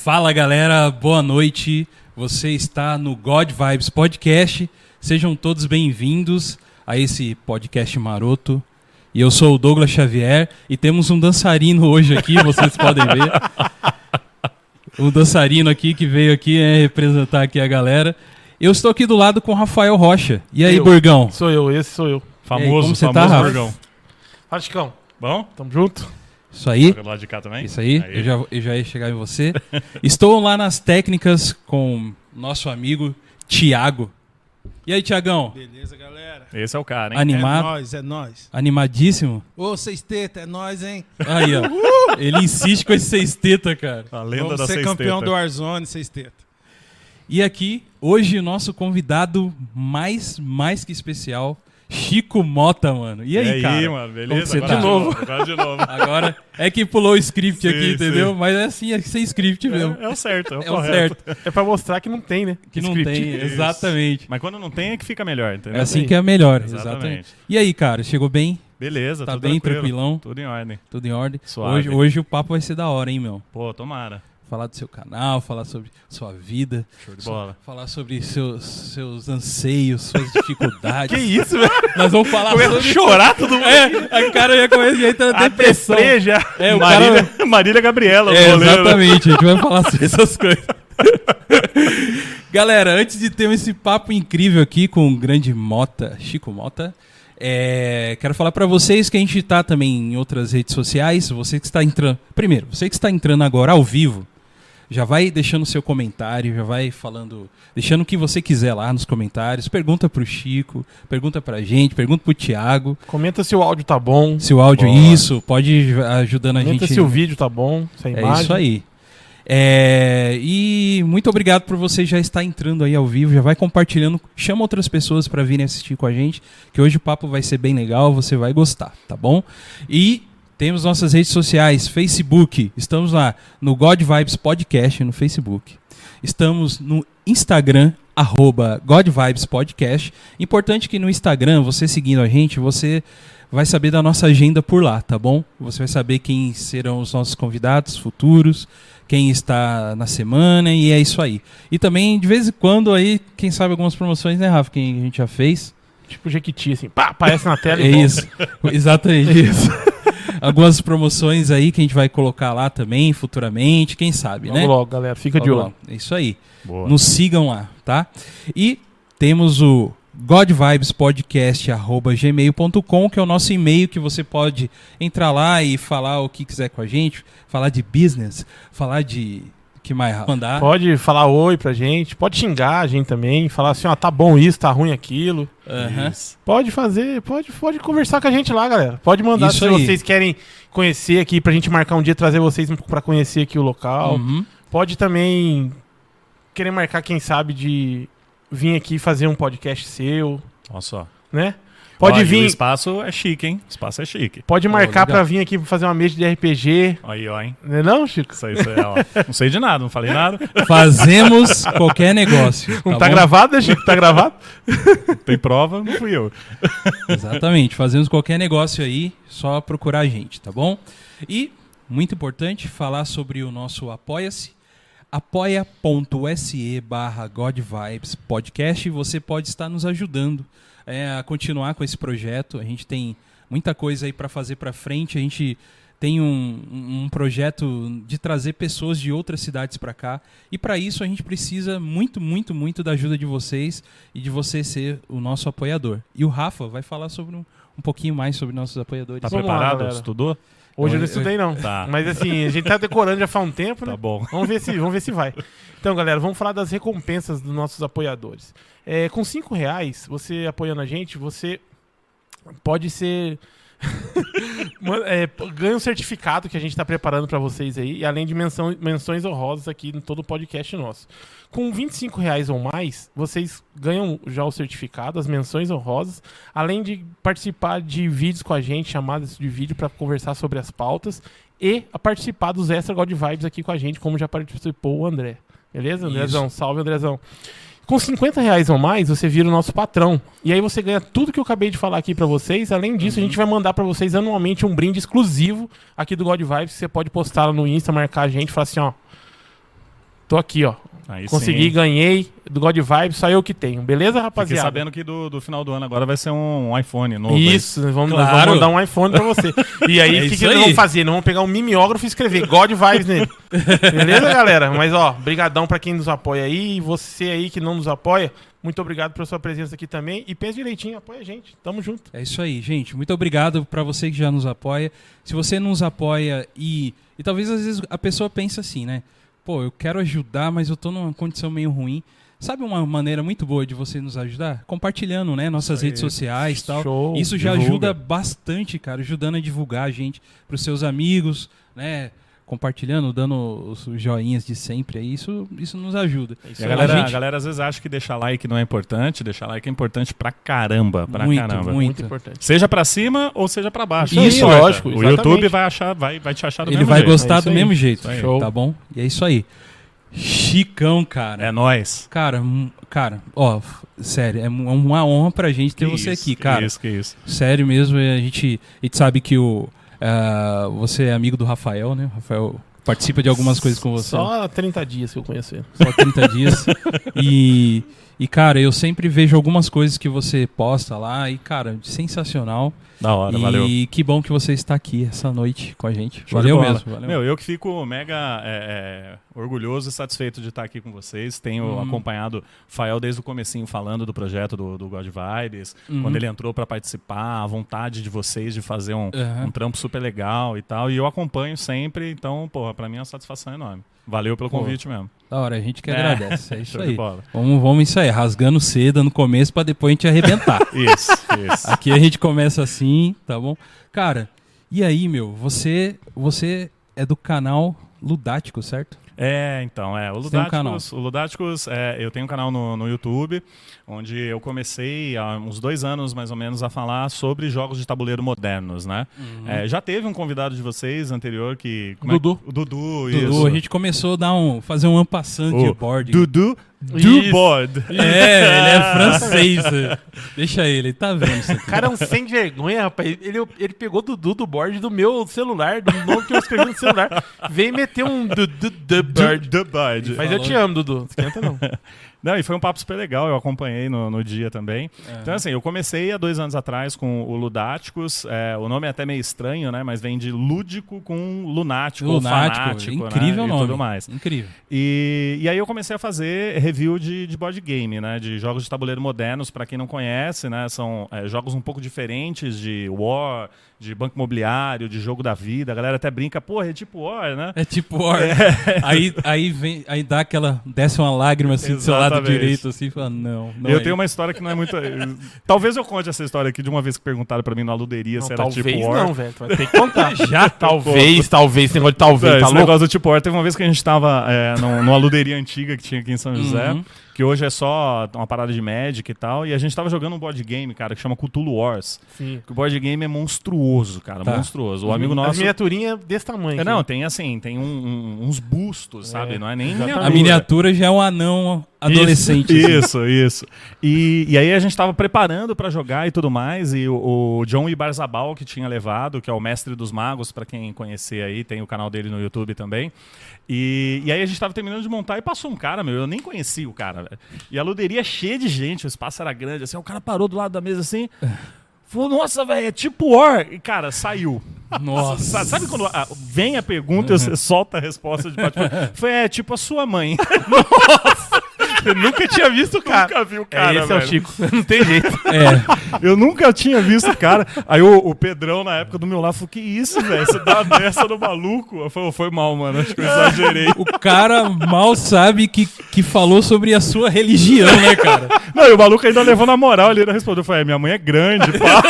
Fala galera, boa noite. Você está no God Vibes Podcast. Sejam todos bem-vindos a esse podcast maroto. E eu sou o Douglas Xavier e temos um dançarino hoje aqui, vocês podem ver. Um dançarino aqui que veio aqui representar aqui a galera. Eu estou aqui do lado com o Rafael Rocha. E aí, Burgão? Sou eu, esse sou eu. Famoso, como você tá, Rafa? Burgão. Fala, Chicão. Bom? Tamo junto. Isso aí. Do lado de cá também? Isso aí. Eu já ia chegar em você. Estou lá nas técnicas com nosso amigo Thiago. E aí, Thiagão? Beleza, galera? Esse é o cara, hein? Animado? É nóis. Animadíssimo? Ô, sexteta, é nóis, hein? Aí, ó. Ele insiste com esse sexteta, cara. A lenda Vamos da ser sexteta. campeão do Warzone, sexteta. E aqui, hoje, o nosso convidado mais que especial, Chico Mota, mano. E aí, cara? E aí, mano, beleza? Você Agora tá? Agora de novo. Agora é que pulou o script Sim, aqui, entendeu? sim. Mas é assim, é sem script mesmo. É o certo, é o É o correto. certo. É pra mostrar que não tem, né? Que não Script. tem, exatamente. Mas quando não tem é que fica melhor, entendeu? É assim que é melhor, Exatamente. exatamente. E aí, cara, chegou bem? Beleza, Tá tudo bem, tranquilo. tranquilão? Tudo em ordem. Tudo em ordem? Suave. Hoje o papo vai ser da hora, hein, meu? Pô, tomara. Falar do seu canal, falar sobre sua vida. Show de bola. Falar sobre seus anseios, suas dificuldades. Que isso, velho? Nós vamos falar Começa a sobre... chorar todo mundo. A cara ia começar a entrar na depressão. já. É, o cara... Marília Gabriela. É, o goleiro. exatamente, a gente vai falar sobre essas coisas. Galera, antes de ter esse papo incrível aqui com o grande Mota, Chico Mota, quero falar pra vocês que a gente tá também em outras redes sociais. Você que está entrando... Primeiro, você que está entrando agora ao vivo, já vai deixando seu comentário, já vai falando, deixando o que você quiser lá nos comentários. Pergunta pro Chico, pergunta pra gente, pergunta pro Thiago. Comenta se o áudio tá bom. Se o áudio, Boa. isso, pode ir ajudando a Comenta gente. se o vídeo tá bom, se a imagem. É isso aí. E muito obrigado por você já estar entrando aí ao vivo, já vai compartilhando, chama outras pessoas para virem assistir com a gente, que hoje o papo vai ser bem legal, você vai gostar, tá bom? E temos nossas redes sociais, Facebook, estamos lá no God Vibes Podcast no Facebook, estamos no Instagram, @God Vibes Podcast. Importante que no Instagram, você seguindo a gente, você vai saber da nossa agenda por lá, tá bom? Você vai saber quem serão os nossos convidados futuros, quem está na semana, e é isso aí. E também, de vez em quando, aí, quem sabe algumas promoções, né, Rafa, que a gente já fez. Tipo Jequiti, assim, pá, aparece na tela É e volta. isso, exatamente isso. Algumas promoções aí que a gente vai colocar lá também, futuramente, quem sabe, Logo, né? logo, galera, fica de Logo, olho. logo. É isso aí. Boa. Nos sigam lá, tá? E temos o godvibespodcast@gmail.com, que é o nosso e-mail que você pode entrar lá e falar o que quiser com a gente, falar de business, falar de... que mais, Rafa? Mandar. Pode falar oi pra gente, pode xingar a gente também, falar assim, ó, tá bom isso, tá ruim aquilo. Aham. Isso. Pode fazer, pode conversar com a gente lá, galera. Pode mandar Isso se aí. vocês querem conhecer aqui, pra gente marcar um dia, trazer vocês pra conhecer aqui o local. Uhum. Pode também querer marcar, quem sabe, de vir aqui fazer um podcast seu, Olha só. né? Pode Ó, e o vir, espaço é chique, hein? O espaço é chique. pode marcar legal. pra vir aqui fazer uma mesa de RPG. Aí, ó, hein? Não é não, Chico? Isso aí, ó. Não sei de nada, não falei nada. Fazemos qualquer negócio. Não tá bom? gravado, né, Chico? Tá gravado? Tem prova, não fui eu. Exatamente, fazemos qualquer negócio aí, só procurar a gente, tá bom? E, muito importante, falar sobre o nosso Apoia-se, apoia.se/GodVibes Podcast. Você pode estar nos ajudando a continuar com esse projeto. A gente tem muita coisa aí para fazer para frente, a gente tem um projeto de trazer pessoas de outras cidades para cá, e para isso a gente precisa muito da ajuda de vocês e de você ser o nosso apoiador. E o Rafa vai falar sobre um pouquinho mais sobre nossos apoiadores. Tá Vamos lá, preparado? galera. Estudou? Hoje eu não estudei, não. Tá. Mas assim, a gente tá decorando já faz um tempo, né? Tá bom. Vamos ver se vai. Então, galera, vamos falar das recompensas dos nossos apoiadores. Com R$5, você apoiando a gente, você pode ser... ganha um certificado que a gente está preparando para vocês aí, e além de menções honrosas aqui em todo o podcast nosso. Com R$25 ou mais, vocês ganham já o certificado, as menções honrosas, além de participar de vídeos com a gente, chamadas de vídeo para conversar sobre as pautas, e a participar dos Extra God Vibes aqui com a gente, como já participou o André. Beleza, Andrezão? Isso. Salve, Andrezão. Com R$50 ou mais, você vira o nosso patrão. E aí você ganha tudo que eu acabei de falar aqui pra vocês. Além disso, a gente vai mandar pra vocês anualmente um brinde exclusivo aqui do God Vibes. Que você pode postar lá no Insta, marcar a gente e falar assim, ó, Tô aqui, ó. Aí Consegui, sim. ganhei do God Vibes, só eu que tenho. Beleza, Fiquei rapaziada? sabendo que do final do ano agora vai ser um iPhone novo. Isso, nós vamos Claro. mandar um iPhone pra você. E aí, É o que isso nós aí. vamos fazer? Nós vamos pegar um mimeógrafo e escrever God Vibes nele. Beleza, galera? Mas, ó, brigadão pra quem nos apoia aí. E você aí que não nos apoia, muito obrigado pela sua presença aqui também. E pensa direitinho, apoia a gente. Tamo junto. É isso aí, gente. Muito obrigado pra você que já nos apoia. Se você nos apoia e talvez às vezes a pessoa pensa assim, né? Pô, eu quero ajudar, mas eu tô numa condição meio ruim. Sabe uma maneira muito boa de você nos ajudar? Compartilhando, né? Nossas Isso aí. redes sociais e tal. Show, Isso já divulga. ajuda bastante, cara. Ajudando a divulgar a gente pros seus amigos, né? Compartilhando, dando os joinhas de sempre aí. Isso nos ajuda. isso E a aí. galera, A gente- a galera às vezes acha que deixar like não é importante. Deixar like é importante pra caramba. Pra Muito, caramba. muito. Muito importante. Seja pra cima ou seja pra baixo. Isso, não importa. lógico, O exatamente. YouTube vai te achar do Ele mesmo vai jeito. gostar É isso do aí. mesmo jeito. Isso aí. Show. Tá bom? E é isso aí. Chicão, cara. É nóis. Cara, ó, sério, é uma honra pra gente ter Que você isso, aqui, que cara. Que isso. Sério mesmo, a gente sabe que você é amigo do Rafael, né? O Rafael participa de algumas coisas com você. Só 30 dias que eu conheço ele. Só 30 dias. E, cara, eu sempre vejo algumas coisas que você posta lá e, cara, sensacional. Da hora, E valeu. que bom que você está aqui essa noite com a gente. Show de Valeu bola. mesmo. Valeu. Meu, eu que fico mega orgulhoso e satisfeito de estar aqui com vocês. Tenho acompanhado o Fael desde o comecinho falando do projeto do God Vibes, quando ele entrou para participar, a vontade de vocês de fazer um trampo super legal e tal. E eu acompanho sempre, então, porra, pra mim é uma satisfação enorme. Valeu pelo convite mesmo. Da hora, a gente que agradece. É isso Show de aí. bola. Vamos isso aí, rasgando seda no começo pra depois a gente arrebentar. Isso. Aqui a gente começa assim, tá bom? Cara, e aí, meu, você é do canal Ludático, certo? Então, Você tem um canal. O Ludáticos, eu tenho um canal no YouTube, onde eu comecei há uns 2 anos, mais ou menos, a falar sobre jogos de tabuleiro modernos, né? Já teve um convidado de vocês anterior que... Dudu. O Dudu, Dudu, isso. a gente começou a fazer um ampassant de O board. Dudu Isso. do board. Ele é francês. Deixa ele tá vendo isso aqui. O cara é um sem vergonha, rapaz. Ele pegou Dudu do board do meu celular, do nome que eu escrevi no celular. Veio meter um Dudu do board. Do board. Mas eu te amo, Dudu. Esquenta não. Não, e foi um papo super legal, eu acompanhei no dia também. Então, assim, eu comecei há 2 anos atrás com o Ludáticos. O nome é até meio estranho, né? Mas vem de lúdico com lunático, ou fanático, incrível né? nome. E tudo mais. Incrível. E aí eu comecei a fazer review de board game, né? De jogos de tabuleiro modernos, pra quem não conhece, né? São jogos um pouco diferentes de War, de Banco Imobiliário, de Jogo da Vida. A galera até brinca, porra, é tipo War, né? É tipo War. Aí dá desce uma lágrima assim do seu lado Exatamente. direito, assim, e fala, não Eu é tenho uma história que não é muito... Talvez eu conte essa história aqui de uma vez que perguntaram pra mim na aluderia Não, se era talvez tipo War. não, velho. Tu vai ter que contar. Já? Talvez, esse negócio de talvez. Esse Tá louco? negócio do tipo War, teve uma vez que a gente tava numa aluderia antiga que tinha aqui em São José, que hoje é só uma parada de Magic e tal, e a gente tava jogando um board game, cara, que chama Cthulhu Wars. Sim. Que o board game é monstruoso, cara, Tá. monstruoso. O amigo As nosso... miniaturinhas desse tamanho. Não, tem assim, tem uns bustos, sabe? Não é nem exatamente. A miniatura já é um anão adolescente. assim. Isso. E aí a gente tava preparando pra jogar e tudo mais, e o John Ibarzabal que tinha levado, que é o mestre dos magos, pra quem conhecer aí, tem o canal dele no YouTube também. E aí a gente tava terminando de montar e passou um cara, eu nem conhecia o cara, velho. E a luderia cheia de gente, o espaço era grande, assim, o cara parou do lado da mesa assim, falou, nossa, velho, é tipo War. E, cara, saiu. Nossa. Sabe quando vem a pergunta e você solta a resposta de bate-papo? Foi, tipo a sua mãe. Eu nunca tinha visto o cara. Nunca vi o cara, Esse é o velho. Chico. Não tem jeito. É. Eu nunca tinha visto o cara. Aí o Pedrão, na época do meu lado, falou, que isso, velho? Você dá uma dessa no maluco? Eu falei, foi mal, mano. Acho que eu exagerei. O cara mal sabe que falou sobre a sua religião, né, cara? Não, e o maluco ainda levou na moral. Ele ainda respondeu, falei, minha mãe é grande, pá.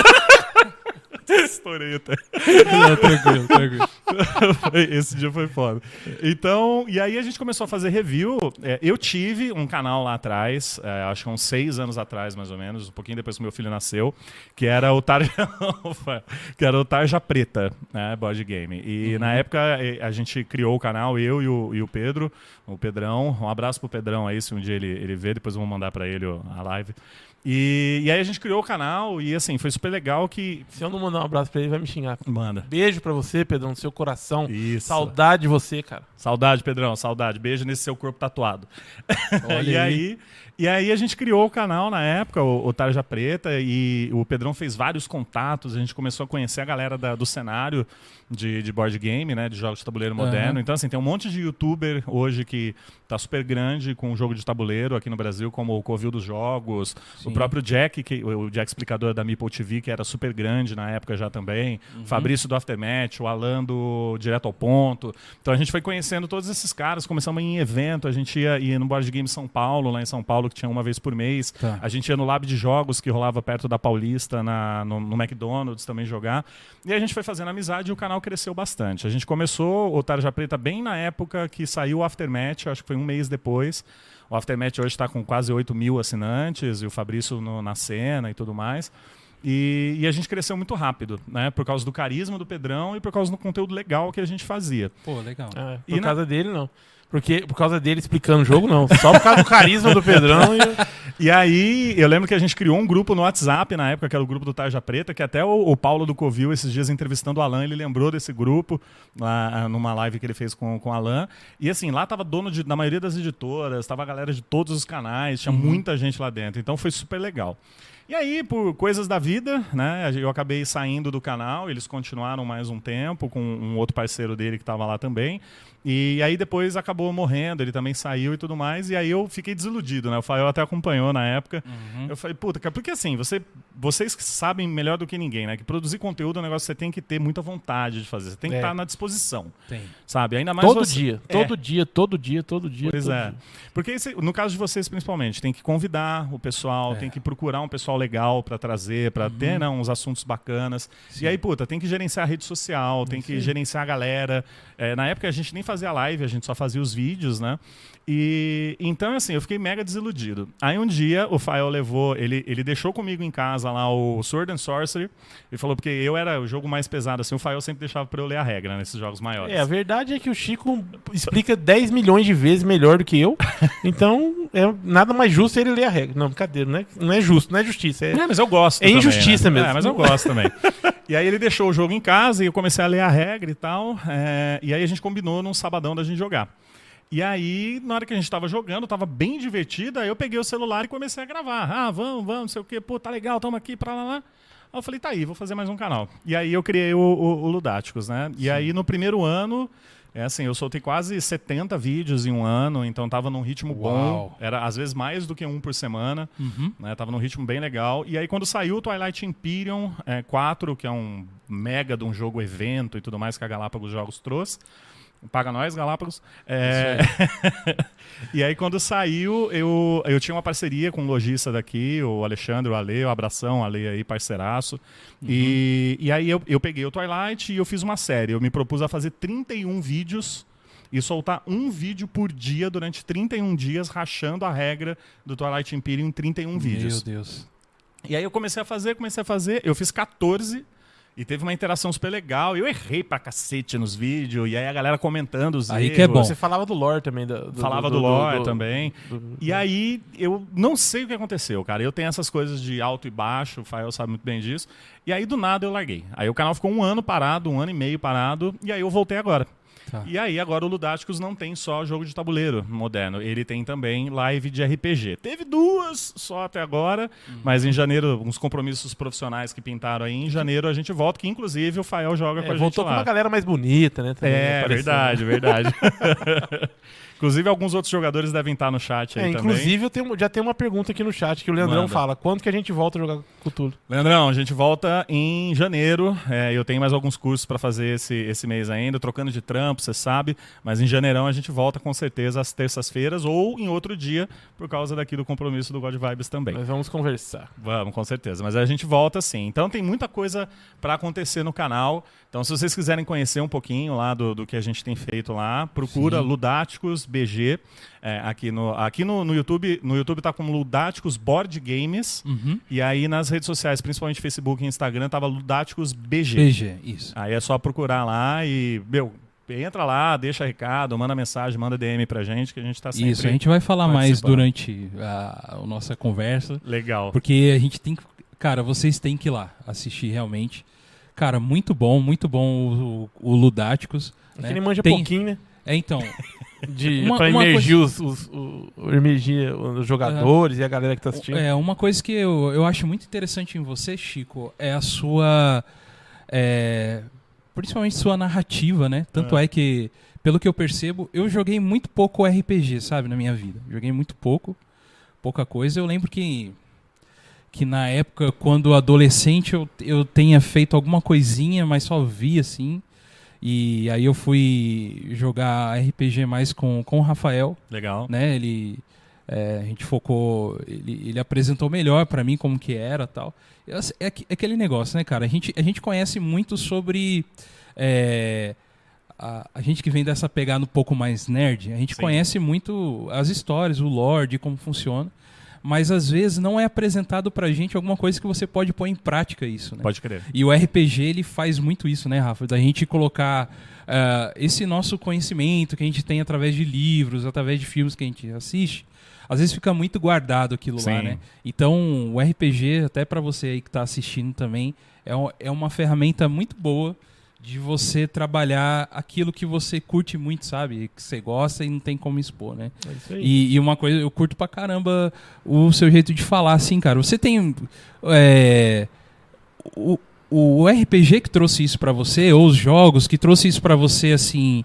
Estourei até. Não, tranquilo. Esse dia foi foda. Então, e aí a gente começou a fazer review. Eu tive um canal lá atrás, acho que uns 6 anos atrás, mais ou menos, um pouquinho depois que meu filho nasceu, que era o Tarja Preta, né, board game. E na época a gente criou o canal, eu e o Pedro, o Pedrão. Um abraço pro Pedrão aí, se um dia ele ver, depois eu vou mandar pra ele a live. E aí a gente criou o canal e assim, foi super legal que... Se eu não mandar um abraço pra ele, vai me xingar. Manda. Beijo pra você, Pedrão, do seu coração. Isso. Saudade de você, cara. Saudade, Pedrão, saudade. Beijo nesse seu corpo tatuado. Olha E aí a gente criou o canal na época, o Tarja Preta, e o Pedrão fez vários contatos, a gente começou a conhecer a galera do cenário de board game, né, de jogos de tabuleiro moderno. Então, assim, tem um monte de youtuber hoje que tá super grande com jogo de tabuleiro aqui no Brasil, como o Covil dos Jogos, o próprio Jack, o Jack explicador da Meeple TV, que era super grande na época já também, o Fabrício do Aftermath, o Alan do Direto ao Ponto. Então a gente foi conhecendo todos esses caras, começamos em evento, a gente ia no Board Game São Paulo, lá em São Paulo, que tinha uma vez por mês. A gente ia no Lab de Jogos, que rolava perto da Paulista, no McDonald's também jogar. E a gente foi fazendo amizade e o canal cresceu bastante. A gente começou o Tarja Preta bem na época que saiu o Aftermath, acho que foi um mês depois. O Aftermath hoje está com quase 8 mil assinantes, e o Fabrício na cena e tudo mais. E a gente cresceu muito rápido, né? Por causa do carisma do Pedrão e por causa do conteúdo legal que a gente fazia. Pô, legal. Por causa dele, não. Porque por causa dele explicando o jogo, não. Só por causa do carisma do Pedrão. E aí, eu lembro que a gente criou um grupo no WhatsApp na época, que era o grupo do Tarja Preta, que até o Paulo do Covil, esses dias entrevistando o Alan, ele lembrou desse grupo, lá numa live que ele fez com o Alan. E assim, lá tava dono da maioria das editoras, tava a galera de todos os canais, tinha muita gente lá dentro. Então foi super legal. E aí, por coisas da vida, né, eu acabei saindo do canal, eles continuaram mais um tempo com um outro parceiro dele que estava lá também. E aí depois acabou morrendo, ele também saiu e tudo mais, e aí eu fiquei desiludido, né? O Fael até acompanhou na época. Eu falei, puta, cara, porque assim, vocês que sabem melhor do que ninguém, né? Que produzir conteúdo é um negócio que você tem que ter muita vontade de fazer, você tem que estar na disposição. Tem. Sabe? Ainda mais todo dia. Pois é. Porque no caso de vocês, principalmente, tem que convidar o pessoal, tem que procurar um pessoal legal pra trazer, pra ter, né, uns assuntos bacanas. Sim. E aí, puta, tem que gerenciar a rede social, tem que gerenciar a galera. Na época a gente nem fazia live, a gente só fazia os vídeos, né? E então, assim, eu fiquei mega desiludido. Aí um dia o Fael levou, ele deixou comigo em casa lá o Sword and Sorcery. Ele falou, porque eu era o jogo mais pesado, assim, o Fael sempre deixava pra eu ler a regra nesses jogos maiores. A verdade é que o Chico explica 10 milhões de vezes melhor do que eu. Então, é nada mais justo ele ler a regra. Não, brincadeira, não é justo, não é justiça. Mas eu gosto também, injustiça, né? Mesmo. Mas eu gosto também. E aí ele deixou o jogo em casa e eu comecei a ler a regra e tal. E aí a gente combinou num sabadão da gente jogar. E aí, na hora que a gente tava jogando, tava bem divertido, aí eu peguei o celular e comecei a gravar. Vamos, não sei o quê, pô, tá legal, tamo aqui, pra lá. Aí eu falei, tá aí, vou fazer mais um canal. E aí eu criei o Ludáticos, né? E aí no primeiro ano, eu soltei quase 70 vídeos em um ano, então tava num ritmo bom. Era às vezes mais do que um por semana, né? Tava num ritmo bem legal. E aí quando saiu o Twilight Imperium 4, que é um mega de um jogo evento e tudo mais que a Galápagos Jogos trouxe, paga nós, Galápagos. E aí, quando saiu, eu tinha uma parceria com um lojista daqui, o Alexandre, o Ale, o abração, Ale aí, parceiraço. E aí eu peguei o Twilight e eu fiz uma série. Eu me propus a fazer 31 vídeos e soltar um vídeo por dia durante 31 dias, rachando a regra do Twilight Imperium em 31 vídeos. Meu Deus. E aí eu comecei a fazer, eu fiz 14. E teve uma interação super legal. Eu errei pra cacete nos vídeos. E aí a galera comentando os aí erros. Que é bom. Você falava do lore também. Falava do lore também. E aí eu não sei o que aconteceu, cara. Eu tenho essas coisas de alto e baixo. O Fael sabe muito bem disso. E aí do nada eu larguei. Aí o canal ficou um ano parado, 1 ano e meio parado. E aí eu voltei agora. E aí agora o Ludáticos não tem só jogo de tabuleiro moderno, ele tem também live de RPG. Teve 2 só até agora, mas em janeiro, uns compromissos profissionais que pintaram aí, em janeiro a gente volta, que inclusive o Fael joga com a gente voltou lá. Com uma galera mais bonita, né? Também verdade. Inclusive, alguns outros jogadores devem estar no chat aí também. Inclusive, já tem uma pergunta aqui no chat que o Leandrão fala. Quando que a gente volta a jogar Cthulhu? Leandrão, a gente volta em janeiro. Eu tenho mais alguns cursos para fazer esse mês ainda, trocando de trampo, você sabe. Mas em janeirão a gente volta com certeza às terças-feiras ou em outro dia, por causa daqui do compromisso do God Vibes também. Nós vamos conversar. Vamos, com certeza. Mas a gente volta sim. Então tem muita coisa para acontecer no canal. Então se vocês quiserem conhecer um pouquinho lá do que a gente tem feito lá, procura Ludáticos BG. Aqui no YouTube. No YouTube tá como Ludáticos Board Games. E aí nas redes sociais, principalmente Facebook e Instagram, tava Ludáticos BG. BG, isso. Aí é só procurar lá e, entra lá, deixa recado, manda mensagem, manda DM pra gente, que a gente tá sempre... Isso, a gente vai falar mais durante a nossa conversa. Legal. Porque a gente tem que... Cara, vocês têm que ir lá assistir realmente. Cara, muito bom o Ludáticos. É né? que ele manja Tem- pouquinho, né? Então, Pra emergir emergir os jogadores e a galera que tá assistindo. uma coisa que eu acho muito interessante em você, Chico, é a sua... principalmente sua narrativa, né? Tanto é que, pelo que eu percebo, eu joguei muito pouco RPG, sabe, na minha vida. Joguei muito pouca coisa. Eu lembro que na época, quando adolescente, eu tenha feito alguma coisinha, mas só vi, assim. E aí eu fui jogar RPG mais com o Rafael, Legal. né? A gente focou, ele apresentou melhor pra mim como que era, tal. É aquele negócio, né, cara? A gente conhece muito sobre a gente que vem dessa pegada um pouco mais nerd. A gente Sim. conhece muito as histórias, o lore, de como funciona. Mas às vezes não é apresentado pra gente alguma coisa que você pode pôr em prática isso, né? Pode crer. E o RPG, ele faz muito isso, né, Rafa? Da gente colocar esse nosso conhecimento que a gente tem através de livros, através de filmes que a gente assiste, às vezes fica muito guardado aquilo lá, Sim. né? Então, o RPG, até pra você aí que tá assistindo também, é uma ferramenta muito boa de você trabalhar aquilo que você curte muito, sabe? Que você gosta e não tem como expor, né? É isso aí. E uma coisa, eu curto pra caramba o seu jeito de falar, assim, cara. Você tem o RPG que trouxe isso pra você, ou os jogos que trouxe isso pra você, assim,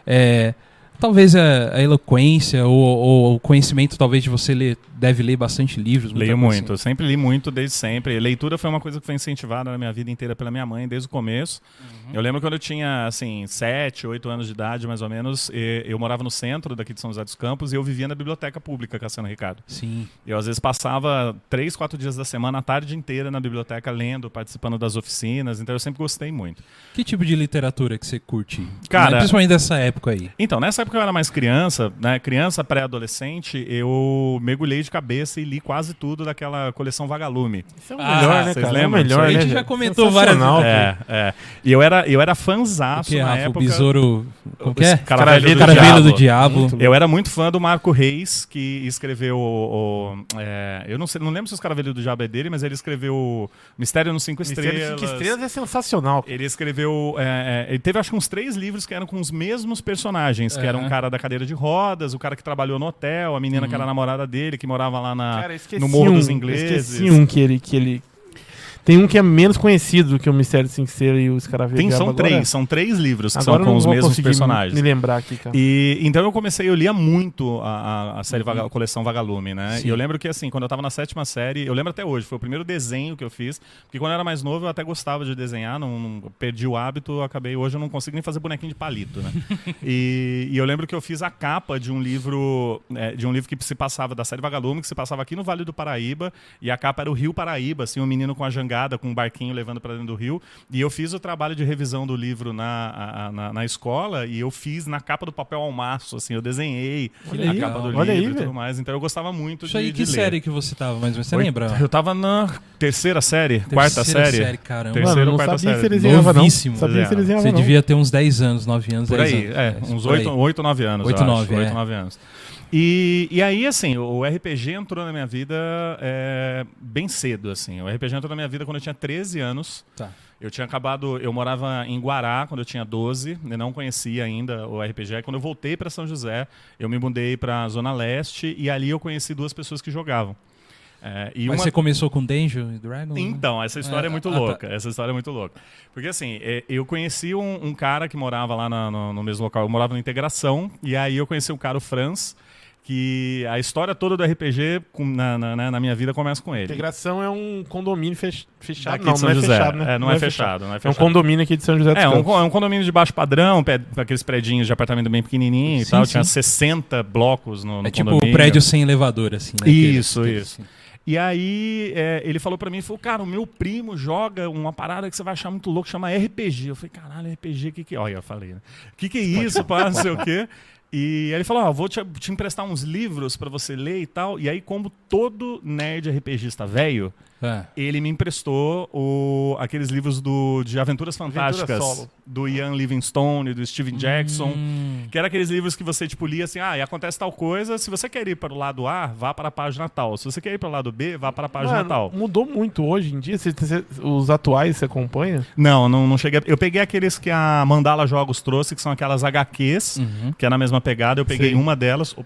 talvez a eloquência ou o conhecimento, talvez, de você deve ler bastante livros. muita Leio coisa muito, eu sempre li muito desde sempre. Leitura foi uma coisa que foi incentivada na minha vida inteira pela minha mãe, desde o começo. Eu lembro quando eu tinha, assim, 7, 8 anos de idade, mais ou menos, eu morava no centro daqui de São José dos Campos e eu vivia na biblioteca pública, Cassiano Ricardo. Sim. Eu, às vezes, passava 3, 4 dias da semana, a tarde inteira na biblioteca, lendo, participando das oficinas, então eu sempre gostei muito. Que tipo de literatura que você curte? Cara, Né? Principalmente dessa época aí. Então, nessa época eu era mais criança, né? Criança, pré-adolescente, eu mergulhei de cabeça e li quase tudo daquela coleção Vagalume. Isso é o melhor, né, vocês cara? É o lembram melhor, disso aí? né? A gente já velho? comentou várias Sensacional, vezes. cara. E eu era fanzaço Porque, na Rafa, época. o Besouro... Como que é? Caravelho Caravelho do Diabo. Muito Eu era muito fã do Marco Reis, que escreveu eu não lembro se os Caravelho do Diabo é dele, mas ele escreveu o Mistério nos Cinco Mistério de Estrelas. Cinco Estrelas é sensacional. Ele escreveu. Ele teve acho que uns 3 livros que eram com os mesmos personagens, que era um cara da cadeira de rodas, o cara que trabalhou no hotel, a menina que era a namorada dele, que morava lá Cara, eu esqueci no Morro dos eu Ingleses. esqueci um que ele... Tem um que é menos conhecido do que o Mistério de Cinco Estrelas e o Escaravelho do Diabo. São 3 livros que Agora são eu com não os vou mesmos conseguir personagens. me lembrar aqui, cara. E então eu lia muito a série a coleção Vagalume, né? Sim. E eu lembro que assim, quando eu tava na 7ª série, eu lembro até hoje, foi o primeiro desenho que eu fiz, porque quando eu era mais novo eu até gostava de desenhar, não perdi o hábito, hoje eu não consigo nem fazer bonequinho de palito, né? e eu lembro que eu fiz a capa de um livro que se passava da série Vagalume, que se passava aqui no Vale do Paraíba, e a capa era o Rio Paraíba, assim, um menino com a jangada, com um barquinho levando para dentro do rio, e eu fiz o trabalho de revisão do livro na escola, e eu fiz na capa do papel almaço, assim, eu desenhei Olha a aí, capa do olha livro aí, e tudo velho. mais, então eu gostava muito Isso aí, de que ler. série que você tava mais ou menos? Você lembra? Eu tava na 3ª série, 4ª Terceira série. caramba. Terceira Mano, ou não quarta sabia série. que você desenhava, não. Novíssimo. Sabia que você desenhava, Você não. devia ter uns 10 anos, 9 anos, Por 10 aí, anos. uns por aí. 8 ou 9 anos, 8, eu acho. 9, 8 ou 9 anos. E aí, assim, o RPG entrou na minha vida bem cedo, assim. O RPG entrou na minha vida quando eu tinha 13 anos. Tá. Eu morava em Guará quando eu tinha 12, eu não conhecia ainda o RPG. Aí, quando eu voltei para São José, eu me mudei para a Zona Leste e ali eu conheci 2 pessoas que jogavam. Mas você começou com Dungeons & Dragons? Então, essa história é muito louca. Essa história é muito louca. Porque assim, eu conheci um cara que morava lá no mesmo local. Eu morava na Integração, e aí eu conheci o cara, o Franz, que a história toda do RPG na minha vida começa com ele. Integração é um condomínio fechado. Daqui Não, de São não é José. fechado, né? Não é fechado. É um condomínio aqui de São José dos É Campos. um condomínio de baixo padrão, aqueles predinhos de apartamento bem pequenininho e Sim, tal. sim. Tinha 60 blocos no É tipo condomínio. o prédio sem elevador, assim, né? Isso, Aquele- isso. E aí ele falou pra mim, falou, cara, o meu primo joga uma parada que você vai achar muito louco, chama RPG. Eu falei, caralho, RPG, que é? Olha, eu falei, né? Que é isso, pá, não sei o quê. E ele falou, vou te emprestar uns livros pra você ler e tal. E aí, como todo nerd RPGista velho, ele me emprestou aqueles livros de Aventuras Fantásticas Solo. do Ian Livingstone, do Steven Jackson, que era aqueles livros que você tipo lia assim, e acontece tal coisa, se você quer ir para o lado A, vá para a página tal. Se você quer ir para o lado B, vá para a página tal. Mudou muito hoje em dia? Os atuais você acompanha? Não cheguei. Eu peguei aqueles que a Mandala Jogos trouxe, que são aquelas HQs, que é na mesma pegada. Eu peguei uma delas,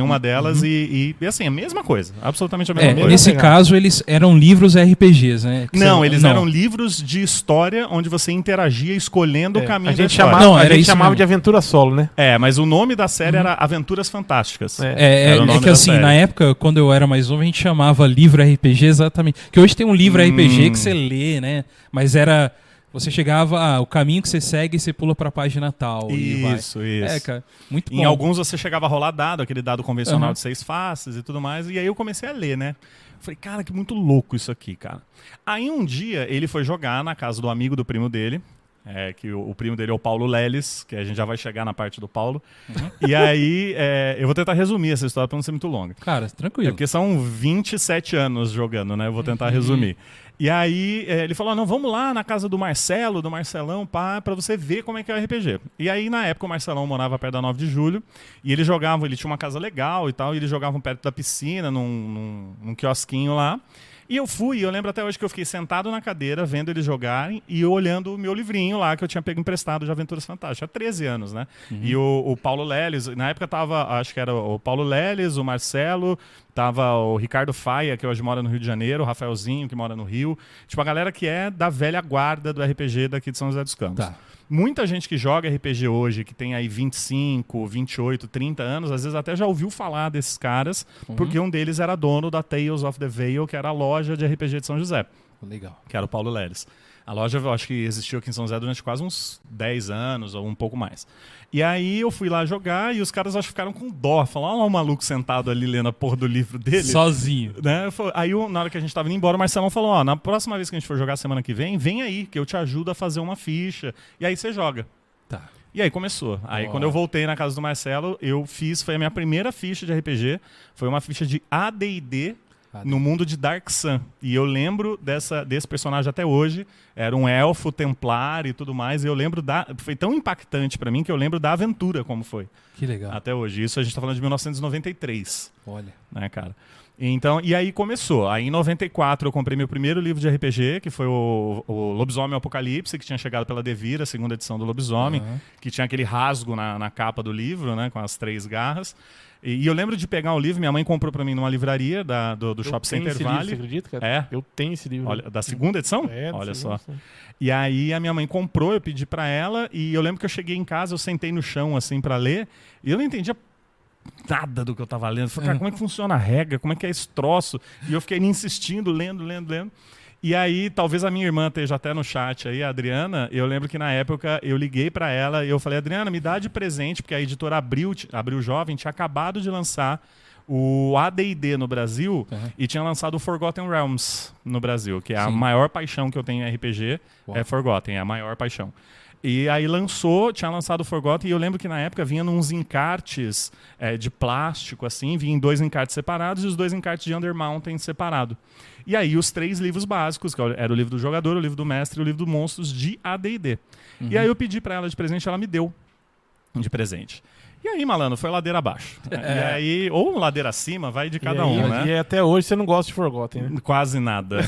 e assim, a mesma coisa. Absolutamente a mesma coisa. Nesse caso, eles eram livros RPGs, né? Eles eram livros de história onde você interagia escolhendo o caminho da história. A gente chamava de aventura solo, né? Mas o nome da série era Aventuras Fantásticas. É que assim, na época, quando eu era mais novo, a gente chamava livro RPG exatamente. Que hoje tem um livro RPG que você lê, né? Mas era... Você chegava, o caminho que você segue, você pula pra página tal. Isso. Cara, muito bom. Em alguns você chegava a rolar dado, aquele dado convencional de 6 faces e tudo mais. E aí eu comecei a ler, né? Falei, cara, que muito louco isso aqui, cara. Aí um dia ele foi jogar na casa do amigo do primo dele, que o primo dele é o Paulo Leles, que a gente já vai chegar na parte do Paulo. E aí eu vou tentar resumir essa história pra não ser muito longa. Cara, tranquilo. Porque são 27 anos jogando, né? Eu vou tentar resumir. E aí ele falou, não, vamos lá na casa do Marcelão, pra você ver como é que é o RPG. E aí na época o Marcelão morava perto da 9 de julho, e ele tinha uma casa legal e tal, e eles jogavam perto da piscina, num quiosquinho lá. E eu lembro até hoje que eu fiquei sentado na cadeira, vendo eles jogarem e olhando o meu livrinho lá, que eu tinha pego emprestado de Aventuras Fantásticas. Tinha 13 anos, né? E o Paulo Leles, na época acho que era o Paulo Leles, o Marcelo, tava o Ricardo Faia, que hoje mora no Rio de Janeiro, o Rafaelzinho, que mora no Rio. Tipo, a galera que é da velha guarda do RPG daqui de São José dos Campos. Tá. Muita gente que joga RPG hoje, que tem aí 25, 28, 30 anos, às vezes até já ouviu falar desses caras, porque um deles era dono da Tales of the Veil, que era a loja de RPG de São José. Legal. Que era o Paulo Leles. A loja, eu acho que existiu aqui em São José durante quase uns 10 anos, ou um pouco mais. E aí eu fui lá jogar e os caras acho que ficaram com dó. Falaram, olha lá o maluco sentado ali lendo a porra do livro dele. Sozinho. Né? Aí na hora que a gente tava indo embora, o Marcelão falou, na próxima vez que a gente for jogar semana que vem aí, que eu te ajudo a fazer uma ficha. E aí você joga. Tá. E aí começou. Aí quando eu voltei na casa do Marcelo, foi a minha primeira ficha de RPG. Foi uma ficha de AD&D no mundo de Dark Sun. E eu lembro desse personagem até hoje. Era um elfo templar e tudo mais. E eu lembro foi tão impactante pra mim que eu lembro da aventura como foi. Que legal. Até hoje. Isso a gente tá falando de 1993. Olha. Né, cara? Então, e aí começou. Aí em 94 eu comprei meu primeiro livro de RPG, que foi o Lobisomem Apocalipse, que tinha chegado pela Devir, a segunda edição do Lobisomem, que tinha aquele rasgo na capa do livro, né, com as 3 garras. E eu lembro de pegar o livro, minha mãe comprou pra mim numa livraria do Shopping Center Valley. Livro, você acredita, cara? Eu tenho esse livro. Olha, da segunda edição? Olha só. Edição. E aí a minha mãe comprou, eu pedi pra ela, e eu lembro que eu cheguei em casa, eu sentei no chão assim pra ler, e eu não entendia nada do que eu tava lendo. Eu falei, cara, como é que funciona a regra? Como é que é esse troço? E eu fiquei insistindo, lendo. E aí, talvez a minha irmã esteja até no chat aí, a Adriana, eu lembro que na época eu liguei pra ela e eu falei, Adriana, me dá de presente, porque a editora Abril Jovem tinha acabado de lançar o AD&D no Brasil e tinha lançado o Forgotten Realms no Brasil, que é a maior paixão que eu tenho em RPG, é Forgotten, é a maior paixão. E aí tinha lançado o Forgotten, e eu lembro que na época vinha uns encartes de plástico, assim, vinha em 2 encartes separados e os 2 encartes de Undermountain separado. E aí os 3 livros básicos, que era o livro do jogador, o livro do mestre e o livro do monstros de AD&D. E aí eu pedi pra ela de presente, ela me deu de presente. E aí, malandro, foi ladeira abaixo. E aí, ou ladeira acima, vai de cada um, né? E até hoje você não gosta de Forgotten, né? Quase nada.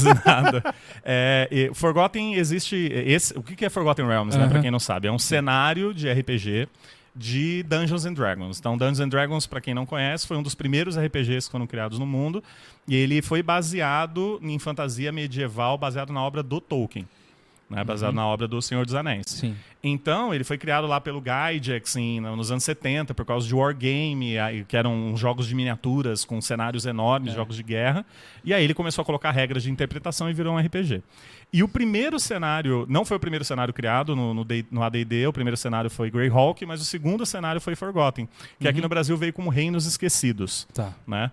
Forgotten existe... o que é Forgotten Realms, né? Pra quem não sabe. É um cenário de RPG de Dungeons and Dragons. Então, Dungeons and Dragons, pra quem não conhece, foi um dos primeiros RPGs que foram criados no mundo. E ele foi baseado em fantasia medieval, baseado na obra do Tolkien. Né, baseado na obra do Senhor dos Anéis. Sim. Então, ele foi criado lá pelo Gygax nos anos 70, por causa de Wargame, que eram jogos de miniaturas com cenários enormes, jogos de guerra. E aí ele começou a colocar regras de interpretação e virou um RPG. E o primeiro cenário, não foi o primeiro cenário criado no AD&D, o primeiro cenário foi Greyhawk, mas o segundo cenário foi Forgotten, que aqui no Brasil veio como Reinos Esquecidos. Tá. Né?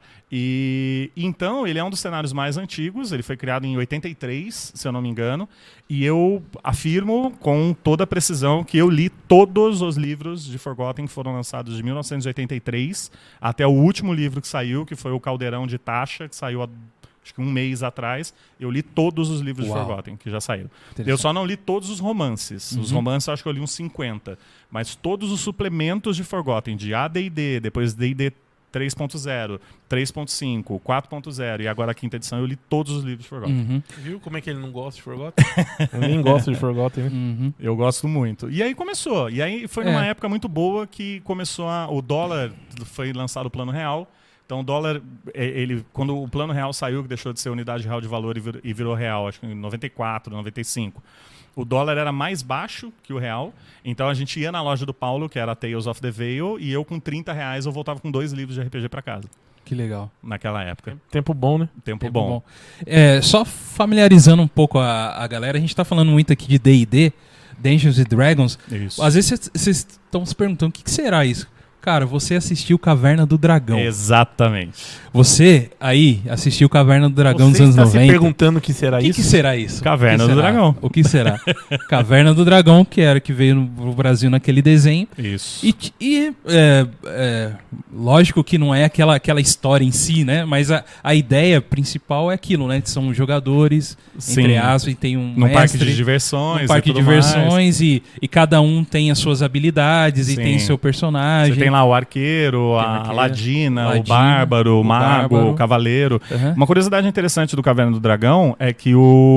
E então, ele é um dos cenários mais antigos, ele foi criado em 83, se eu não me engano, e eu eu afirmo com toda a precisão que eu li todos os livros de Forgotten que foram lançados de 1983 até o último livro que saiu, que foi o Caldeirão de Tasha, que saiu há acho que um mês atrás. Eu li todos os livros de Forgotten que já saíram. Eu só não li todos os romances. Os romances eu acho que eu li uns 50. Mas todos os suplementos de Forgotten, de AD&D, depois D&D 3.0, 3.5, 4.0 e agora a quinta edição, eu li todos os livros de Forgotten. Viu como é que ele não gosta de Forgotten? Eu nem gosto de Forgotten, né? Eu gosto muito. E aí começou. E aí foi numa época muito boa que começou o dólar, foi lançado o Plano Real. Então o dólar, quando o Plano Real saiu, que deixou de ser unidade real de valor e virou real, acho que em 94, 95, o dólar era mais baixo que o real. Então a gente ia na loja do Paulo, que era a Tales of the Veil, e eu com R$30 eu voltava com 2 livros de RPG para casa. Que legal. Naquela época. Tempo bom, né? Tempo bom. Só familiarizando um pouco a galera, a gente tá falando muito aqui de D&D, Dungeons & Dragons. Isso. Às vezes vocês estão se perguntando, o que será isso? Cara, você assistiu Caverna do Dragão. Exatamente. Você aí assistiu Caverna do Dragão nos anos 90. Você está se perguntando o que será isso? O que será isso? Caverna do Dragão. O que será? Caverna do Dragão, que veio no Brasil naquele desenho. Isso. Lógico que não é aquela história em si, né? Mas a ideia principal é aquilo, né? São jogadores, entre aspas, e tem um num mestre, parque de diversões. Num parque de diversões e cada um tem as suas habilidades e tem seu personagem. Você tem lá o arqueiro, a ladina, o bárbaro, o mago, o cavaleiro. Uma curiosidade interessante do Caverna do Dragão é que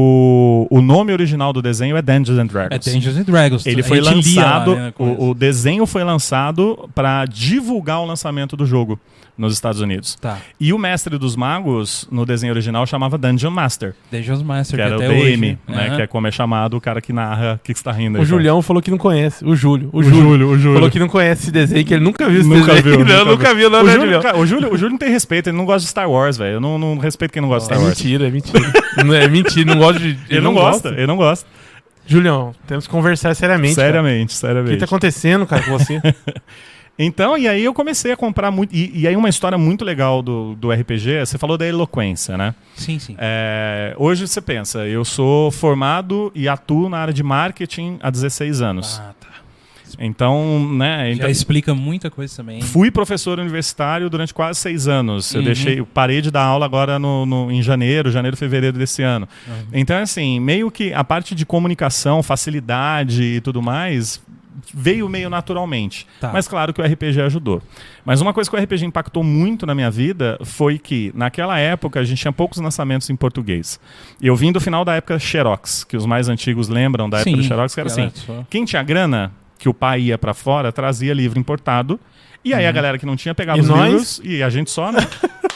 o nome original do desenho é Dungeons and Dragons. É Dungeons and Dragons. Ele foi lançado, o desenho foi lançado para divulgar o lançamento do jogo nos Estados Unidos. Tá. E o mestre dos magos, no desenho original, chamava Dungeon Master. Dungeon Master, que era até o DM, hoje, né? Que é como é chamado o cara que narra. O que você tá rindo aí? O Julião falou que não conhece. O Júlio. Falou que não conhece esse desenho, que ele nunca viu esse desenho. Nunca viu nada de O Júlio não tem respeito, ele não gosta de Star Wars, velho. Eu não respeito quem não gosta de Star Wars. É mentira, não gosta de... Ele não gosta. Julião, temos que conversar seriamente. Seriamente. O que tá acontecendo, cara, com você? Então, e aí eu comecei a comprar muito. E aí uma história muito legal do RPG, você falou da eloquência, né? Sim. Hoje você pensa, eu sou formado e atuo na área de marketing há 16 anos. Ah, tá. Então, né? Já explica muita coisa também. Fui professor universitário durante quase 6 anos. Eu parei de dar aula agora em janeiro, fevereiro desse ano. Então, assim, meio que a parte de comunicação, facilidade e tudo mais veio meio naturalmente. Tá. Mas claro que o RPG ajudou. Mas uma coisa que o RPG impactou muito na minha vida foi que, naquela época, a gente tinha poucos lançamentos em português. Eu vim do final da época Xerox, que os mais antigos lembram da época do Xerox, que era assim, quem tinha grana, que o pai ia pra fora, trazia livro importado, e aí a galera que não tinha pegava os livros, e a gente só, né?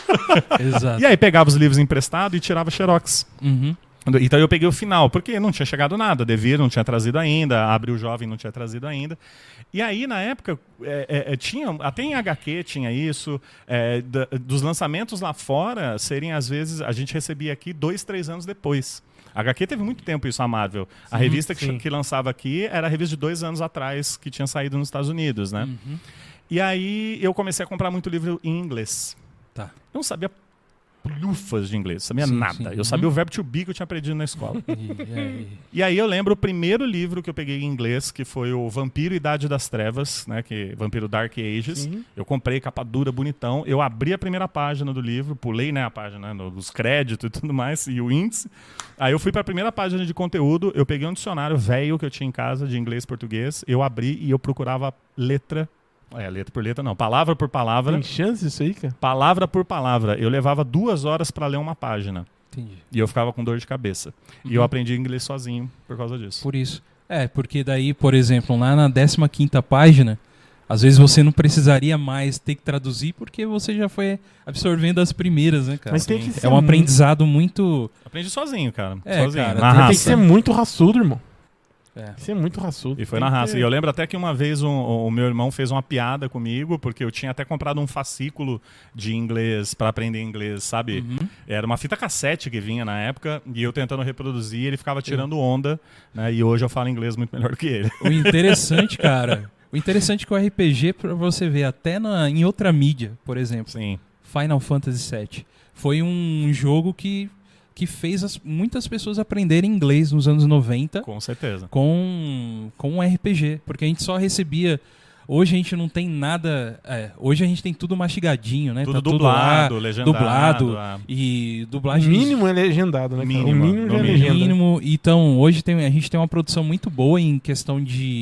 Exato. E aí pegava os livros emprestados e tirava Xerox. Então eu peguei o final, porque não tinha chegado nada, Devir não tinha trazido ainda, Abril Jovem não tinha trazido ainda. E aí, na época, tinha, até em HQ tinha isso, dos lançamentos lá fora serem, às vezes, a gente recebia aqui 2, 3 anos depois. A HQ teve muito tempo isso, a Marvel. A revista que lançava aqui era a revista de 2 anos atrás, que tinha saído nos Estados Unidos, né? E aí eu comecei a comprar muito livro em inglês. Tá. Eu não sabia lufas de inglês, sabia nada. Eu sabia o verbo to be que eu tinha aprendido na escola. E aí eu lembro o primeiro livro que eu peguei em inglês, que foi o Vampiro Idade das Trevas, né, Vampiro Dark Ages. Eu comprei capa dura, bonitão. Eu abri a primeira página do livro, pulei, né, a página, os créditos e tudo mais, e o índice. Aí eu fui para a primeira página de conteúdo, eu peguei um dicionário velho que eu tinha em casa, de inglês e português, eu abri e eu procurava letra por letra não, palavra por palavra. Tem chance isso aí, cara? Palavra por palavra. Eu levava 2 horas para ler uma página. Entendi. E eu ficava com dor de cabeça. E eu aprendi inglês sozinho por causa disso. Por isso. Porque daí, por exemplo, lá na 15ª página, às vezes você não precisaria mais ter que traduzir porque você já foi absorvendo as primeiras, né, cara? Mas tem que ser um aprendizado muito... Aprendi sozinho, cara. Sozinho. Cara, na raça. Tem que ser muito raçudo, irmão. Isso é muito raçudo. E foi na raça. E eu lembro até que uma vez o meu irmão fez uma piada comigo, porque eu tinha até comprado um fascículo de inglês para aprender inglês, sabe? Era uma fita cassete que vinha na época, e eu tentando reproduzir, ele ficava tirando onda, né? E hoje eu falo inglês muito melhor do que ele. O interessante, cara, é que o RPG, pra você ver, até em outra mídia, por exemplo, Sim. Final Fantasy VII, foi um jogo que que fez muitas pessoas aprenderem inglês nos anos 90 Com certeza. com um RPG. Porque a gente só recebia... Hoje a gente não tem nada... hoje a gente tem tudo mastigadinho, né? Tudo Tá dublado, tudo lá, legendado. dublado. E O dublagem... mínimo é legendado, né? cara? Mínimo, O mínimo já é no legenda. mínimo. Então, hoje a gente tem uma produção muito boa em questão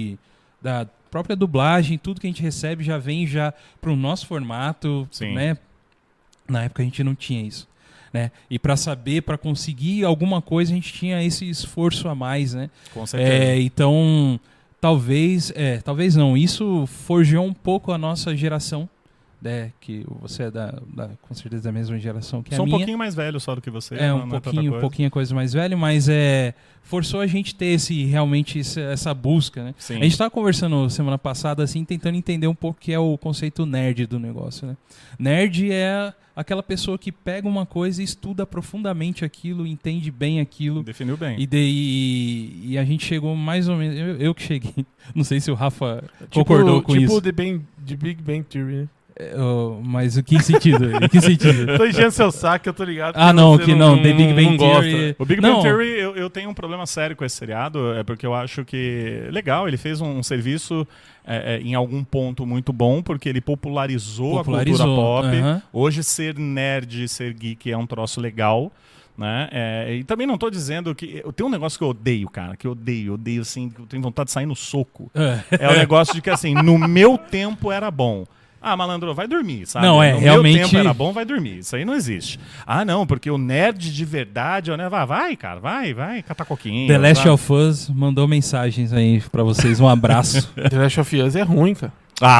da própria dublagem. Tudo que a gente recebe já vem para o nosso formato, Sim. né? Na época a gente não tinha isso, né? E para conseguir alguma coisa, a gente tinha esse esforço a mais, né? Com certeza. Então, talvez não. Isso forjou um pouco a nossa geração, né? Que você é com certeza da mesma geração que Sou a um minha. pouquinho mais velho só do que você. É, não é tanta coisa. pouquinho coisa mais velho, mas forçou a gente ter realmente essa busca, né? Sim. A gente estava conversando semana passada, assim, tentando entender um pouco o que é o conceito nerd do negócio, né? Nerd é aquela pessoa que pega uma coisa e estuda profundamente aquilo, entende bem aquilo. Definiu bem. E a gente chegou mais ou menos... Eu que cheguei. Não sei se o Rafa concordou com isso. Tipo The Big Bang Theory, né? Mas em que sentido? Em que sentido? Tô enchendo seu saco, eu tô ligado. Ah, não, você que não. The Big Bang não gosta. Theory... O Big Não. Bang Theory, eu tenho um problema sério com esse seriado, porque eu acho que, legal, ele fez um serviço em algum ponto muito bom, porque ele popularizou a cultura pop. aham. Hoje ser nerd, ser geek é um troço legal, né? E também não tô dizendo que... Tem um negócio que eu odeio, cara, que eu odeio assim, que eu tenho vontade de sair no soco. É o negócio de que, assim, no meu tempo era bom. Ah, malandro, vai dormir, sabe? Não, no realmente... meu tempo era bom, vai dormir. Isso aí não existe. Ah, não, porque o nerd de verdade... Né? Vai, cara, vai, catar coquinho. The Last sabe? of Us mandou mensagens aí pra vocês. Um abraço. The Last of Us é ruim, cara.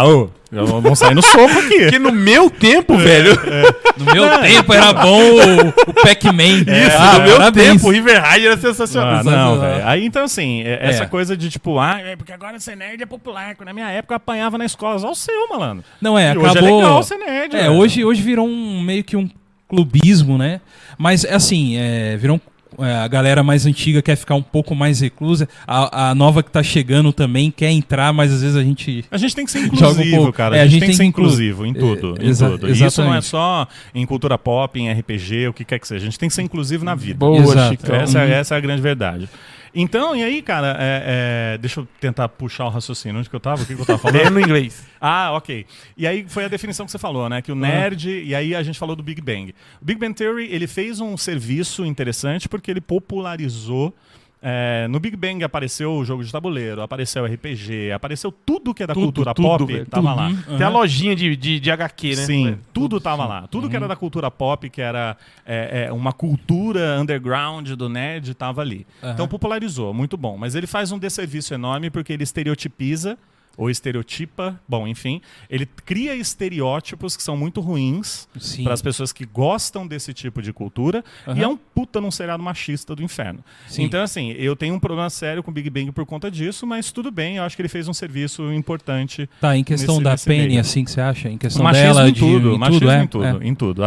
Vamos sair no soco aqui. Porque no meu tempo, velho... No meu tempo era bom o Pac-Man. No meu parabéns. tempo, o River Raid era sensacional. Não, velho. Aí, então, assim, essa É. coisa de tipo, porque agora ser nerd é popular. Na minha época eu apanhava na escola. Só o seu, malandro. Não, E acabou... hoje é legal ser nerd. velho. Hoje virou meio que um clubismo, né? Mas, assim, virou a galera mais antiga quer ficar um pouco mais reclusa. A nova que tá chegando também quer entrar, mas às vezes a gente... A gente tem que ser Joga um inclusivo, pouco. cara. A gente tem que ser inclusivo em tudo. Em tudo. E isso não é exatamente. só em cultura pop, em RPG, o que quer que seja. A gente tem que ser inclusivo na vida. Boa, Exato. Chicão. Essa é a grande verdade. Então, e aí, cara, deixa eu tentar puxar o raciocínio. Onde que eu tava? O que eu tava falando? Lendo inglês. Ah, ok. E aí foi a definição que você falou, né? Que o nerd... E aí a gente falou do Big Bang. O Big Bang Theory, ele fez um serviço interessante porque ele popularizou... no Big Bang apareceu o jogo de tabuleiro, apareceu o RPG, apareceu tudo que é da cultura pop, velho, tava lá. Tem a lojinha de HQ, né? Sim, velho? tudo tava lá. Tudo que era da cultura pop, que era uma cultura underground do nerd, tava ali. Então popularizou, muito bom. Mas ele faz um desserviço enorme porque ele estereotipiza ou estereotipa, bom, enfim, ele cria estereótipos que são muito ruins Sim. para as pessoas que gostam desse tipo de cultura e é um puta num seriado machista do inferno. Sim. Então, assim, eu tenho um problema sério com o Big Bang por conta disso, mas tudo bem, eu acho que ele fez um serviço importante. Tá, em questão da nesse Penny, meio. assim, que você acha? Em questão Machismo dela em tudo, machismo é? em tudo, em tudo.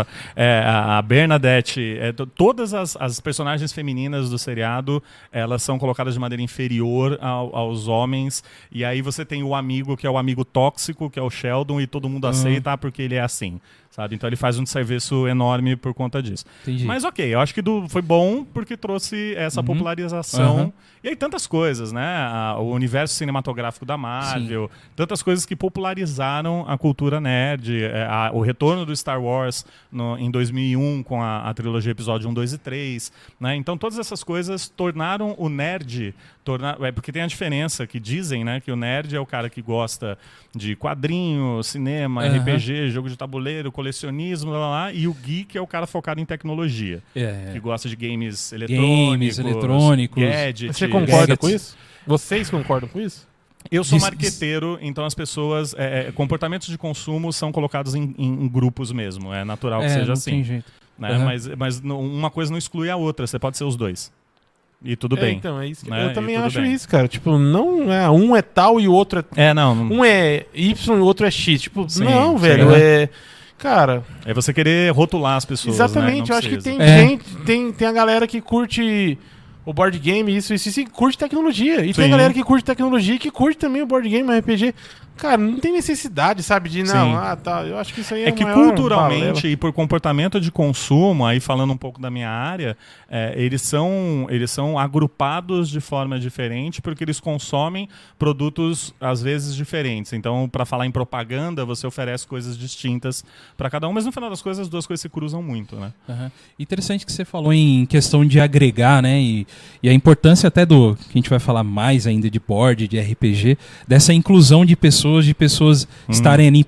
A Bernadette, todas as personagens femininas do seriado, elas são colocadas de maneira inferior aos homens, e aí você tem o amigo, que é o amigo tóxico, que é o Sheldon, e todo mundo aceita porque ele é assim, sabe? Então ele faz um desserviço enorme por conta disso. Entendi. Mas ok, eu acho que foi bom porque trouxe essa popularização. E aí tantas coisas, né? O universo cinematográfico da Marvel, tantas coisas que popularizaram a cultura nerd. O retorno do Star Wars em 2001 com a trilogia episódio 1, 2 e 3. Né? Então todas essas coisas tornaram o nerd... porque tem a diferença que dizem, né? Que o nerd é o cara que gosta de quadrinho, cinema, RPG, jogo de tabuleiro, colecionismo, e o geek é o cara focado em tecnologia. Que gosta de games eletrônicos, gadgets. Você concorda com isso? Vocês concordam com isso? Eu sou marqueteiro, então as pessoas... comportamentos de consumo são colocados em grupos mesmo. É natural que seja não assim. tem jeito. Né? Mas uma coisa não exclui a outra. Você pode ser os dois. E tudo bem. Então, é isso que Né? eu também E tudo acho bem. isso, cara. Tipo, não é um é tal e o outro é... Não. Um é Y e o outro é X. Tipo, Sim, não, sim, velho, né? Cara... É você querer rotular as pessoas. Exatamente, né? eu acho que Não tem precisa. gente, tem a galera que curte o board game, isso, e curte tecnologia. E Sim. tem galera que curte tecnologia e que curte também o board game, o RPG. Cara, não tem necessidade, sabe, de não, Sim. tá, eu acho que isso aí é É que maior culturalmente balela. e por comportamento de consumo, aí falando um pouco da minha área, eles são agrupados de forma diferente porque eles consomem produtos às vezes diferentes. Então, para falar em propaganda, você oferece coisas distintas para cada um, mas no final das coisas as duas coisas se cruzam muito, né? Uhum. Interessante que você falou em questão de agregar, né? E a importância até do que a gente vai falar mais ainda de board, de RPG, dessa inclusão de pessoas estarem ali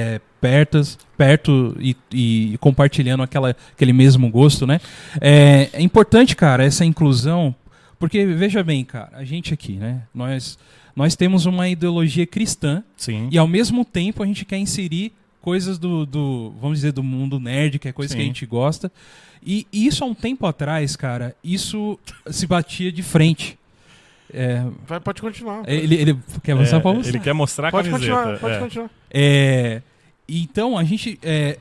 perto e compartilhando aquele mesmo gosto, né? É importante, cara, essa inclusão, porque veja bem, cara, a gente aqui, né? Nós temos uma ideologia cristã. Sim. E ao mesmo tempo a gente quer inserir coisas vamos dizer, do mundo nerd, que é coisa Sim. que a gente gosta. E isso há um tempo atrás, cara, isso se batia de frente. Pode continuar. Ele quer avançar, Paulo? Ele quer mostrar a Pode camiseta. continuar, pode continuar. Então a gente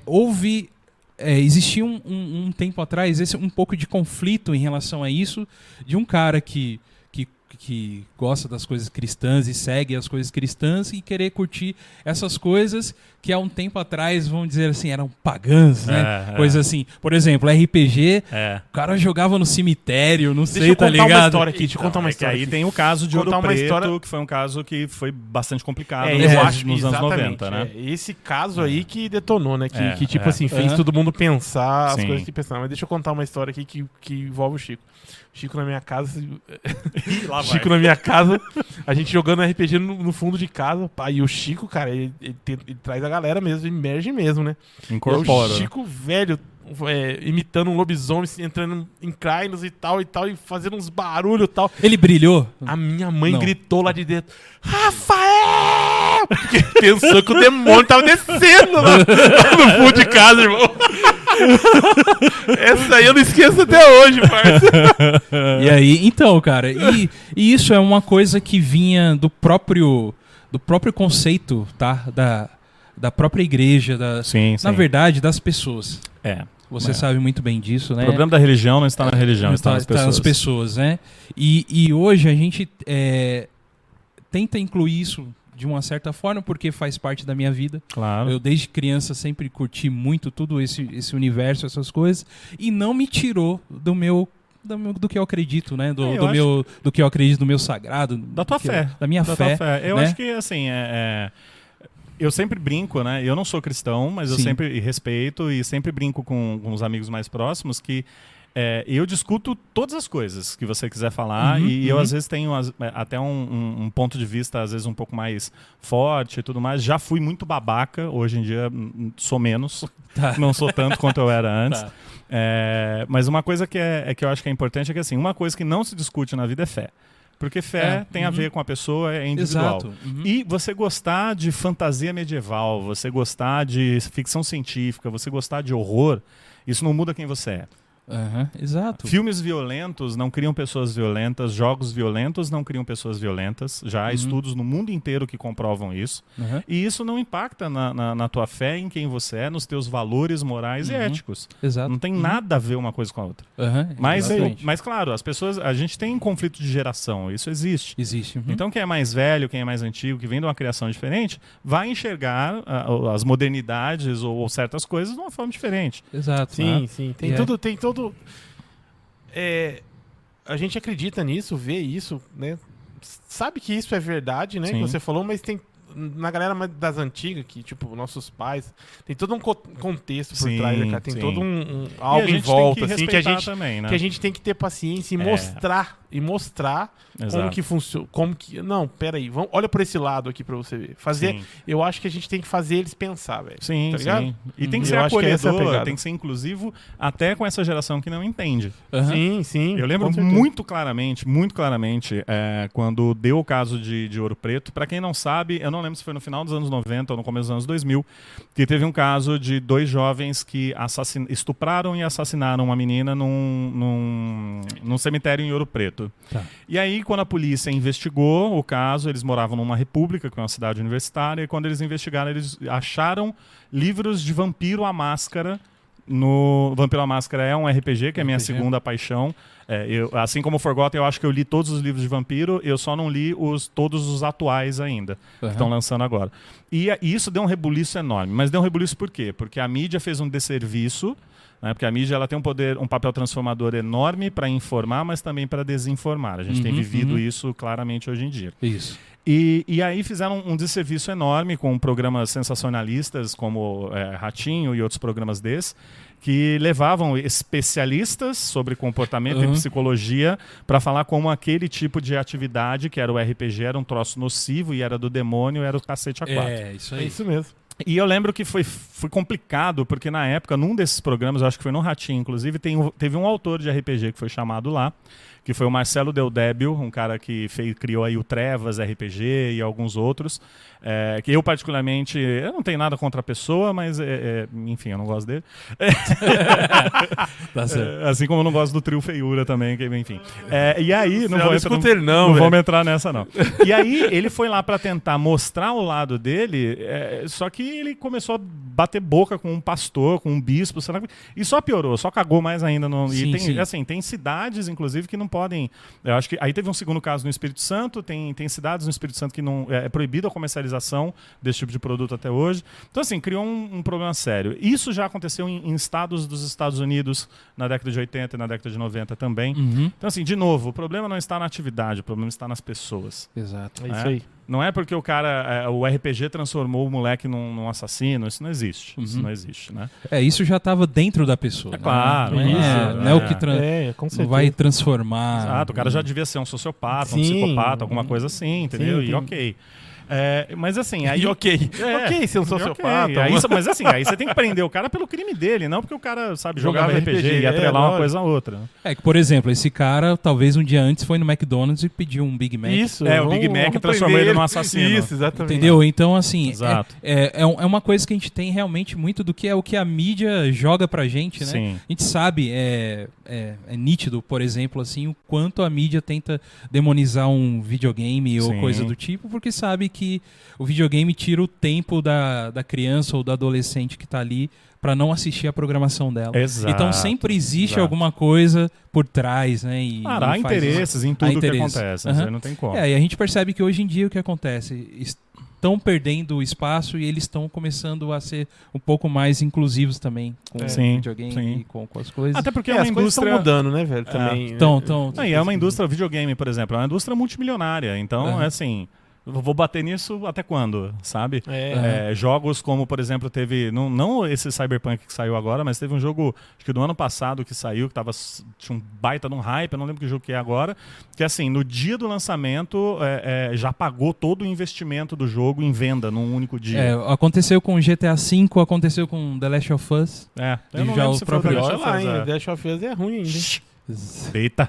existia um tempo atrás um pouco de conflito em relação a isso, de um cara que gosta das coisas cristãs e segue as coisas cristãs e querer curtir essas coisas que há um tempo atrás, vamos dizer assim, eram pagãs, né? Coisas assim. Por exemplo, RPG, o cara jogava no cemitério, não sei, tá ligado? Deixa eu contar uma história aqui, deixa eu contar uma história Aí aqui. tem o caso de Ouro Contar uma Preto, história- que foi um caso que foi bastante complicado eu acho nos anos exatamente, 90, né? Esse caso aí que detonou, né? É, Que tipo é. assim, fez Uhum. todo mundo pensar as Sim. coisas que pensavam. Mas deixa eu contar uma história aqui que envolve o Chico. Chico na minha casa. Lá vai. Chico na minha casa, a gente jogando RPG no fundo de casa. Pá, e o Chico, cara, ele traz a galera mesmo, emerge mesmo, né? Incorpora. E o Chico velho, imitando um lobisomem, entrando em crainos e tal, e fazendo uns barulhos e tal. Ele brilhou? A minha mãe Não. gritou lá de dentro: Rafael! Porque pensou que o demônio tava descendo lá no fundo de casa, irmão. Essa aí eu não esqueço até hoje, parça. E aí, então, cara, e isso é uma coisa que vinha do próprio conceito, tá? Da própria igreja, Sim, sim. na verdade, das pessoas. É. Você É. sabe muito bem disso, né? O problema da religião não está na religião, está nas pessoas. Nas pessoas, né? E hoje a gente tenta incluir isso de uma certa forma, porque faz parte da minha vida. Claro. Eu, desde criança, sempre curti muito tudo esse universo, essas coisas, e não me tirou do que eu acredito, né? Do que eu acredito, do meu sagrado. Da tua fé. Da minha Da fé. tua fé. Eu né? acho que, assim, eu sempre brinco, né? Eu não sou cristão, mas eu Sim. sempre respeito e sempre brinco com os amigos mais próximos que eu discuto todas as coisas que você quiser falar e eu, às vezes, tenho até um ponto de vista, às vezes, um pouco mais forte e tudo mais. Já fui muito babaca, hoje em dia sou menos. Tá. Não sou tanto quanto eu era antes. Tá. Mas uma coisa que eu acho que é importante é que, assim, uma coisa que não se discute na vida é fé. Porque fé tem a ver com a pessoa, é individual. Exato. Uhum. E você gostar de fantasia medieval, você gostar de ficção científica, você gostar de horror, isso não muda quem você é. Uhum, exato. Filmes violentos não criam pessoas violentas, jogos violentos não criam pessoas violentas. Já há estudos no mundo inteiro que comprovam isso. Uhum. E isso não impacta na tua fé, em quem você é, nos teus valores morais e éticos. Exato. Não tem nada a ver uma coisa com a outra. Uhum, exatamente. Mas claro, a gente tem conflito de geração, isso existe. Existe. Uhum. Então quem é mais velho, quem é mais antigo, que vem de uma criação diferente, vai enxergar as modernidades ou certas coisas de uma forma diferente. Exato. Sim, né? sim. Tem E todo. A gente acredita nisso, vê isso, né? Sabe que isso é verdade, né? Sim. Que você falou, mas tem. Na galera mais das antigas, que, tipo, nossos pais, tem todo um contexto por Sim, trás, né, cara? Tem sim. todo E algo a em gente volta, tem que assim, que a respeitar gente. também, né? Que a gente tem que ter paciência e mostrar como Exato. que funciona. Como que. Não, peraí, olha por esse lado aqui pra você ver. Sim. Eu acho que a gente tem que fazer eles pensar, velho. Sim, Tá ligado? sim. E tem que Eu ser acho que essa é a acolhedor, pegada. tem que ser inclusivo até com essa geração que não entende. Uhum. Sim, sim. Eu lembro com certeza. muito claramente, quando deu o caso de Ouro Preto. Pra quem não sabe, eu não lembro se foi no final dos anos 90 ou no começo dos anos 2000, que teve um caso de 2 jovens que estupraram e assassinaram uma menina num cemitério em Ouro Preto. Tá. E aí, quando a polícia investigou o caso, eles moravam numa república, que é uma cidade universitária, e quando eles investigaram, eles acharam livros de Vampiro à Máscara No Vampiro à Máscara é um RPG, que é a minha RPG. segunda paixão. Assim como o Forgotten, eu acho que eu li todos os livros de vampiro, eu só não li todos os atuais ainda, que estão lançando agora. E isso deu um rebuliço enorme. Mas deu um rebuliço por quê? Porque a mídia fez um desserviço, né? Porque a mídia ela tem um papel transformador enorme para informar, mas também para desinformar. A gente tem vivido isso claramente hoje em dia. Isso. E aí fizeram um desserviço enorme com programas sensacionalistas como Ratinho e outros programas desses, que levavam especialistas sobre comportamento e psicologia para falar como aquele tipo de atividade, que era o RPG, era um troço nocivo e era do demônio, era o cacete a quatro. É, isso aí. É isso mesmo. E eu lembro que foi complicado, porque na época, num desses programas, eu acho que foi no Ratinho, inclusive, teve um autor de RPG que foi chamado lá, que foi o Marcelo Del Débio, um cara que criou aí o Trevas RPG e alguns outros, que eu particularmente, eu não tenho nada contra a pessoa, mas enfim, eu não gosto dele. Tá certo. Assim como eu não gosto do trio Feiura também, enfim. E aí, não vamos entrar nessa não. E aí ele foi lá para tentar mostrar o lado dele, só que ele começou a bater boca com um pastor, com um bispo, e só piorou, só cagou mais ainda. Tem cidades, inclusive, que não podem... Eu acho que aí teve um segundo caso no Espírito Santo, tem cidades no Espírito Santo que não é proibido a comercialização desse tipo de produto até hoje. Então, assim, criou um problema sério. Isso já aconteceu em estados dos Estados Unidos na década de 80 e na década de 90 também. Então, assim, de novo, o problema não está na atividade, o problema está nas pessoas. Exato. É isso aí. Não é porque o RPG transformou o moleque num assassino, isso não existe. Isso não existe, né? Isso já estava dentro da pessoa. Claro. Não é o que com não vai transformar. Exato, o cara já devia ser um sociopata, um psicopata, alguma coisa assim, entendeu? E ok. Mas assim, aí... Ok, ser um sociopata. Mas assim, aí você tem que prender o cara pelo crime dele, não porque o cara sabe jogar RPG e atrelar uma coisa a outra. Que, por exemplo, esse cara talvez um dia antes foi no McDonald's e pediu um Big Mac. Isso. O Big Mac transformou ele num assassino. Isso, exatamente. Entendeu? Então, assim, Exato. é uma coisa que a gente tem realmente muito do que é o que a mídia joga pra gente, né? Sim. A gente sabe, é nítido, por exemplo, assim, o quanto a mídia tenta demonizar um videogame ou coisa do tipo, porque sabe que o videogame tira o tempo da criança ou do adolescente que está ali para não assistir a programação dela. Exato, então sempre existe alguma coisa por trás, né? Há interesses em tudo que acontece, isso aí não tem como. E a gente percebe que hoje em dia o que acontece? Estão perdendo espaço e eles estão começando a ser um pouco mais inclusivos também com o videogame e com as coisas. Até porque uma indústria estão mudando, né, velho? Também. E é uma indústria, videogame, por exemplo, é uma indústria multimilionária. Então, é assim... Eu vou bater nisso até quando, sabe? Jogos como, por exemplo, teve... Não esse Cyberpunk que saiu agora, mas teve um jogo, acho que do ano passado que saiu, que tinha um baita de um hype, eu não lembro que jogo que é agora, que assim, no dia do lançamento, já pagou todo o investimento do jogo em venda num único dia. Aconteceu com GTA V, aconteceu com The Last of Us. Eu não lembro se foi The Last of Us. Olha lá, The Last of Us é ruim ainda, hein? Eita!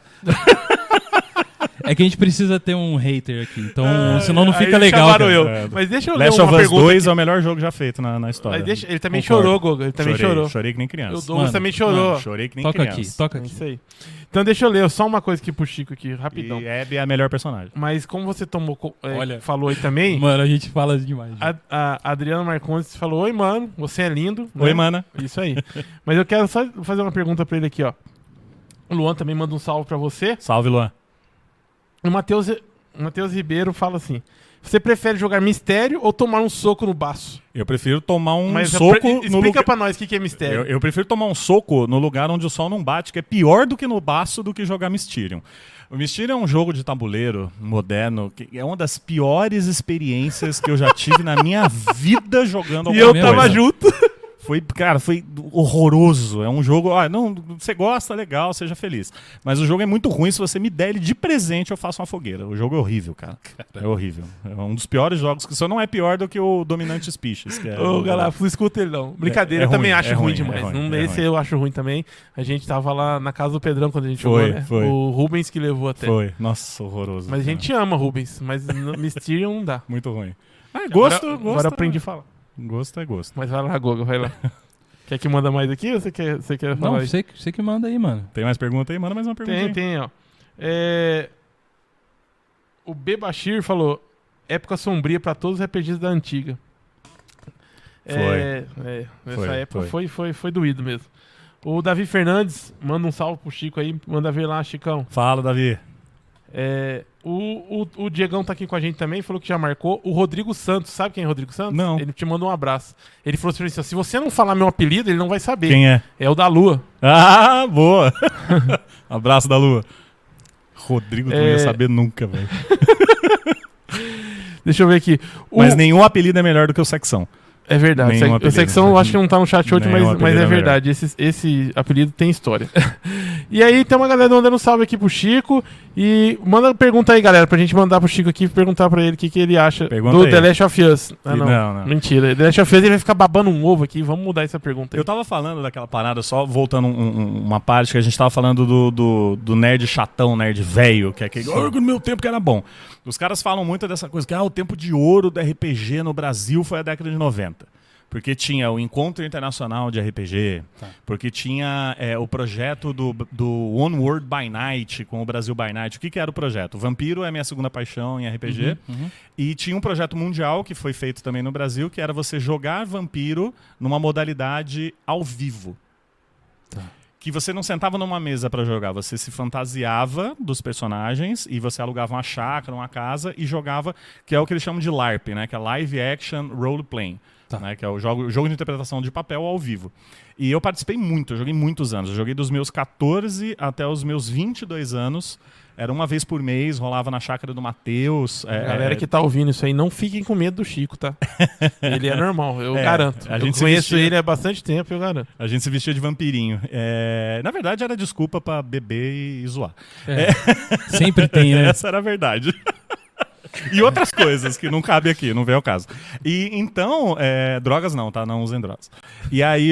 É que a gente precisa ter um hater aqui, então senão não fica legal. Mas deixa eu ler Last of Us 2 é o melhor jogo já feito na história. Ele também chorou, Gogo. Ele também chorou. Chorei que nem criança. O Douglas também chorou. Chorei que nem criança. Toca aqui. Isso aí. Então deixa eu ler só uma coisa aqui pro Chico aqui, rapidão. E Abby é a melhor personagem. Mas como você falou aí também... Mano, a gente fala demais. A Adriana Marcondes falou: oi, mano, você é lindo. Oi, né? mana. Isso aí. Mas eu quero só fazer uma pergunta pra ele aqui, ó. O Luan também manda um salve pra você. Salve, Luan. O Matheus Ribeiro fala assim: você prefere jogar mistério ou tomar um soco no baço? Eu prefiro tomar soco no lugar... Explica pra nós o que é mistério. Eu prefiro tomar um soco no lugar onde o sol não bate, que é pior do que no baço do que jogar Mysterium. O Mysterium é um jogo de tabuleiro moderno, que é uma das piores experiências que eu já tive na minha vida jogando alguma coisa. E eu tava junto. Foi horroroso. É um jogo... você gosta, legal, seja feliz. Mas o jogo é muito ruim. Se você me der ele de presente, eu faço uma fogueira. O jogo é horrível, cara. É horrível. É um dos piores jogos, que só não é pior do que o Dominant Species. Galera, não escuta ele não. Brincadeira, eu também acho ruim demais. Esse eu acho ruim também. A gente tava lá na casa do Pedrão quando a gente jogou, né? Foi. O Rubens que levou até. Foi. Nossa, horroroso. Mas a gente ama Rubens. Mas Mysterium não dá. Muito ruim. Gosto. Agora aprendi a falar. Gosto é gosto. Mas vai lá, Gogo, vai lá. Quer que manda mais aqui ou você quer falar? Não, você que manda aí, mano. Tem mais pergunta aí? Manda mais uma pergunta. Tem, ó. O B. Bashir falou: época sombria pra todos os RPGs da antiga. Essa época foi doído mesmo. O Davi Fernandes, manda um salve pro Chico aí, manda ver lá, Chicão. Fala, Davi. O Diegão tá aqui com a gente também, falou que já marcou. O Rodrigo Santos, sabe quem é o Rodrigo Santos? Não. Ele te mandou um abraço. Ele falou assim, se você não falar meu apelido, ele não vai saber. Quem é? É o da Lua. Ah, boa. Abraço da Lua. Rodrigo não ia saber nunca, velho. Deixa eu ver aqui. Mas nenhum apelido é melhor do que o Sexão. É verdade. Nenhum O apelido. Sexão eu acho que não tá no chat hoje, Nenhum mas é apelido verdade. Esse apelido tem história. E aí tem uma galera mandando um salve aqui pro Chico. E manda pergunta aí, galera, pra gente mandar pro Chico aqui e perguntar pra ele o que ele acha Pergunta do aí. The Last of Us. Ah, não. Não. Mentira. The Last of Us ele vai ficar babando um ovo aqui. Vamos mudar essa pergunta aí. Eu tava falando daquela parada, só voltando uma parte que a gente tava falando do nerd chatão, nerd velho, que é aquele no meu tempo que era bom. Os caras falam muito dessa coisa, que o tempo de ouro do RPG no Brasil foi a década de 90. Porque tinha o Encontro Internacional de RPG, porque tinha o projeto do One World by Night, com o Brasil by Night. O que era o projeto? O Vampiro é a minha segunda paixão em RPG. E tinha um projeto mundial que foi feito também no Brasil, que era você jogar Vampiro numa modalidade ao vivo. Que você não sentava numa mesa para jogar, você se fantasiava dos personagens e você alugava uma chácara, uma casa e jogava, que é o que eles chamam de LARP, né? Que é Live Action Role Playing. Né, que é o jogo de interpretação de papel ao vivo. E eu participei muito, eu joguei muitos anos. Eu joguei dos meus 14 até os meus 22 anos. Era uma vez por mês, rolava na chácara do Matheus. Galera que tá ouvindo isso aí, não fiquem com medo do Chico, tá? Ele é normal, eu garanto. A gente eu conheço ele há bastante tempo, eu garanto. A gente se vestia de vampirinho. Na verdade, era desculpa pra beber e zoar. Sempre tem, né? Essa era a verdade. E outras coisas que não cabe aqui, não vem ao caso. E então, drogas não, tá? Não usem drogas. E aí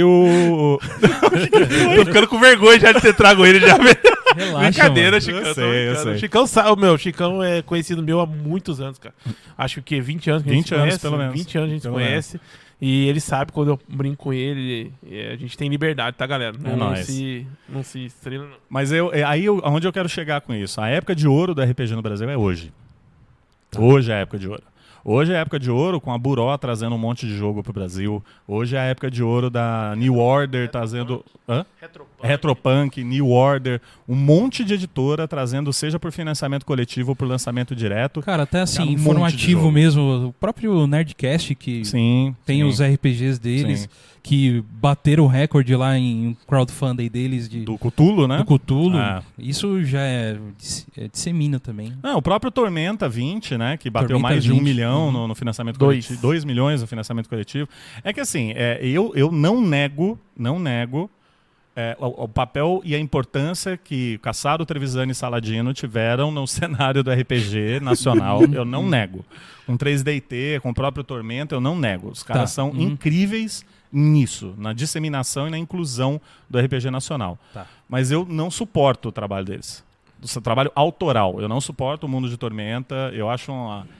Tô ficando com vergonha já de ter trago ele já. Relaxa, Brincadeira, mano. Chicão. Eu sei. Chicão sabe, Chicão é conhecido meu há muitos anos, cara. Acho que 20 anos que a gente se conhece. pelo menos. 20 anos a gente se conhece. E ele sabe quando eu brinco com ele, a gente tem liberdade, tá, galera? Não se estrela, não. Mas aonde eu quero chegar com isso? A época de ouro do RPG no Brasil é hoje. Hoje é a época de ouro. Hoje é a época de ouro com a Buró trazendo um monte de jogo pro Brasil. Hoje é a época de ouro da New Order trazendo... Retropunk, New Order, um monte de editora trazendo, seja por financiamento coletivo ou por lançamento direto. Cara, até assim, um monte de informativo jogo. mesmo. O próprio Nerdcast, que tem os RPGs deles, que bateram o recorde lá em crowdfunding deles. Do Cthulhu, né? Do Cthulhu. Isso já dissemina também. Não, o próprio Tormenta 20, né? Que bateu Tormenta mais de 1 20, milhão no financiamento coletivo. 2 milhões no financiamento coletivo. É que assim, eu não nego o papel e a importância que Cassaro, Trevisani e Saladino tiveram no cenário do RPG nacional. Eu não nego. Com 3DT, com o próprio Tormenta, eu não nego. Os caras são incríveis nisso, na disseminação e na inclusão do RPG nacional. Mas eu não suporto o trabalho deles. O trabalho autoral. Eu não suporto o Mundo de Tormenta. Eu acho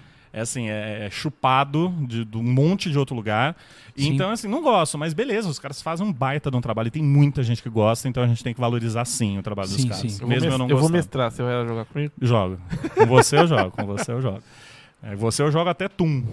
chupado de um monte de outro lugar. Então, assim, não gosto, mas beleza, os caras fazem um baita de um trabalho e tem muita gente que gosta, então a gente tem que valorizar sim o trabalho dos caras. Eu vou mestrar, você vai jogar comigo? Jogo. Com você eu jogo, com você eu jogo. Você eu jogo até Tum.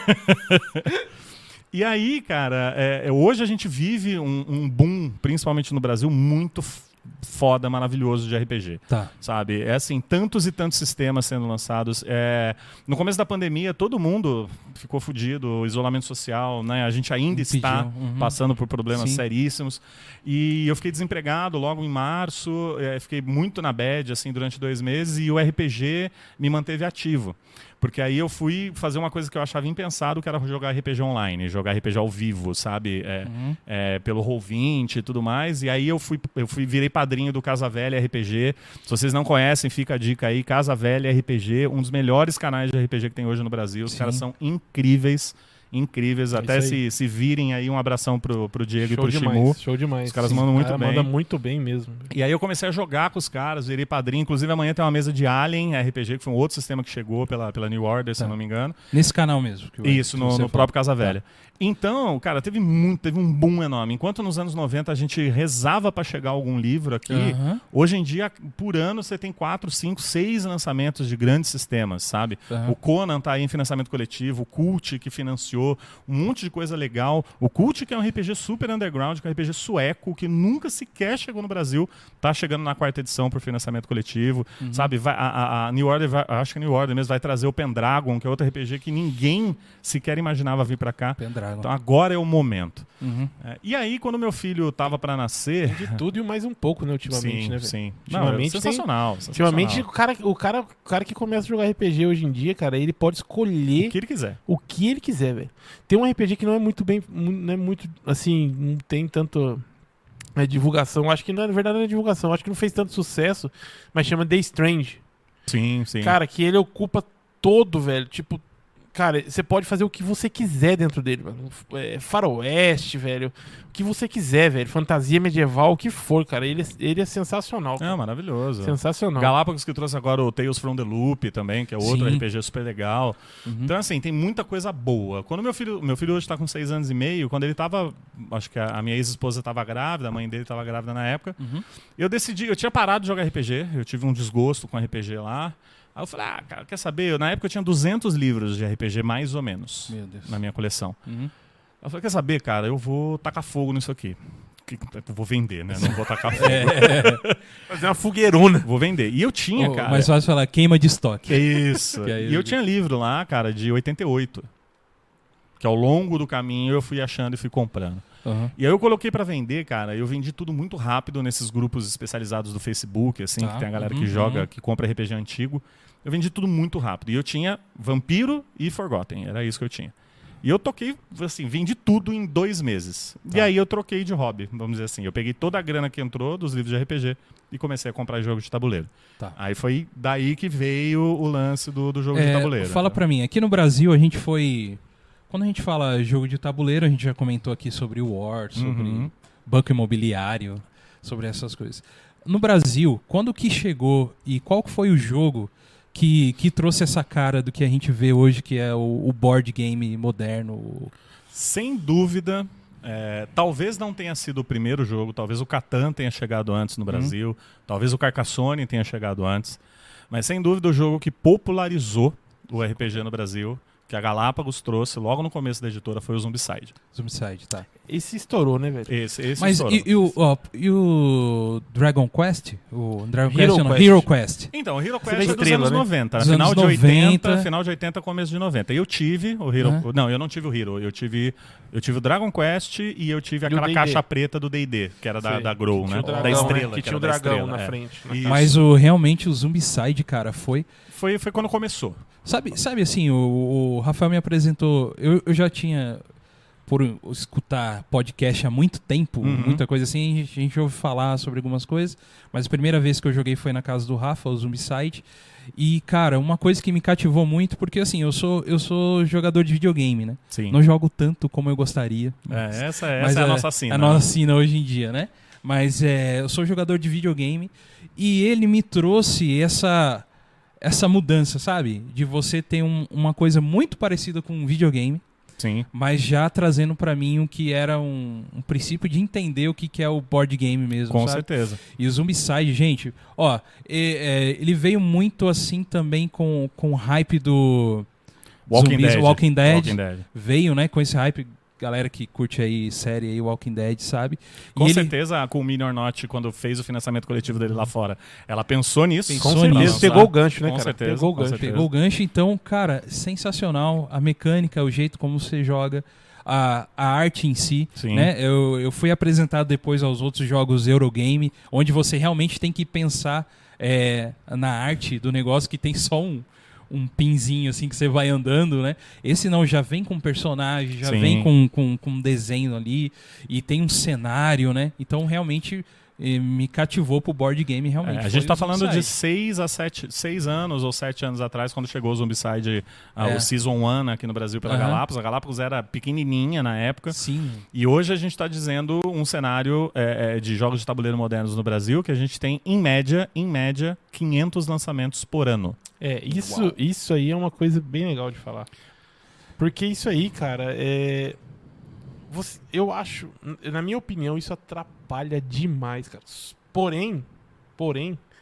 E aí, cara, hoje a gente vive um boom, principalmente no Brasil, muito foda, maravilhoso de RPG. Sabe? Assim, tantos e tantos sistemas sendo lançados. No começo da pandemia, todo mundo ficou fudido, isolamento social, né? A gente ainda está passando por problemas seríssimos. E eu fiquei desempregado logo em março, fiquei muito na bad, assim, durante 2 meses, e o RPG me manteve ativo. Porque aí eu fui fazer uma coisa que eu achava impensado, que era jogar RPG online, jogar RPG ao vivo, sabe? Pelo Roll20 e tudo mais. E aí eu virei padrinho do Casa Velha RPG. Se vocês não conhecem, fica a dica aí. Casa Velha RPG, um dos melhores canais de RPG que tem hoje no Brasil. Os caras são incríveis. Até se virem aí, um abração pro Diego e pro Shimu. Show demais. Os caras mandam muito bem. Manda muito bem mesmo. E aí eu comecei a jogar com os caras, virei padrinho. Inclusive amanhã tem uma mesa de Alien RPG, que foi um outro sistema que chegou pela New Order, se eu não me engano. Nesse canal mesmo. Isso, no próprio Casa Velha. Então, cara, teve um boom enorme. Enquanto nos anos 90 a gente rezava para chegar algum livro aqui, hoje em dia, por ano, você tem 4, 5, 6 lançamentos de grandes sistemas, sabe? O Conan tá aí em financiamento coletivo, o Cult, que financiou Yu-Gi-Oh!, um monte de coisa legal. O Cult, que é um RPG super underground, que é um RPG sueco, que nunca sequer chegou no Brasil, tá chegando na 4ª edição por financiamento coletivo, sabe? A New Order, acho que a New Order mesmo vai trazer o Pendragon, que é outro RPG que ninguém sequer imaginava vir pra cá. Pendragon. Então agora é o momento. E aí, quando meu filho tava pra nascer... De tudo e mais um pouco, né, ultimamente, sim, né, velho? sim. Ultimamente Não, sensacional. Ultimamente, o cara que começa a jogar RPG hoje em dia, cara, ele pode escolher O que ele quiser. o que ele quiser, velho. Tem um RPG que não é muito bem, não é muito, assim, não tem tanto divulgação. Acho que, na verdade, não é divulgação. Acho que não fez tanto sucesso, mas chama The Strange. Sim, sim. Cara, que ele ocupa todo, velho. Tipo, cara, você pode fazer o que você quiser dentro dele, mano. Faroeste, velho. O que você quiser, velho. Fantasia medieval, o que for, cara. Ele é sensacional. Cara. É maravilhoso. Sensacional. Galápagos, que trouxe agora o Tales from the Loop também, que é outro Sim. RPG super legal. Então, assim, tem muita coisa boa. Quando meu filho hoje tá com 6 anos e meio, quando ele tava, acho que a minha ex-esposa tava grávida, a mãe dele tava grávida na época, eu tinha parado de jogar RPG, eu tive um desgosto com RPG lá. Aí eu falei, cara, quer saber? Na época eu tinha 200 livros de RPG, mais ou menos, Meu Deus. na minha coleção. Eu falei, quer saber, cara? Eu vou tacar fogo nisso aqui. Eu vou vender, né? Não vou tacar fogo. Fazer uma fogueirona. Vou vender. E eu tinha, cara... Mas fácil falar, queima de estoque. Isso. Que aí- E eu tinha livro lá, cara, de 88. Que ao longo do caminho eu fui achando e fui comprando. E aí eu coloquei pra vender, cara. Eu vendi tudo muito rápido nesses grupos especializados do Facebook, assim, Tá. que tem a galera que joga, que compra RPG antigo. Eu vendi tudo muito rápido. E eu tinha Vampiro e Forgotten. Era isso que eu tinha. E eu toquei, assim, vendi tudo em 2 meses. E aí eu troquei de hobby, vamos dizer assim. Eu peguei toda a grana que entrou dos livros de RPG e comecei a comprar jogo de tabuleiro. Tá. Aí foi daí que veio o lance do jogo de tabuleiro. Fala pra mim, aqui no Brasil a gente foi... Quando a gente fala jogo de tabuleiro, a gente já comentou aqui sobre o War, sobre banco imobiliário, sobre essas coisas. No Brasil, quando que chegou e qual que foi o jogo que trouxe essa cara do que a gente vê hoje, que é o board game moderno? Sem dúvida, talvez não tenha sido o primeiro jogo, talvez o Catan tenha chegado antes no Brasil, talvez o Carcassonne tenha chegado antes, mas sem dúvida o jogo que popularizou o RPG no Brasil, que a Galápagos trouxe logo no começo da editora, foi o Zombicide. Zombicide, tá. Esse estourou, né, velho? Esse Mas estourou. e o Dragon Quest? O Dragon Hero Quest, não, Quest. Hero Quest. Então, o Hero Você Quest vê é dos estrela, anos né? 90, Dos final anos de 80, 90. final de 80, começo de 90. Eu tive o Hero... Não, eu não tive o Hero. Eu tive o Dragon Quest e eu tive aquela D&D. caixa preta do D&D, que era Sei. da Grow, Tinha né? o dragão, Da estrela. né? Que tinha era o da dragão estrela, na é. frente. Na Isso. caixa. Mas realmente o Zombicide, cara, foi... Foi quando começou. Sabe assim, o Rafael me apresentou... Eu já tinha... Por escutar podcast há muito tempo, muita coisa assim, a gente ouve falar sobre algumas coisas, mas a primeira vez que eu joguei foi na casa do Rafa, o Zombicide, e, cara, uma coisa que me cativou muito, porque, assim, eu sou jogador de videogame, né? Sim. Não jogo tanto como eu gostaria. Essa Mas é a nossa sina. A nossa sina hoje em dia, né? Mas eu sou jogador de videogame e ele me trouxe essa mudança, sabe? De você ter uma coisa muito parecida com um videogame, Sim. mas já trazendo pra mim o que era um princípio de entender o que é o board game mesmo, Com sabe? certeza. E o Zombicide, gente, ó, ele veio muito assim também com o hype do Walking Dead. Walking Dead. Walking Dead. Veio, né, com esse hype, galera que curte aí série aí, Walking Dead, sabe? Com E ele- certeza, a Cool Mini or Not, quando fez o financiamento coletivo dele lá fora, ela pensou nisso. Pensou Com nisso. certeza. Lançar. Pegou o gancho, né, Com cara? certeza, Pegou o com gancho. certeza. Pegou o gancho, então, cara, sensacional. A mecânica, o jeito como você joga, a arte em si, Sim. né? Eu fui apresentado depois aos outros jogos Eurogame, onde você realmente tem que pensar na arte do negócio, que tem só um pinzinho assim que você vai andando, né? Esse não, já vem com personagem, já Sim. vem com um desenho ali, e tem um cenário, né? Então, realmente... me cativou pro board game, realmente. A foi gente o tá falando de Zombicide. 6 anos ou 7 anos atrás, quando chegou o Zombicide, o Season 1 aqui no Brasil pela Aham. Galápagos. A Galápagos era pequenininha na época. Sim. E hoje a gente está dizendo um cenário de jogos de tabuleiro modernos no Brasil, que a gente tem, em média, 500 lançamentos por ano. Isso aí é uma coisa bem legal de falar. Porque isso aí, cara, eu acho, na minha opinião, isso atrapalha demais, cara. Porém,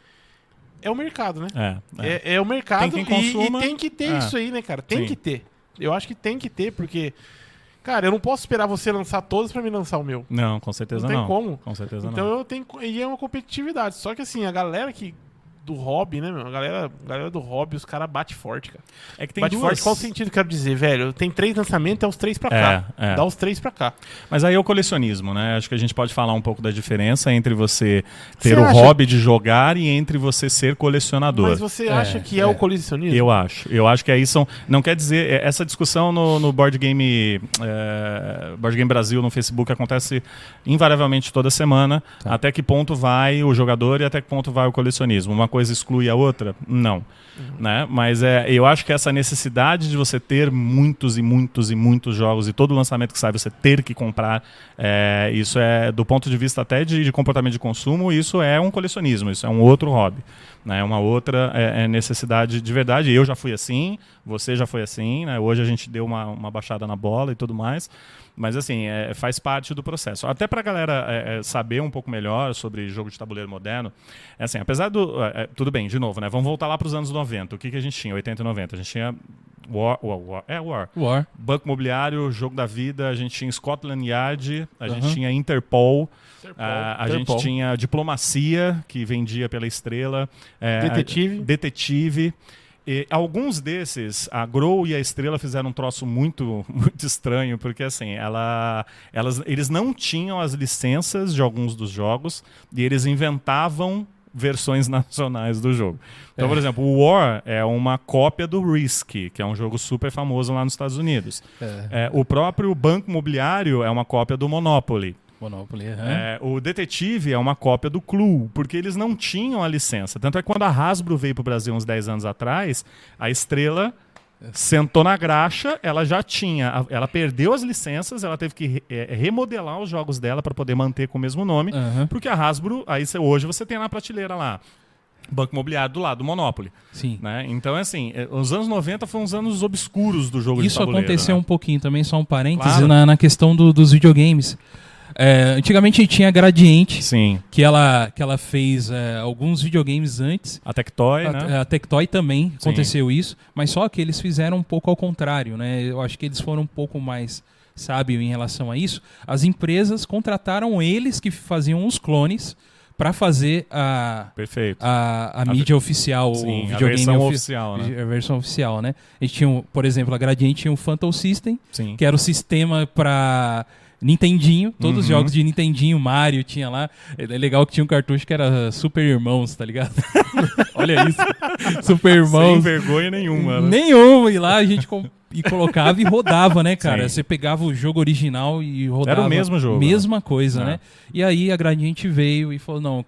é o mercado, né? É o mercado Tem quem consuma. e tem que ter isso aí, né, cara? Tem Sim. que ter. Eu acho que tem que ter, porque... Cara, eu não posso esperar você lançar todos pra me lançar o meu. Não, com certeza Não não. tem como. Com certeza Então não. eu tenho... E é uma competitividade. Só que assim, a galera do hobby, né, meu? A galera do hobby, os caras batem forte, cara. É que tem Bate duas... forte, qual o sentido que eu quero dizer, velho? Tem 3 lançamentos, é os 3 pra cá. É. Dá os 3 pra cá. Mas aí é o colecionismo, né? Acho que a gente pode falar um pouco da diferença entre você ter Você o acha- hobby de jogar e entre você ser colecionador. Mas você acha que é o colecionismo? Eu acho que aí são... Não quer dizer... Essa discussão no Board Game Brasil, no Facebook, acontece invariavelmente toda semana. Tá. Até que ponto vai o jogador e até que ponto vai o colecionismo. Uma coisa exclui a outra? Não. Né? Mas eu acho que essa necessidade de você ter muitos e muitos e muitos jogos e todo lançamento que sai você ter que comprar, isso é, do ponto de vista até de comportamento de consumo, isso é um colecionismo, isso é um outro hobby. Né? Uma outra necessidade de verdade. Eu já fui assim, você já foi assim, né? Hoje a gente deu uma baixada na bola e tudo mais. Mas assim, faz parte do processo. Até pra galera saber um pouco melhor sobre jogo de tabuleiro moderno, assim, apesar do... tudo bem, de novo, né? Vamos voltar lá pros anos 90. O que a gente tinha? 80 e 90. A gente tinha War. War. Banco Imobiliário, Jogo da Vida, a gente tinha Scotland Yard, a gente tinha Interpol, a gente tinha Diplomacia, que vendia pela Estrela. Detetive. E alguns desses, a Grow e a Estrela fizeram um troço muito, muito estranho, porque assim, eles não tinham as licenças de alguns dos jogos e eles inventavam versões nacionais do jogo. Então, por exemplo, o War é uma cópia do Risk, que é um jogo super famoso lá nos Estados Unidos. O próprio Banco Imobiliário é uma cópia do Monopoly. Monopoly, O Detetive é uma cópia do Clue, porque eles não tinham a licença. Tanto é que quando a Hasbro veio para o Brasil uns 10 anos atrás, a Estrela sentou na graxa, ela já tinha, ela perdeu as licenças, ela teve que remodelar os jogos dela para poder manter com o mesmo nome, porque a Hasbro, hoje você tem na prateleira lá, Banco Imobiliário do lado do Monopoly. Sim. Né? Então, assim, os anos 90 foram uns anos obscuros do jogo de Isso tabuleiro. aconteceu né? um pouquinho também, só um parêntese, Claro. na questão dos videogames. Antigamente tinha a Gradiente, Sim. que ela fez alguns videogames antes. A Tectoy, né? A Tectoy também Sim. aconteceu isso, mas só que eles fizeram um pouco ao contrário, né? Eu acho que eles foram um pouco mais sábios em relação a isso. As empresas contrataram eles que faziam os clones para fazer Perfeito. a mídia oficial, Sim, o a videogame versão oficial, né? A versão oficial, né? A gente tinha, por exemplo, a Gradiente tinha o Phantom System, Sim. que era o sistema para Nintendinho, todos os jogos de Nintendinho, Mario tinha lá. É legal que tinha um cartucho que era Super Irmãos, tá ligado? Olha isso. Super Irmãos. Sem vergonha nenhuma. Né? Nenhum. E lá a gente colocava e rodava, né, cara? Sim. Você pegava o jogo original e rodava. Era o mesmo jogo. Mesma coisa, É. né? E aí a Gradiente veio e falou, não...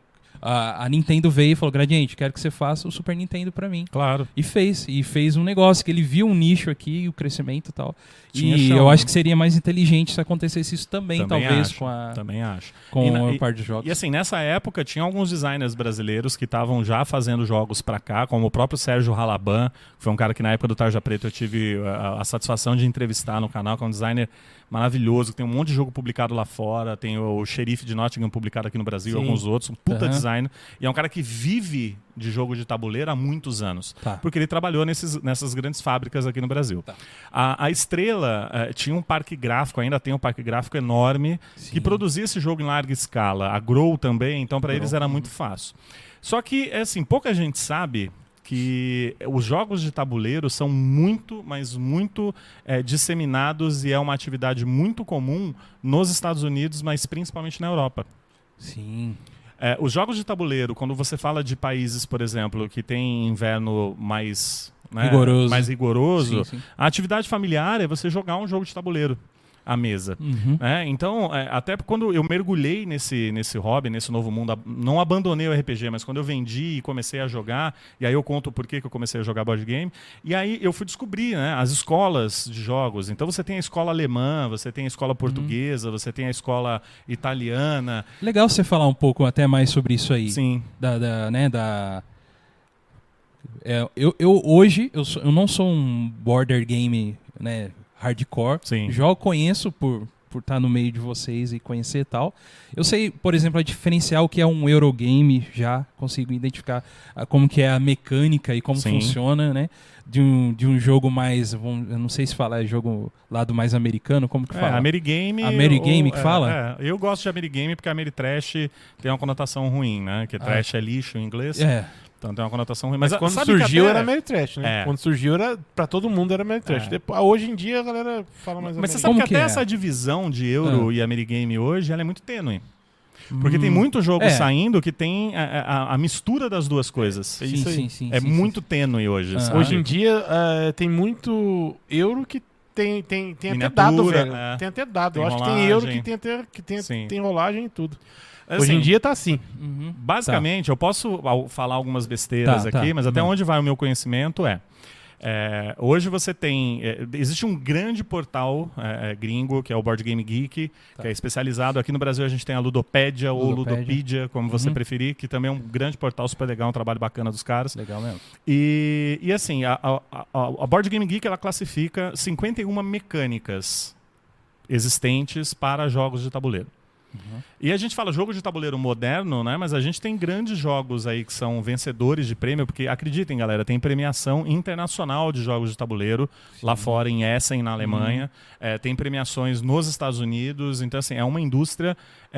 A Nintendo veio e falou, Gradiente, quero que você faça o Super Nintendo pra mim. Claro. E fez um negócio, que ele viu um nicho aqui, o crescimento e tal. Tinha E chão, eu né? acho que seria mais inteligente se acontecesse isso também talvez, acho, com Também acho. com E a parte de jogos. E assim, nessa época, tinha alguns designers brasileiros que estavam já fazendo jogos pra cá, como o próprio Sérgio Halaban, que foi um cara que na época do Tarja Preta eu tive a satisfação de entrevistar no canal, que é um designer maravilhoso, que tem um monte de jogo publicado lá fora, tem o Xerife de Nottingham publicado aqui no Brasil e Sim. alguns outros, um puta Aham. designer, e é um cara que vive de jogo de tabuleiro há muitos anos, Tá. porque ele trabalhou nessas grandes fábricas aqui no Brasil. Tá. A Estrela tinha um parque gráfico, ainda tem um parque gráfico enorme, que produzia esse jogo em larga escala. A Grow também, então para eles era muito fácil. Só que, assim, pouca gente sabe que os jogos de tabuleiro são muito, mas muito disseminados e é uma atividade muito comum nos Estados Unidos, mas principalmente na Europa. Sim. Os jogos de tabuleiro, quando você fala de países, por exemplo, que tem inverno mais rigoroso, Sim, sim. a atividade familiar é você jogar um jogo de tabuleiro à mesa. Uhum. Então, até quando eu mergulhei nesse hobby, nesse novo mundo, não abandonei o RPG, mas quando eu vendi e comecei a jogar, e aí eu conto por que eu comecei a jogar board game, e aí eu fui descobrir, né, as escolas de jogos. Então você tem a escola alemã, você tem a escola portuguesa, você tem a escola italiana. Legal você falar um pouco até mais sobre isso aí. Sim. Hoje eu não sou um border game, né, hardcore. Sim. Conheço por por estar no meio de vocês e conhecer e tal. Eu sei, por exemplo, a diferencial que é um Eurogame, já consigo identificar como que é a mecânica e como Sim. funciona, né? De um jogo mais, eu não sei se falar, é jogo lado mais americano, como que fala? Amerigame. Amerigame que fala? Eu gosto de Amerigame porque Ameritrash tem uma conotação ruim, né? Que trash é lixo em inglês. Então tem uma conotação ruim. Mas quando sabe surgiu que até... era Ameritrash, né? É. Quando surgiu era pra todo mundo era Ameritrash. Hoje em dia a galera fala mais Mas você Ameritrash. sabe Como que que até é? essa divisão de Euro e Amerigame hoje, ela é muito tênue. Porque tem muito jogo saindo que tem a mistura das duas coisas. Sim, É muito tênue hoje, sabe? Hoje em dia tem muito Euro que tem até Miniatura, dado, velho. é. Tem até dado. Tem Eu acho que tem Euro rolagem. que tem Sim. tem rolagem e tudo. Assim, Hoje em dia tá assim. basicamente, eu posso falar algumas besteiras aqui, mas até onde vai o meu conhecimento hoje você tem... existe um grande portal gringo, que é o Board Game Geek, que é especializado. Aqui no Brasil a gente tem a Ludopédia ou Ludopedia, como você preferir, que também é um grande portal super legal, um trabalho bacana dos caras. Legal mesmo. E assim, a Board Game Geek ela classifica 51 mecânicas existentes para jogos de tabuleiro. E a gente fala jogo de tabuleiro moderno, né? Mas a gente tem grandes jogos aí que são vencedores de prêmio, porque acreditem, galera, tem premiação internacional de jogos de tabuleiro lá fora, em Essen, na Alemanha. Tem premiações nos Estados Unidos. Então, assim, é uma indústria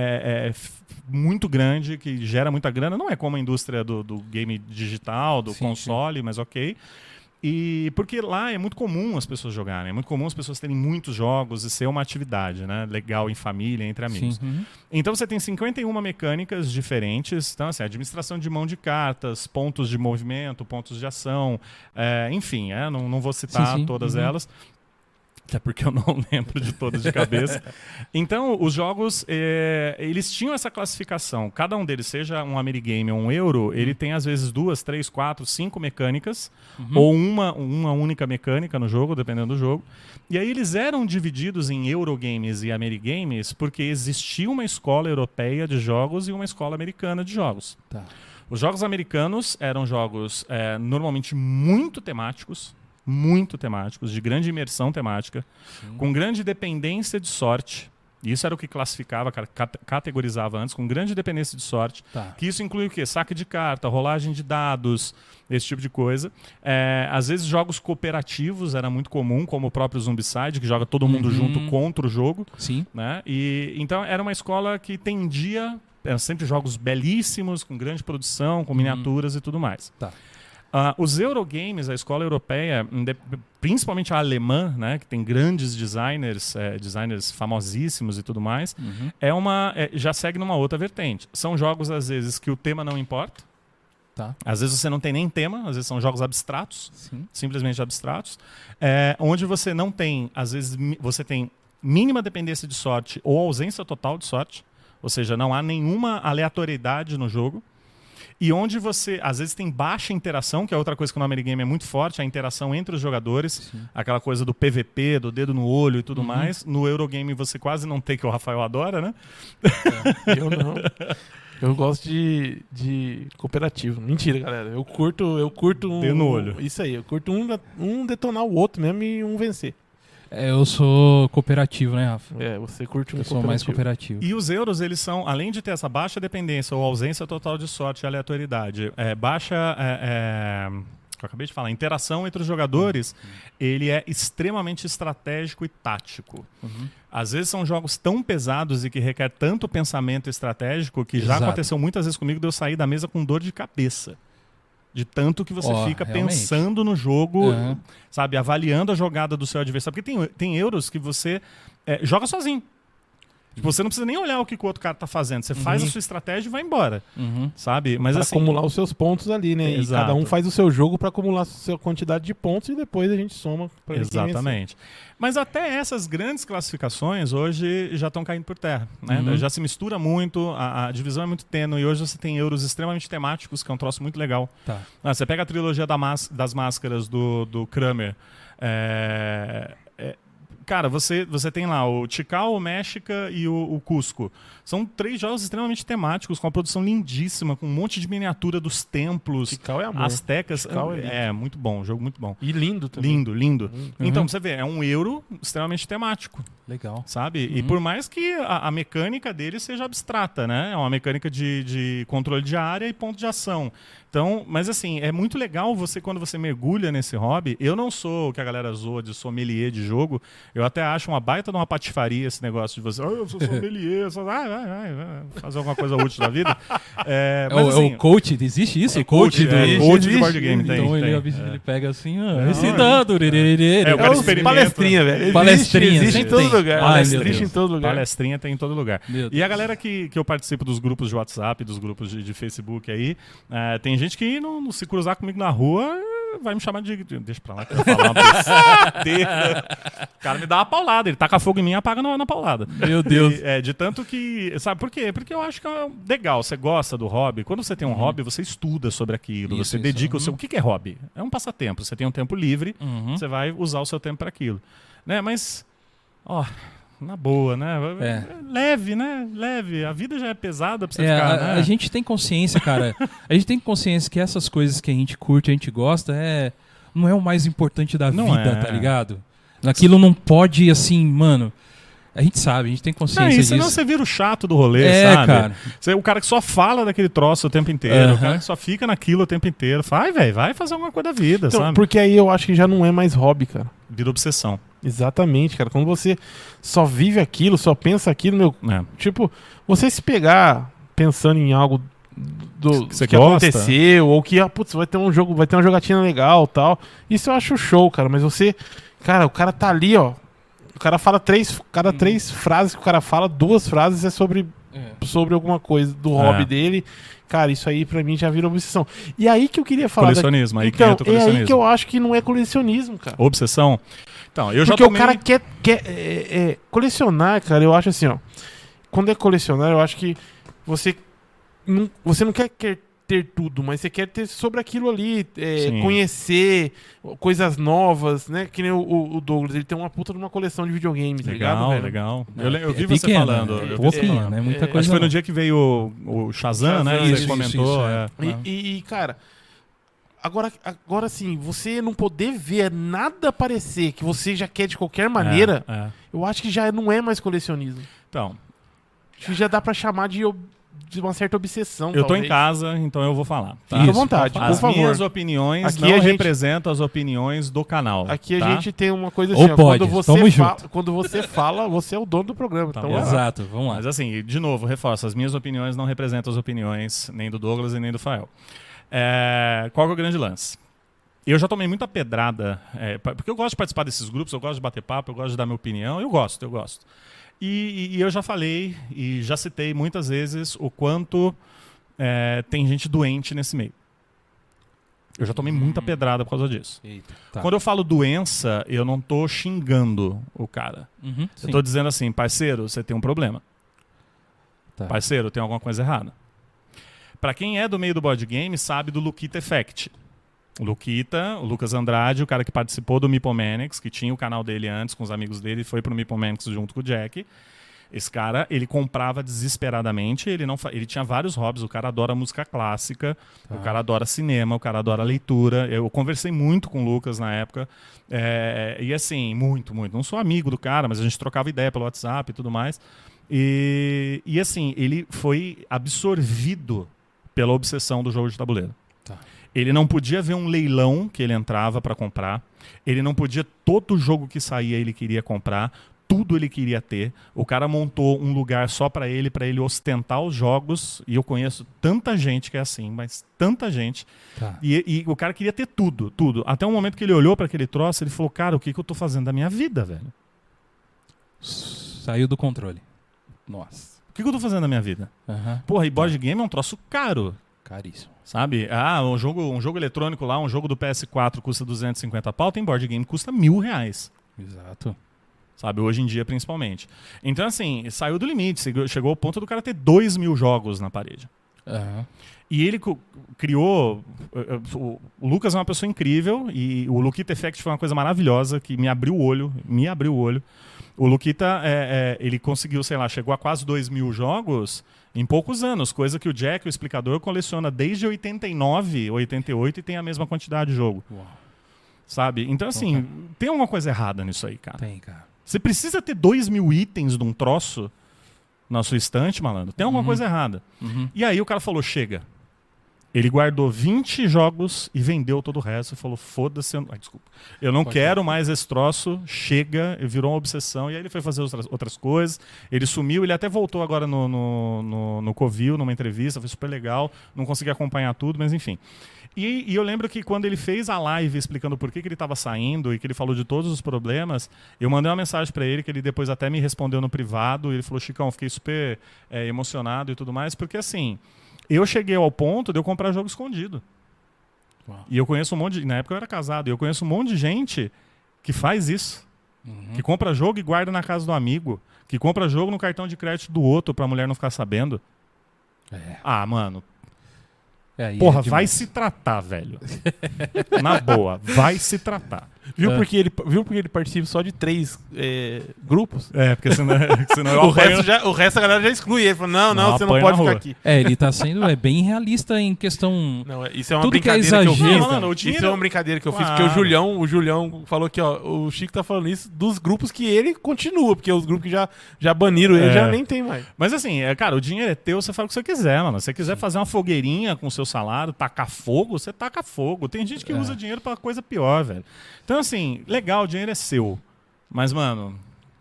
muito grande que gera muita grana. Não é como a indústria do game digital, do console, mas ok. E porque lá é muito comum as pessoas jogarem, é muito comum as pessoas terem muitos jogos e ser uma atividade, né? Legal em família, entre amigos. Então você tem 51 mecânicas diferentes, então assim, administração de mão de cartas, pontos de movimento, pontos de ação, enfim, não vou citar todas elas. Até porque eu não lembro de todas de cabeça. Então, os jogos, eles tinham essa classificação. Cada um deles, seja um Amerigame ou um Euro, ele tem às vezes 2, 3, 4, 5 mecânicas, ou uma única mecânica no jogo, dependendo do jogo. E aí eles eram divididos em Eurogames e Amerigames porque existia uma escola europeia de jogos e uma escola americana de jogos. Os jogos americanos eram jogos normalmente muito temáticos, de grande imersão temática, com grande dependência de sorte. Isso era o que classificava, categorizava antes, com grande dependência de sorte. Que isso inclui o quê? Saque de carta, rolagem de dados, esse tipo de coisa. Às vezes jogos cooperativos era muito comum, como o próprio Zombicide, que joga todo mundo junto contra o jogo. Né? E, então era uma escola que tendia... Eram sempre jogos belíssimos, com grande produção, com miniaturas e tudo mais. Os Eurogames, a escola europeia, principalmente a alemã, né, que tem grandes designers famosíssimos e tudo mais, já segue numa outra vertente. São jogos, às vezes, que o tema não importa. Às vezes você não tem nem tema, às vezes são jogos abstratos, simplesmente abstratos, onde você não tem, às vezes você tem mínima dependência de sorte ou ausência total de sorte, ou seja, não há nenhuma aleatoriedade no jogo. E onde você, às vezes, tem baixa interação, que é outra coisa que no Amerigame é muito forte, a interação entre os jogadores, aquela coisa do PVP, do dedo no olho e tudo mais. No Eurogame você quase não tem, que o Rafael adora, né? Eu não. Eu gosto de cooperativo. Mentira, galera. Eu curto um... Dedo no olho. Isso aí, eu curto um detonar o outro mesmo e um vencer. Eu sou cooperativo, né, Rafa? Você curte um Eu sou mais cooperativo. E os euros, eles são, além de ter essa baixa dependência ou ausência total de sorte e aleatoriedade, eu acabei de falar, interação entre os jogadores, ele é extremamente estratégico e tático. Às vezes são jogos tão pesados e que requer tanto pensamento estratégico que já aconteceu muitas vezes comigo de eu sair da mesa com dor de cabeça. De tanto que você fica realmente pensando no jogo, sabe, avaliando a jogada do seu adversário. Porque tem euros que você joga sozinho. Tipo, você não precisa nem olhar o que o outro cara tá fazendo. Você faz a sua estratégia e vai embora. Sabe? Mas pra assim, acumular os seus pontos ali, né? Exato. E cada um faz o seu jogo pra acumular a sua quantidade de pontos e depois a gente soma pra ver quem exatamente. Mas até essas grandes classificações hoje já estão caindo por terra. Né? Já se mistura muito, a divisão é muito tênue e hoje você tem euros extremamente temáticos, que é um troço muito legal. Você pega a trilogia das máscaras do Kramer. cara, você tem lá o Tikal, o México e o Cusco. São 3 jogos extremamente temáticos, com uma produção lindíssima, com um monte de miniatura dos templos Tikal é amor. astecas. Tikal é lindo. Muito bom, um jogo muito bom. E lindo também. Lindo. Então, você vê, é um euro extremamente temático, Legal. sabe? E por mais que a mecânica dele seja abstrata, né? É uma mecânica de controle de área e ponto de ação. Então, mas assim, é muito legal quando você mergulha nesse hobby. Eu não sou o que a galera zoa de sommelier de jogo. Eu até acho uma baita de uma patifaria esse negócio de você. Eu sou sommelier, vai fazer alguma coisa útil na vida. Mas, assim, o coach, existe isso? É coach de board game, então tem. ele pega assim, esse dado. o cara experimenta. Palestrinha, velho. Palestrinha, Existe em tem. todo lugar. Ai, meu Existe Deus. em todo lugar. Palestrinha tem em todo lugar. Meu E a galera que eu participo dos grupos de WhatsApp, dos grupos de Facebook aí, tem gente que não se cruzar comigo na rua vai me chamar de... Deixa pra lá que eu vou falar uma besteira. O cara me dá uma paulada, ele taca fogo em mim e apaga na paulada. Meu Deus. De tanto que... Sabe por quê? Porque eu acho que é legal, você gosta do hobby. Quando você tem um hobby, você estuda sobre aquilo, você dedica o seu... O que é hobby? É um passatempo. Você tem um tempo livre, você vai usar o seu tempo para aquilo. Né? Mas, na boa, né? Leve, né? Leve. A vida já é pesada pra você ficar, né? A gente tem consciência, cara. A gente tem consciência que essas coisas que a gente curte, a gente gosta, não é o mais importante da vida, tá ligado? Aquilo não pode, assim, mano... A gente sabe, a gente tem consciência disso. Senão você vira o chato do rolê, sabe? Cara. Você é o cara que só fala daquele troço o tempo inteiro, o cara que só fica naquilo o tempo inteiro. Vai fazer alguma coisa da vida, Então, sabe? porque aí eu acho que já não é mais hobby, cara. Vira obsessão. Exatamente, cara. Quando você só vive aquilo, só pensa aquilo, tipo, você se pegar pensando em algo você que gosta? aconteceu, ou que, vai ter uma jogatina legal, tal. Isso eu acho show, cara. Mas o cara tá ali, ó. O cara fala três frases que o cara fala, 2 frases é sobre alguma coisa do hobby dele. Cara, isso aí pra mim já vira obsessão. E aí que eu queria falar... Colecionismo, aí que então, entra o colecionismo. É aí que eu acho que não é colecionismo, cara. Obsessão? Então, Porque o cara quer colecionar, cara, eu acho assim, ó. Quando é colecionar, eu acho que você não quer ter tudo, mas você quer ter sobre aquilo ali, conhecer coisas novas, né? Que nem o Douglas, ele tem uma puta de uma coleção de videogames, tá ligado, velho? Legal. Eu vi você falando. É muita coisa. Acho que foi no dia que veio o Shazam, né? Você comentou. E, cara, agora sim, você não poder ver nada aparecer que você já quer de qualquer maneira, eu acho que já não é mais colecionismo. Então, acho que já dá pra chamar de uma certa obsessão. Eu tô em casa, então eu vou falar. Tá? Fica à vontade, por favor. As minhas opiniões aqui não representam as opiniões do canal. Aqui a gente tem uma coisa assim, quando você fala, você é o dono do programa. Tá então exato, vamos lá. Mas assim, de novo, reforço, as minhas opiniões não representam as opiniões nem do Douglas e nem do Fael. Qual que é o grande lance? Eu já tomei muita pedrada, porque eu gosto de participar desses grupos, eu gosto de bater papo, eu gosto de dar minha opinião, eu gosto. E eu já falei e já citei muitas vezes o quanto tem gente doente nesse meio. Eu já tomei muita pedrada por causa disso. Eita, tá. Quando eu falo doença, eu não tô xingando o cara. Eu tô dizendo assim, parceiro, você tem um problema. Tá. Parceiro, tem alguma coisa errada. Pra quem é do meio do board game, sabe do Luquita Effect. O Lucas Andrade, o cara que participou do Meeplemaniacs, que tinha o canal dele antes com os amigos dele, foi pro Meeplemaniacs junto com o Jack. Esse cara, ele comprava desesperadamente, ele tinha vários hobbies, o cara adora música clássica, o cara adora cinema, o cara adora leitura. Eu conversei muito com o Lucas na época, e assim, muito. Não sou amigo do cara, mas a gente trocava ideia pelo WhatsApp e tudo mais. E assim, ele foi absorvido pela obsessão do jogo de tabuleiro. Tá. Ele não podia ver um leilão que ele entrava para comprar. Ele não podia... Todo jogo que saía ele queria comprar. Tudo ele queria ter. O cara montou um lugar só para ele ostentar os jogos. E eu conheço tanta gente que é assim, mas tanta gente. Tá. E o cara queria ter tudo. Até o momento que ele olhou para aquele troço, ele falou, cara, o que eu tô fazendo da minha vida, velho? Saiu do controle. Nossa. O que eu tô fazendo da minha vida? Porra, e board game é um troço caro. Caríssimo. Sabe? Um jogo eletrônico lá, um jogo do PS4 custa 250 pau, tem board game que custa R$1.000. Exato. Sabe? Hoje em dia, principalmente. Então, assim, saiu do limite. Chegou ao ponto do cara ter 2.000 jogos na parede. E ele criou... O Lucas é uma pessoa incrível e o Luquita Effect foi uma coisa maravilhosa que me abriu o olho. O Luquita, ele conseguiu, sei lá, chegou a quase 2.000 jogos em poucos anos, coisa que o Jack, o explicador, coleciona desde 89, 88 e tem a mesma quantidade de jogo. Uau. Sabe? Então, assim, tem alguma coisa errada nisso aí, cara. Tem, cara. Você precisa ter 2.000 itens de um troço na sua estante, malandro. Tem alguma coisa errada. E aí o cara falou, chega. Ele guardou 20 jogos e vendeu todo o resto e falou, foda-se, desculpa. Eu não quero mais esse troço, chega, virou uma obsessão. E aí ele foi fazer outras coisas, ele sumiu, ele até voltou agora no Covil, numa entrevista, foi super legal, não consegui acompanhar tudo, mas enfim. E eu lembro que quando ele fez a live explicando por que ele estava saindo e que ele falou de todos os problemas, eu mandei uma mensagem para ele, que ele depois até me respondeu no privado, e ele falou, Chicão, fiquei super emocionado e tudo mais, porque assim... Eu cheguei ao ponto de eu comprar jogo escondido. Uau. E eu conheço um monte de... Na época eu era casado. E eu conheço um monte de gente que faz isso. Que compra jogo e guarda na casa do amigo. Que compra jogo no cartão de crédito do outro pra mulher não ficar sabendo. Ah, mano. Porra, vai se tratar, velho. Na boa, vai se tratar. Viu porque ele participa só de 3 grupos? Porque senão eu o resto a galera já exclui ele. Fala, não, você não pode ficar aqui. Ele tá sendo bem realista em questão... Não, isso é uma tudo brincadeira que eu fiz. Mano, Isso é uma brincadeira que eu fiz, porque o Julião falou que, ó, o Chico tá falando isso dos grupos que ele continua, porque os grupos que já baniram ele já nem tem mais. Mas assim, cara, o dinheiro é teu, você faz o que você quiser, mano. Se você quiser fazer uma fogueirinha com o seu salário, tacar fogo, você taca fogo. Tem gente que usa dinheiro pra coisa pior, velho. Então, assim, legal, o dinheiro é seu. Mas, mano,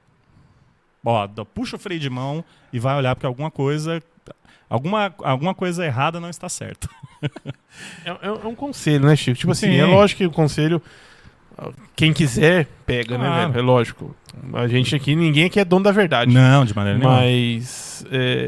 puxa o freio de mão e vai olhar, porque alguma coisa errada não está certa. É um conselho, né, Chico? Tipo assim, é lógico que o conselho, quem quiser, pega, né, velho? É lógico. A gente aqui, ninguém aqui é dono da verdade. Não, de maneira nenhuma. Mas,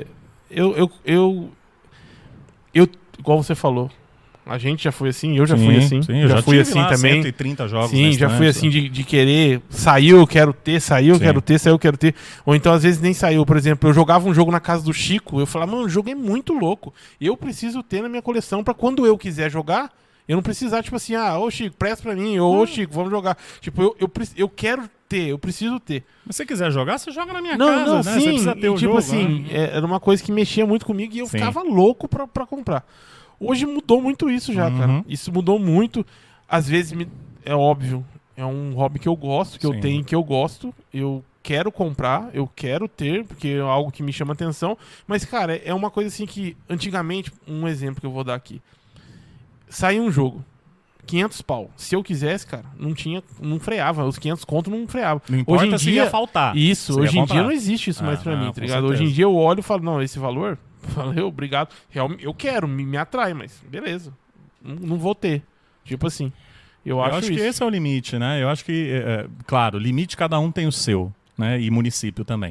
igual você falou, a gente já foi assim, eu já fui assim. Sim, eu já fui assim lá, também. 130 jogos. Sim, já fui assim de querer. Saiu, eu quero ter, eu quero ter. Ou então, às vezes, nem saiu. Por exemplo, eu jogava um jogo na casa do Chico, eu falava, mano, o jogo é muito louco. Eu preciso ter na minha coleção pra quando eu quiser jogar, eu não precisar, tipo assim, ô Chico, presta pra mim, ô Chico, vamos jogar. Tipo, eu quero ter, eu preciso ter. Mas se você quiser jogar, você joga na minha casa, né? Sim, você precisa ter o tipo jogo, assim, era uma coisa que mexia muito comigo e eu ficava louco pra comprar. Hoje mudou muito isso já, cara. Isso mudou muito. Às vezes, é óbvio, é um hobby que eu gosto, que eu tenho, que eu gosto. Eu quero comprar, eu quero ter, porque é algo que me chama atenção. Mas, cara, é uma coisa assim que, antigamente, um exemplo que eu vou dar aqui. Saiu um jogo, 500 pau. Se eu quisesse, cara, não freava. Os 500 conto não freava. Não importa hoje em se dia, ia faltar. Isso, hoje em dia não existe isso mais pra mim, tá ligado? Hoje em dia eu olho e falo, não, esse valor... Valeu, obrigado. Eu quero, me atrai, mas beleza. Não vou ter. Tipo assim. Eu acho que esse é o limite, né? Eu acho que, claro, limite cada um tem o seu, né? E município também.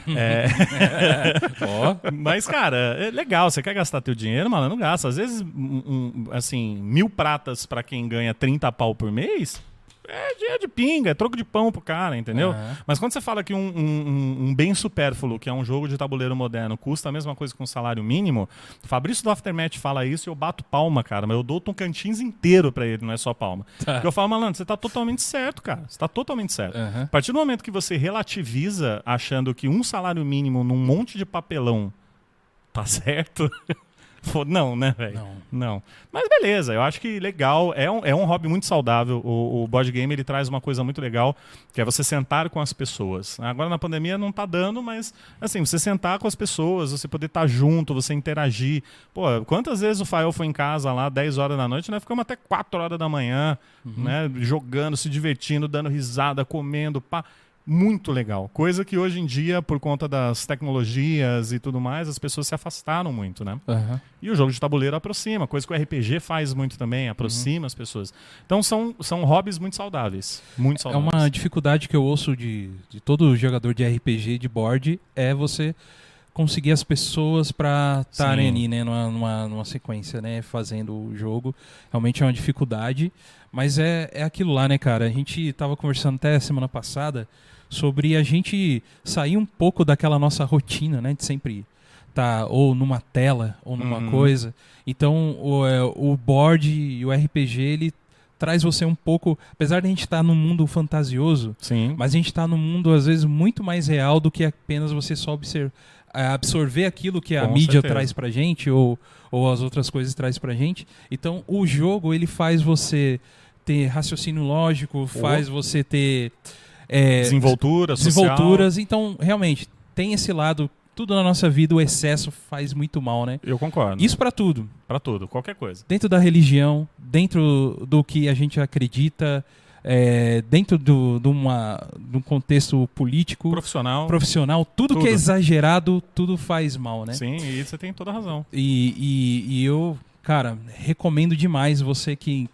Mas, cara, é legal. Você quer gastar teu dinheiro, mano? Não gasta. Às vezes, assim, 1.000 pratas pra quem ganha 30 pau por mês... É dinheiro de pinga, é troco de pão pro cara, entendeu? Mas quando você fala que um bem supérfluo, que é um jogo de tabuleiro moderno, custa a mesma coisa que um salário mínimo, o Fabrício do Aftermath fala isso e eu bato palma, cara, mas eu dou Tocantins inteiro pra ele, não é só palma. Porque eu falo, malandro, você tá totalmente certo, cara. Você tá totalmente certo. A partir do momento que você relativiza achando que um salário mínimo num monte de papelão tá certo... Não, né, velho? Não. Mas beleza, eu acho que legal, é um hobby muito saudável. O board game, ele traz uma coisa muito legal, que é você sentar com as pessoas. Agora na pandemia não tá dando, mas assim, você sentar com as pessoas, você poder estar junto, você interagir. Pô, quantas vezes o Fael foi em casa lá, 10 horas da noite, nós ficamos até 4 horas da manhã, né, jogando, se divertindo, dando risada, comendo, pá. Muito legal. Coisa que hoje em dia, por conta das tecnologias e tudo mais, as pessoas se afastaram muito, né? E o jogo de tabuleiro aproxima, coisa que o RPG faz muito também, aproxima as pessoas. Então são hobbies muito saudáveis. Muito saudáveis. É uma dificuldade que eu ouço de todo jogador de RPG, de board, é você conseguir as pessoas para estarem ali, né, numa sequência, né, fazendo o jogo. Realmente é uma dificuldade, mas é aquilo lá, né, cara? A gente tava conversando até semana passada sobre a gente sair um pouco daquela nossa rotina, né, de sempre tá ou numa tela ou numa coisa. Então o board e o RPG, ele traz você um pouco, apesar de a gente estar num mundo fantasioso, Sim. mas a gente está num mundo às vezes muito mais real do que apenas você só absorver aquilo que a Com mídia certeza. traz pra gente ou as outras coisas traz pra gente. Então o jogo, ele faz você ter raciocínio lógico, faz você ter Desenvoltura social. desenvolturas. Então realmente tem esse lado. Tudo na nossa vida, o excesso faz muito mal, né? Eu concordo. Isso pra tudo. Pra tudo, qualquer coisa. Dentro da religião, dentro do que a gente acredita, dentro de um contexto político, Profissional. tudo que é Tudo. exagerado, tudo faz mal, né? Sim, e você tem toda a razão. E eu, cara, recomendo demais você que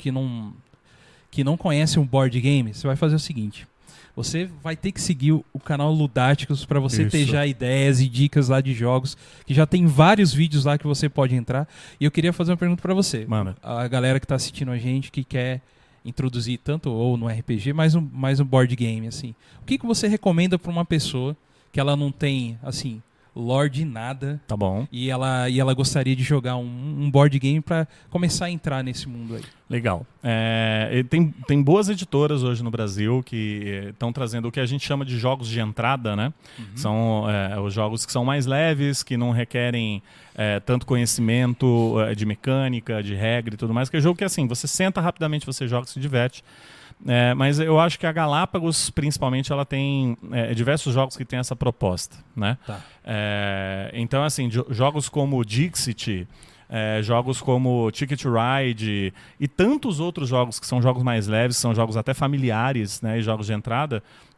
não conhece um board game, você vai fazer o seguinte. Você vai ter que seguir o canal Ludáticos para você ter Isso. já ideias e dicas lá de jogos, que já tem vários vídeos lá que você pode entrar. E eu queria fazer uma pergunta para você. Manda. A galera que tá assistindo a gente, que quer introduzir tanto ou no RPG, mais um board game, assim. O que você recomenda para uma pessoa que ela não tem, assim, lore de nada, Tá bom. e ela gostaria de jogar um board game para começar a entrar nesse mundo aí? Legal. Tem boas editoras hoje no Brasil que estão trazendo o que a gente chama de jogos de entrada, né? São os jogos que são mais leves, que não requerem tanto conhecimento de mecânica, de regra e tudo mais, que é jogo que assim, você senta rapidamente, você joga, se diverte. Mas eu acho que a Galápagos, principalmente, ela tem diversos jogos que tem essa proposta, né? Tá. Então, assim, jogos como Dixit, jogos como Ticket to Ride e tantos outros jogos que são jogos mais leves, são jogos até familiares, né, e jogos de entrada,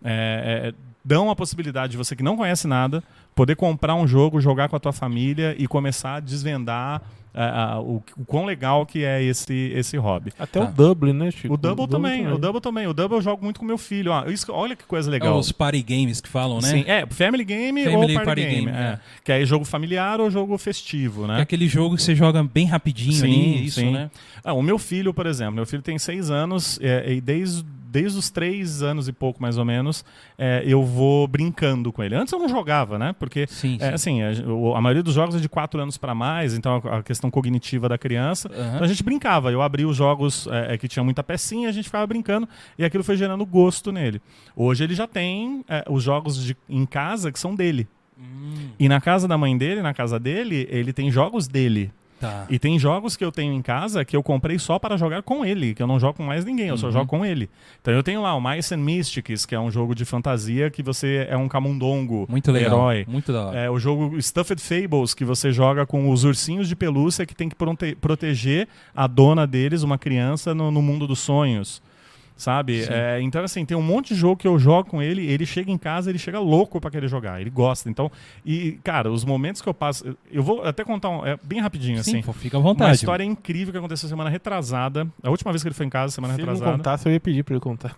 dão a possibilidade de você que não conhece nada poder comprar um jogo, jogar com a tua família e começar a desvendar o quão legal que é esse hobby. Até o Double, né, Chico? O Double também. O Double eu jogo muito com meu filho. Olha que coisa legal. Os party games que falam, né? Sim, Family Game Family ou Party Party Game. Game, Que é jogo familiar ou jogo festivo, né? É aquele jogo que você joga bem rapidinho ali, isso, sim. né? O meu filho, por exemplo, meu filho tem 6 anos e desde os 3 anos e pouco, mais ou menos, eu vou brincando com ele. Antes eu não jogava, né? Porque, Sim. assim, a maioria dos jogos é de 4 anos para mais, então a questão cognitiva da criança. Então a gente brincava. Eu abri os jogos que tinha muita pecinha, a gente ficava brincando e aquilo foi gerando gosto nele. Hoje ele já tem os jogos em casa que são dele. E na casa da mãe dele, na casa dele, ele tem jogos dele. Tá. E tem jogos que eu tenho em casa que eu comprei só para jogar com ele, que eu não jogo com mais ninguém, eu só jogo com ele. Então eu tenho lá o Mice and Mystics, que é um jogo de fantasia que você é um camundongo, Muito legal. herói. Muito da hora. O jogo Stuffed Fables, que você joga com os ursinhos de pelúcia que tem que proteger a dona deles, uma criança, no mundo dos sonhos. Sabe? Então, assim, tem um monte de jogo que eu jogo com ele, ele chega em casa, ele chega louco pra querer jogar, ele gosta. Então, cara, os momentos que eu passo... Eu vou até contar bem rapidinho, Sim, assim. fica à vontade. Uma história incrível que aconteceu semana retrasada. A última vez que ele foi em casa, semana Se ele retrasada. não contasse, eu ia pedir pra ele contar.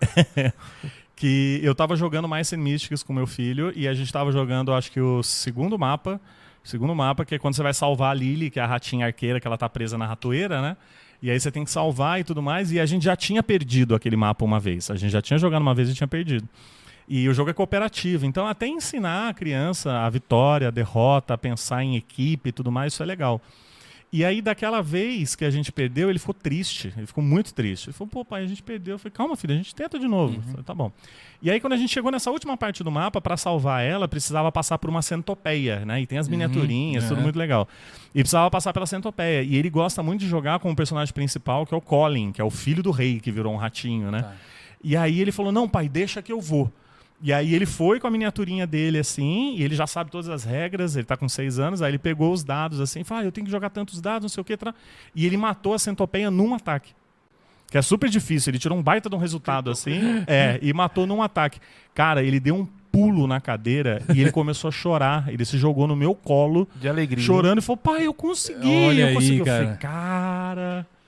Que eu tava jogando Mice and Mystics com meu filho e a gente tava jogando, acho que o segundo mapa, que é quando você vai salvar a Lily, que é a ratinha arqueira, que ela tá presa na ratoeira, né? E aí você tem que salvar e tudo mais. E a gente já tinha perdido aquele mapa uma vez. A gente já tinha jogado uma vez e tinha perdido. E o jogo é cooperativo. Então até ensinar a criança a vitória, a derrota, a pensar em equipe e tudo mais, isso é legal. E aí, daquela vez que a gente perdeu, ele ficou triste. Ele ficou muito triste. Ele falou, pô, pai, a gente perdeu. Eu falei, calma, filho, a gente tenta de novo. Eu falei, tá bom. E aí, quando a gente chegou nessa última parte do mapa, para salvar ela, precisava passar por uma centopeia, né? E tem as miniaturinhas, tudo muito legal. E precisava passar pela centopeia. E ele gosta muito de jogar com o personagem principal, que é o Colin, que é o filho do rei, que virou um ratinho, né? Tá. E aí ele falou, não, pai, deixa que eu vou. E aí ele foi com a miniaturinha dele, assim, e ele já sabe todas as regras, ele tá com 6 anos, aí ele pegou os dados, assim, e falou, eu tenho que jogar tantos dados, não sei o que, e ele matou a centopeia num ataque. Que é super difícil, ele tirou um baita de um resultado, assim, e matou num ataque. Cara, ele deu um pulo na cadeira e ele começou a chorar, ele se jogou no meu colo, de alegria, chorando, e falou, pai, eu consegui, Olha eu consegui. aí, cara. Eu falei, cara...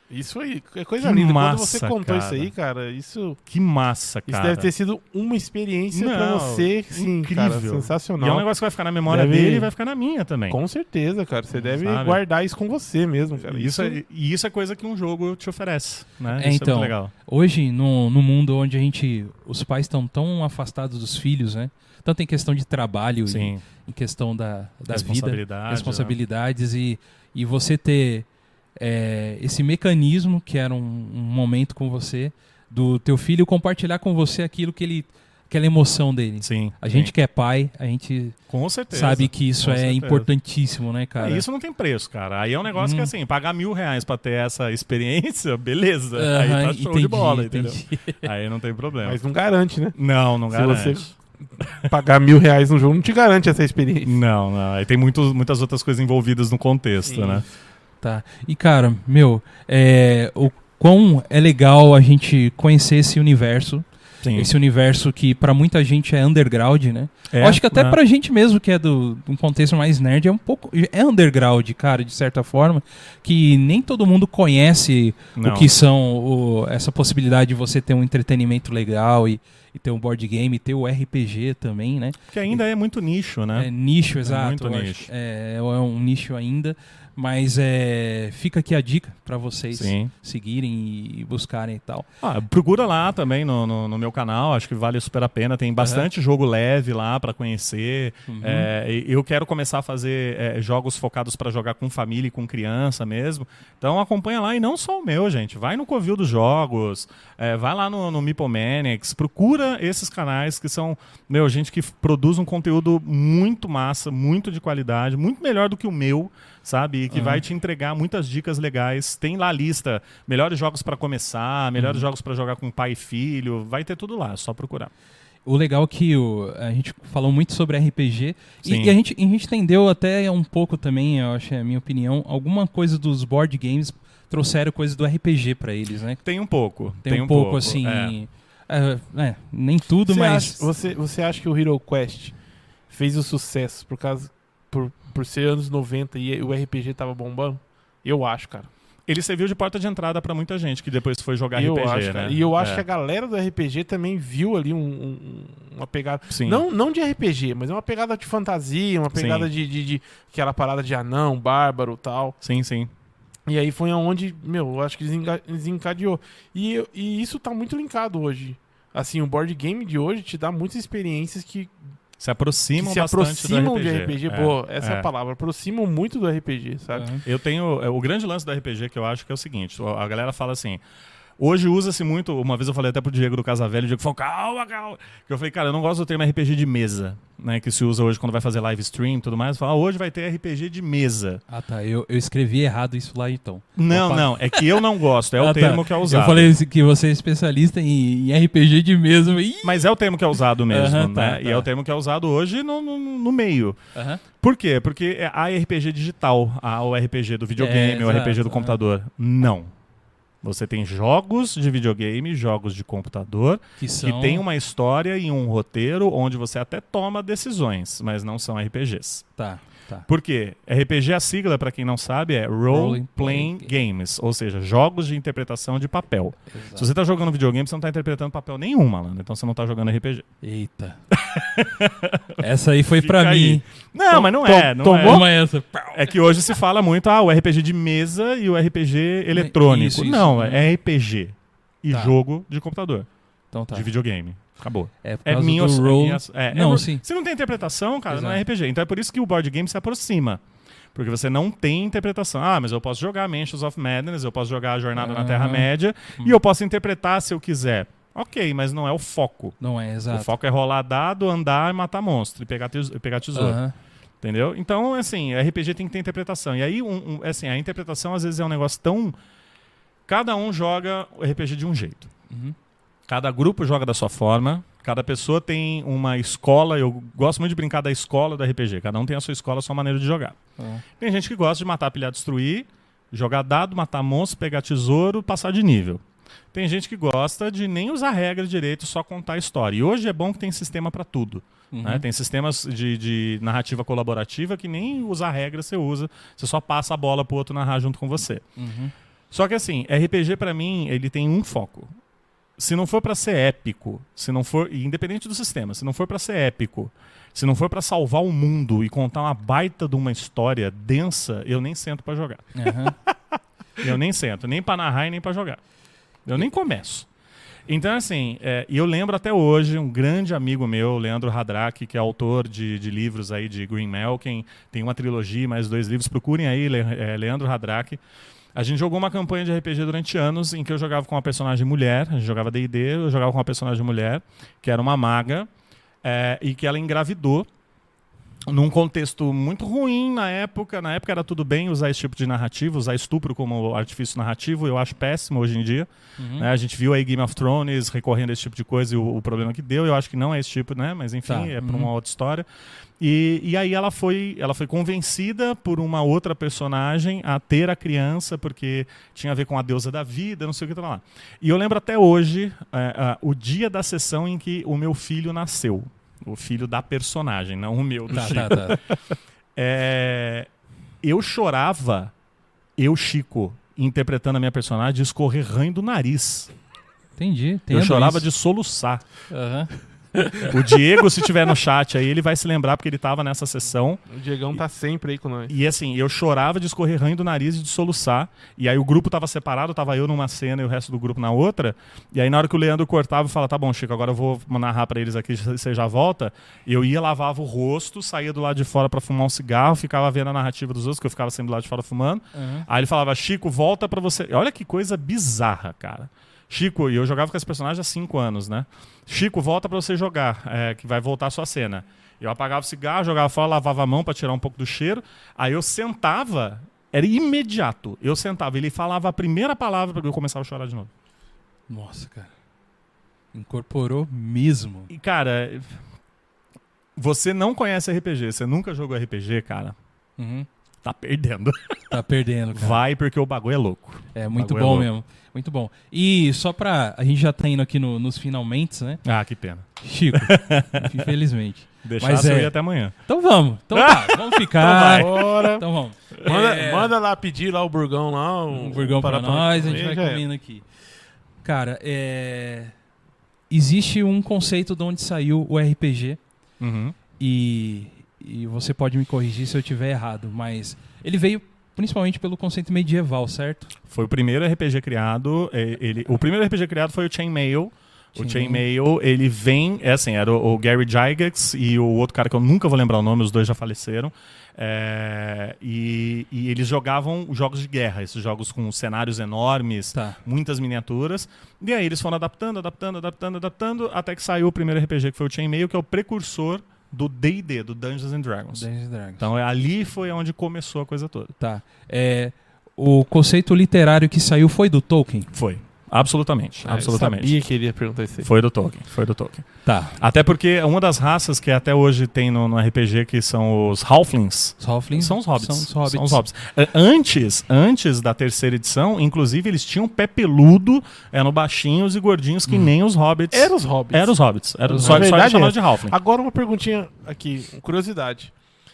Isso aí, é coisa Que linda. massa, Quando você contou cara. isso aí, cara, isso Que massa, cara. deve ter sido uma experiência pra Não, você, sim, incrível. cara, sensacional. E é um negócio que vai ficar na memória Deve- dele e vai ficar na minha também. Com certeza, cara. Você deve Sabe? guardar isso com você mesmo, cara. Isso é coisa que um jogo te oferece, né? É, Isso então, é muito legal. Hoje, no mundo onde os pais estão tão afastados dos filhos, né? Tanto em questão de trabalho e Sim. em questão da vida, Responsabilidade, responsabilidades e você ter esse mecanismo que era um momento com você, do teu filho compartilhar com você aquela emoção dele. Sim. A gente sim. que é pai, a gente Com certeza. sabe que isso Com é certeza. importantíssimo, né, cara? Isso não tem preço, cara. Aí é um negócio que, assim, pagar R$1.000 pra ter essa experiência, beleza. Aí Aham, tá show entendi, de bola, entendeu? entendi. Aí não tem problema. Mas não garante, né? Não Se garante. você pagar R$1.000 no jogo, não te garante essa experiência. Não. Aí tem muitas outras coisas envolvidas no contexto, Sim. né? Tá. E, cara, o quão é legal a gente conhecer esse universo. Sim. Esse universo que pra muita gente é underground, né? É, Eu acho que até né? pra gente mesmo, que é de um contexto mais nerd, é underground, cara, de certa forma, que nem todo mundo conhece Não. o que são essa possibilidade de você ter um entretenimento legal e ter um board game, ter o RPG também, né? Que ainda é muito nicho, né? É nicho, exato. muito eu acho. nicho. É um nicho ainda, mas fica aqui a dica pra vocês Sim. seguirem e buscarem e tal. Procura lá também no meu canal, acho que vale super a pena. Tem bastante jogo leve lá pra conhecer. Uhum. Eu quero começar a fazer jogos focados pra jogar com família e com criança mesmo. Então acompanha lá, e não só o meu, gente. Vai no Covil dos Jogos, vai lá no Mipomaniacs, procura esses canais que são, gente que produz um conteúdo muito massa, muito de qualidade, muito melhor do que o meu, sabe? E que vai te entregar muitas dicas legais. Tem lá a lista, melhores jogos pra começar, melhores jogos pra jogar com pai e filho, vai ter tudo lá, é só procurar. O legal é que a gente falou muito sobre RPG Sim. e a gente entendeu até um pouco também, eu acho, é a minha opinião, alguma coisa dos board games trouxeram coisas do RPG pra eles, né? Tem um pouco. Tem um pouco assim... nem tudo, mas... Você acha que o Hero Quest fez o sucesso por ser anos 90 e o RPG tava bombando? Eu acho, cara. Ele serviu de porta de entrada pra muita gente que depois foi jogar Eu RPG, acho, né? cara. E eu acho que a galera do RPG também viu ali uma pegada. Sim. Não de RPG, mas é uma pegada de fantasia, uma pegada de aquela parada de anão, bárbaro e tal. Sim, sim. E aí foi aonde, eu acho que desencadeou. E isso tá muito linkado hoje. Assim, o board game de hoje te dá muitas experiências que Se aproximam se bastante aproximam do de RPG. Pô, essa é a palavra. Aproximam muito do RPG, sabe? Aham. Eu tenho... o grande lance do RPG que eu acho que é o seguinte, a galera fala assim... Hoje usa-se muito, uma vez eu falei até pro Diego do Casavelho, o Diego falou, calma. Que eu falei, cara, eu não gosto do termo RPG de mesa, né? Que se usa hoje quando vai fazer live stream e tudo mais. Fala, hoje vai ter RPG de mesa. Ah, tá. Eu escrevi errado isso lá, então. Não, Opa. não, é que eu não gosto, é o termo que é usado. Eu falei que você é especialista em RPG de mesa. Ih! Mas é o termo que é usado mesmo, Aham, né? tá. E é o termo que é usado hoje no meio. Aham. Por quê? Porque há RPG digital, há o RPG do videogame, o exato, RPG do computador. Não. Você tem jogos de videogame, jogos de computador, Que são... tem uma história e um roteiro onde você até toma decisões, mas não são RPGs. Tá. Por quê? RPG, a sigla, pra quem não sabe, é Role Playing Games, ou seja, jogos de interpretação de papel. Exato. Se você tá jogando videogame, você não tá interpretando papel nenhum, malandro. Então você não tá jogando RPG. Eita. Essa aí foi Fica pra aí. mim. Não, mas não é. Não é. Toma essa. É que hoje se fala muito, o RPG de mesa e o RPG eletrônico. Isso, não, né? é RPG e Tá. jogo de computador, Então tá. de videogame. Acabou. É por É causa minha, do role... Não, é, sim. Se não tem interpretação, cara, não é Exato. RPG. Então é por isso que o board game se aproxima. Porque você não tem interpretação. Mas eu posso jogar Mansions of Madness, eu posso jogar a Jornada na Terra-média e eu posso interpretar se eu quiser. Ok, mas não é o foco. Não é, exato. O foco é rolar dado, andar e matar monstro e pegar tesouro. Aham. Entendeu? Então, assim, RPG tem que ter interpretação. E aí, assim, a interpretação às vezes é um negócio tão... Cada um joga o RPG de um jeito. Uhum. Cada grupo joga da sua forma. Cada pessoa tem uma escola. Eu gosto muito de brincar da escola do RPG. Cada um tem a sua escola, a sua maneira de jogar. Aham. Tem gente que gosta de matar, pilhar, destruir, jogar dado, matar monstro, pegar tesouro, passar de nível. Tem gente que gosta de nem usar regra direito, só contar a história. E hoje é bom que tem sistema para tudo. Uhum. Né? Tem sistemas de narrativa colaborativa que nem usar regra você usa. Você só passa a bola pro outro narrar junto com você. Uhum. Só que assim, RPG pra mim, ele tem um foco. Se não for pra ser épico, se não for, independente do sistema, se não for pra ser épico, se não for pra salvar o mundo e contar uma baita de uma história densa, eu nem sento pra jogar. Eu nem sento, nem pra narrar e nem pra jogar. Eu nem começo. Então, assim, eu lembro até hoje, um grande amigo meu, Leandro Hadraki, que é autor de livros aí de Green Melkin, tem uma trilogia, mais 2 livros, procurem aí, Leandro Hadraki. A gente jogou uma campanha de RPG durante anos em que eu jogava com uma personagem mulher, a gente jogava D&D, eu jogava com uma personagem mulher, que era uma maga, e que ela engravidou num contexto muito ruim na época. Na época era tudo bem usar esse tipo de narrativa, usar estupro como artifício narrativo, eu acho péssimo hoje em dia. Né? A gente viu aí Game of Thrones recorrendo a esse tipo de coisa e o problema que deu, eu acho que não é esse tipo, né? Mas enfim, é para uma outra história. E aí ela foi convencida por uma outra personagem a ter a criança, porque tinha a ver com a deusa da vida, não sei o que lá. E eu lembro até hoje o dia da sessão em que o meu filho nasceu. O filho da personagem, não o meu, do Chico. Eu chorava, Chico, interpretando a minha personagem, de escorrer ranho do nariz. Entendi. Eu chorava de soluçar. Aham. O Diego, se tiver no chat aí, ele vai se lembrar porque ele estava nessa sessão. O Diegão tá sempre aí com nós. E assim, eu chorava de escorrer ranho do nariz e de soluçar. E aí o grupo tava separado, tava eu numa cena e o resto do grupo na outra. E aí na hora que o Leandro cortava, eu falava, tá bom, Chico, agora eu vou narrar pra eles aqui, você já volta. Eu ia, lavava o rosto, saía do lado de fora pra fumar um cigarro, ficava vendo a narrativa dos outros, que eu ficava sempre do lado de fora fumando. Aí ele falava, Chico, volta pra você. Olha que coisa bizarra, cara. Chico, e eu jogava com esse personagem há 5 anos, né? Chico, volta pra você jogar, que vai voltar a sua cena. Eu apagava o cigarro, jogava fora, lavava a mão pra tirar um pouco do cheiro. Aí eu sentava, era imediato. Eu sentava, ele falava a primeira palavra porque eu começava a chorar de novo. Nossa, cara. Incorporou mesmo. E, cara, você não conhece RPG, você nunca jogou RPG, cara, tá perdendo. Tá perdendo, cara. Vai, porque o bagulho é louco. É muito bom mesmo. Muito bom. E só pra... A gente já tá indo aqui nos finalmente, né? Ah, que pena. Chico, infelizmente. Deixar eu ir até amanhã. Então vamos. Então tá, vamos ficar. Bora. Então vamos. Manda lá pedir lá o burgão lá. Um burgão pra nós, a gente vai comendo aqui. Cara, existe um conceito de onde saiu o RPG. E você pode me corrigir se eu estiver errado, mas ele veio principalmente pelo conceito medieval, certo? Foi o primeiro RPG criado. O primeiro RPG criado foi o Chainmail. O Chainmail, ele vem... era o Gary Gygax e o outro cara que eu nunca vou lembrar o nome, os dois já faleceram. E eles jogavam jogos de guerra, esses jogos com cenários enormes, muitas miniaturas. E aí eles foram adaptando, até que saiu o primeiro RPG, que foi o Chainmail, que é o precursor do D&D, do Dungeons and Dragons. Então ali foi onde começou a coisa toda. Tá. O conceito literário que saiu foi do Tolkien? Foi. Absolutamente. Absolutamente. Eu sabia que ele ia perguntar isso aí. Foi do Tolkien. Tá. Até porque uma das raças que até hoje tem no RPG, que são os Halflings. Os Halflings são os Hobbits. São os Hobbits. Antes da terceira edição, inclusive, eles tinham pé peludo, eram baixinhos e gordinhos que nem os Hobbits. Eram os Hobbits. Só eles chamavam de Halfling. Agora uma perguntinha aqui, curiosidade.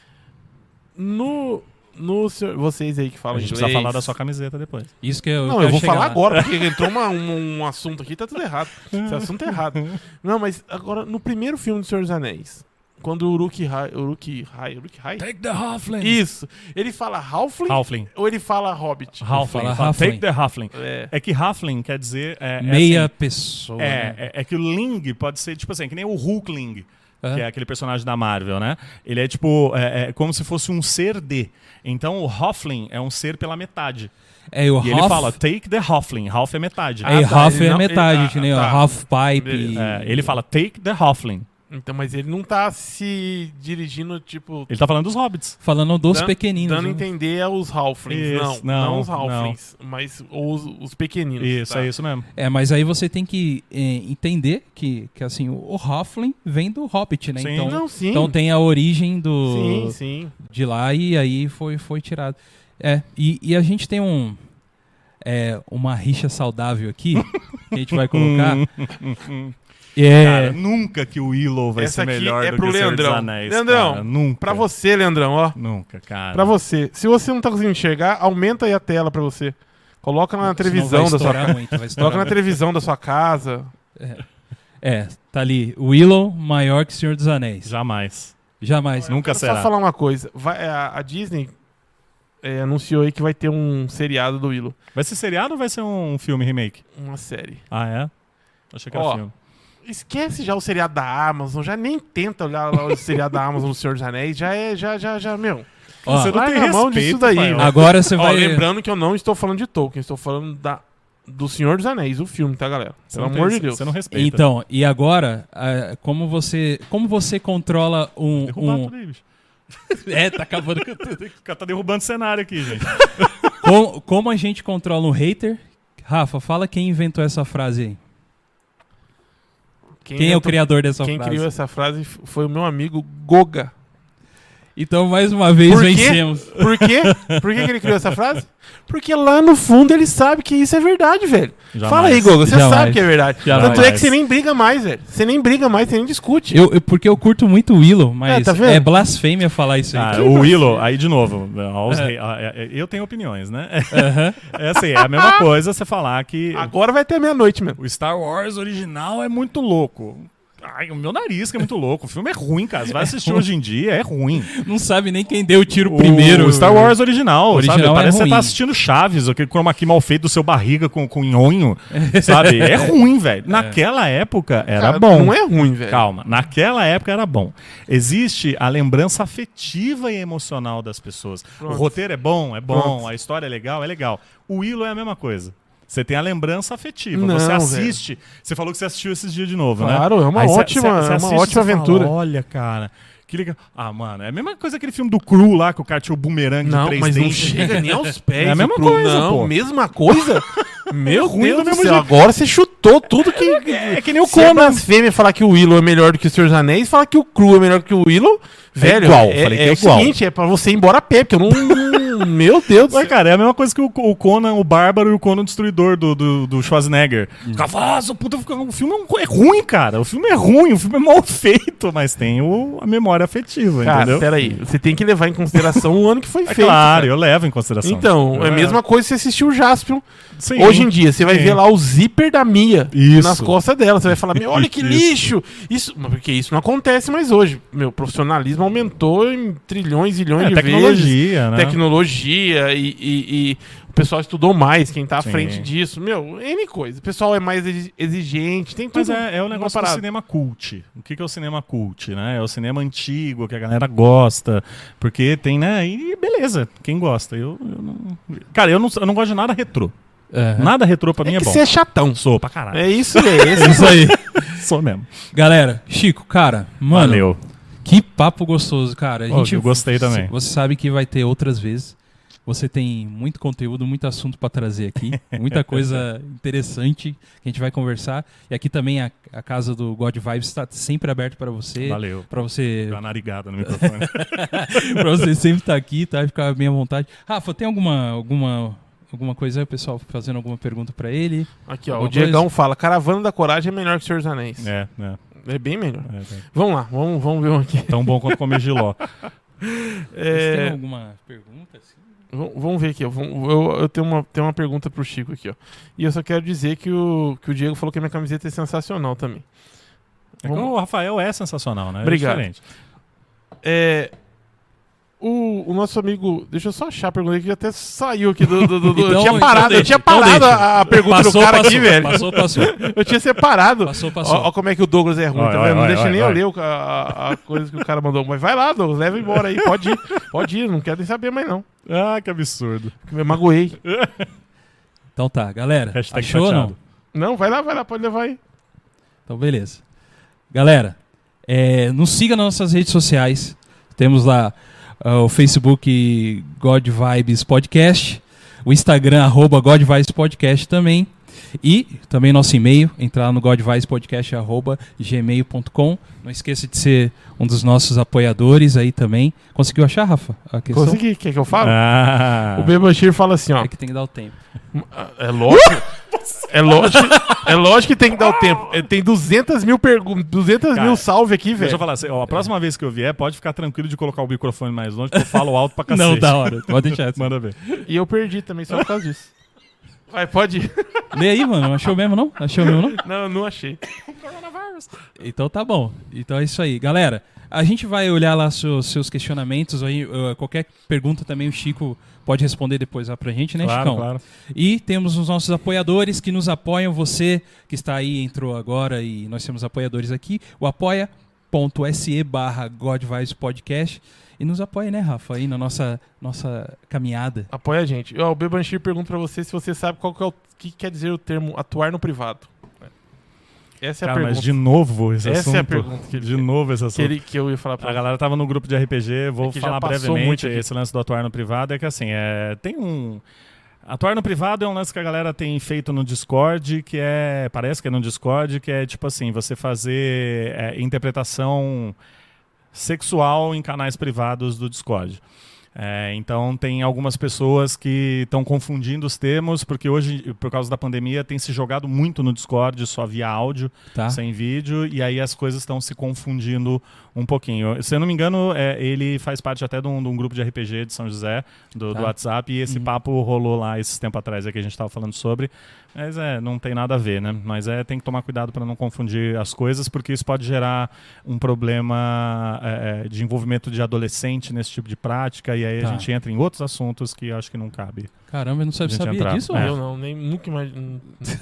Vocês aí que falam inglês... A gente inglês... precisa falar da sua camiseta depois. Isso que eu vou falar lá. agora, porque entrou um assunto aqui, tá tudo errado. Esse assunto é errado. Não, mas agora, no primeiro filme do Senhor dos Anéis, quando o Uruk-hai... Take the Halfling. Isso. Ele fala Halfling? Ou ele fala Hobbit? Halfling. Take the Halfling. É que Halfling quer dizer... meia assim, pessoa. É que o Ling pode ser, tipo assim, que nem o Hulkling. Que é aquele personagem da Marvel, né? Ele é tipo, como se fosse um ser de. Então o Halfling é um ser pela metade. Ele fala, take the Halfling. Half é metade. Half é metade, que nem o Half Pipe. Ele fala, take the Halfling. Então, mas ele não tá se dirigindo, tipo... Ele tá falando dos hobbits. Falando dos pequeninos. Dando a entender aos Halflings. Não os Halflings, mas os pequeninos. Isso, é isso mesmo. Mas aí você tem que entender que assim, o Halfling vem do Hobbit, né? Sim. Então tem a origem Sim. de lá e aí foi tirado. E a gente tem uma rixa saudável aqui, que a gente vai colocar... Cara, nunca que o Willow vai ser melhor do que o Senhor dos Anéis. Leandrão, cara, nunca. Pra você, Leandrão, ó. Nunca, cara. Pra você. Se você não tá conseguindo enxergar, aumenta aí a tela pra você. Coloca na Senão televisão vai da sua estourar casa. muito, vai Coloca estourar na muito. televisão da sua casa. Tá ali. Willow maior que Senhor dos Anéis. Jamais. Jamais. Nunca Quero será. só falar uma coisa. A Disney anunciou aí que vai ter um seriado do Willow. Vai ser seriado ou vai ser um filme remake? Uma série. Ah, é? Achei que era Ó, filme. Esquece já o seriado da Amazon. Já nem tenta olhar lá o seriado da Amazon do Senhor dos Anéis. Meu. Ó, Você não tem larga a mão respeito, disso daí, Rafael. velho. agora você Ó, vai... lembrando que eu não estou falando de Tolkien. Estou falando do Senhor dos Anéis, o filme, tá, galera? Você Pelo não amor tem- de Deus. Você não respeita. Então, e agora, como você controla Derrubar tudo aí, bicho. tá acabando com tudo. O cara tá derrubando o cenário aqui, gente. Como a gente controla um hater? Rafa, fala quem inventou essa frase aí. Quem é o inventou- criador dessa Quem frase? criou essa frase foi o meu amigo Goga. Então, mais uma vez, Por quê? vencemos. Por quê? Por que ele criou essa frase? Porque lá no fundo ele sabe que isso é verdade, velho. Jamais. Fala aí, Goga, você Jamais. sabe que é verdade. Jamais. Tanto é que você nem briga mais, velho. Você nem briga mais, você nem discute. Porque eu curto muito o Willow, mas tá vendo? é blasfêmia falar isso aí. Ah, o Willow, aí de novo, eu tenho opiniões, né? Aham. É assim, é a mesma coisa você falar que Agora vai ter meia-noite mesmo. o Star Wars original é muito louco. Ai, o meu nariz que é muito louco. O filme é ruim, cara. Você vai assistir hoje em dia, é ruim. Não sabe nem quem deu o tiro primeiro. O Star Wars original, Original sabe? é Parece que você ruim. tá assistindo Chaves, aquele chroma key mal feito do seu barriga com nhonho, sabe? É ruim, velho. Naquela época era Cara, bom. Não é ruim, velho. Calma, naquela época era bom. Existe a lembrança afetiva e emocional das pessoas. Pronto. O roteiro é bom, Pronto. a história é legal, é legal. O Willow é a mesma coisa. Você tem a lembrança afetiva. Não, você velho. assiste. Você falou que você assistiu esses dias de novo, né? Claro, é uma Aí ótima- é uma assiste e ótima você fala, aventura. olha, cara. Que legal. Ah, mano, é a mesma coisa aquele filme do Cru lá, que o cara tinha o boomerang Não, de 3 mas não dentes. chega nem aos pés. É a mesma Cru. coisa, Não, pô. mesma coisa? Meu ruim Deus do do mesmo céu. jeito. Agora você chutou tudo que... É que nem o Se é Conan. blasfêmia falar que o Willow é melhor do que o Senhor dos Anéis, falar que o Cru é melhor que o Willow, velho, igual, falei que é o igual. seguinte, é pra você ir embora a pé, porque eu não... Meu Deus do Mas, céu. cara, é a mesma coisa que o Conan, o Bárbaro e o Conan Destruidor do Schwarzenegger. O cara fala, puta, o filme é ruim, cara. O filme é ruim, o filme é mal feito, mas tem a memória afetiva, Cara, entendeu? peraí, você tem que levar em consideração o ano que foi É feito. claro, cara. eu levo em consideração. Então, é a Eu mesma coisa que você assistir o Jaspion. Sim. Hoje em dia, você vai Sim. ver lá o zíper da Mia Isso. nas costas dela. Você vai falar, meu, olha que Isso. lixo! Isso, mas porque isso não acontece mais hoje. Meu, profissionalismo aumentou em trilhões e bilhões de vezes. Tecnologia, né? Tecnologia e o pessoal estudou mais, quem tá à Sim. frente disso. Meu, N coisa. O pessoal é mais exigente, tem tudo. Mas é o uma negócio do parada. cinema cult. O que é o cinema cult, né? É o cinema antigo, que a galera gosta. Porque tem, né? E beleza, quem gosta. Eu não... Cara, eu não gosto de nada retrô. Aham. Nada retrô pra mim É é que bom. você é chatão. Sou pra caralho. É isso, é É esse. isso aí. Sou mesmo. Galera, Chico, cara, mano, Valeu. que papo gostoso, cara. Pô, eu gostei também. Você sabe que vai ter outras vezes. Você tem muito conteúdo, muito assunto pra trazer aqui, muita coisa interessante que a gente vai conversar. E aqui também a casa do God Vibes está sempre aberta pra você. Valeu. Pra você, Deu uma narigada no microfone. pra você sempre estar aqui, tá? Ficar bem à vontade. Rafa, tem alguma coisa aí, o pessoal fazendo alguma pergunta pra ele? Aqui, ó. Alguma O Diegão fala: Caravana da Coragem é melhor que o Senhor dos Anéis. é. É bem melhor. É. Vamos lá, vamos ver um aqui. Tão bom quanto comer giló. Vocês têm alguma pergunta? Assim? Vamos ver aqui, ó. Eu tenho uma pergunta pro Chico aqui, ó. E eu só quero dizer que o Diego falou que a minha camiseta é sensacional também. É que o Rafael é sensacional, né? Obrigado. É diferente. O nosso amigo. Deixa eu só achar a pergunta que até saiu aqui do. Então- eu tinha parado, então eu tinha deixa, então parado deixa. a pergunta do cara aqui, velho. Passou. Eu tinha separado. Passou. Ó como é que o Douglas é ruim, Vai, tá vai, vendo? Não vai, deixa vai, nem vai. eu ler a coisa que o cara mandou. Mas vai lá, Douglas, leva embora aí. Pode ir, não quero nem saber mais não. Ah, que absurdo. Porque eu magoei. Então tá, galera. Hashtag Achou ou não? chateado. Não, vai lá, pode levar aí. Então, beleza. Galera, nos siga nas nossas redes sociais. Temos lá o Facebook God Vibes Podcast, o Instagram @God Vibes Podcast também. E também nosso e-mail, entrar no godvibespodcast@gmail.com. Não esqueça de ser um dos nossos apoiadores aí também. Conseguiu achar, Rafa? A questão? Consegui, quer que eu fale? Ah. O Bebachir fala assim, ó. É que tem que dar o tempo. É lógico. É lógico que tem que dar o tempo. Tem 200 mil Cara, salve aqui, Deixa eu velho. falar assim, ó, a próxima vez que eu vier, pode ficar tranquilo de colocar o microfone mais longe, porque eu falo alto pra cacete. Não, da hora. Pode deixar. Manda ver. E eu perdi também só por causa disso. Vai, pode ir. Lê aí, mano. Achou mesmo, não? Achou mesmo, não? Não, não achei. Então tá bom. Então é isso aí. Galera, a gente vai olhar lá seus questionamentos. Aí, qualquer pergunta também o Chico pode responder depois lá pra gente, né, Claro, Chicão? claro. E temos os nossos apoiadores que nos apoiam. Você que está aí, entrou agora e nós temos apoiadores aqui. O apoia.se/GodVibesPodcast. E nos apoia, né, Rafa, aí na nossa caminhada. Apoia a gente. Ó, o Bebanchir pergunta pra você se você sabe qual que é o que quer dizer o termo atuar no privado. Essa é a Cara, pergunta. mas de novo esse Essa assunto. é a pergunta que ele De novo esse assunto. que eu ia falar pra A você. galera tava no grupo de RPG, vou É que já falar passou brevemente muito aqui. esse lance do atuar no privado, é que assim, tem um... Atuar no privado é um lance que a galera tem feito no Discord, parece que é no Discord, que é tipo assim, você fazer interpretação sexual em canais privados do Discord. Então tem algumas pessoas que estão confundindo os termos, porque hoje, por causa da pandemia, tem se jogado muito no Discord, só via áudio, Tá? sem vídeo, e aí as coisas estão se confundindo um pouquinho. Se eu não me engano, ele faz parte até de um grupo de RPG de São José, do WhatsApp, e esse papo rolou lá esses tempos atrás, que a gente estava falando sobre. Mas não tem nada a ver, né? Mas tem que tomar cuidado para não confundir as coisas, porque isso pode gerar um problema de envolvimento de adolescente nesse tipo de prática, e aí Tá. a gente entra em outros assuntos que eu acho que não cabe. Caramba, eu não A gente sabia entrar. disso? É. Eu não, nem nunca imagino.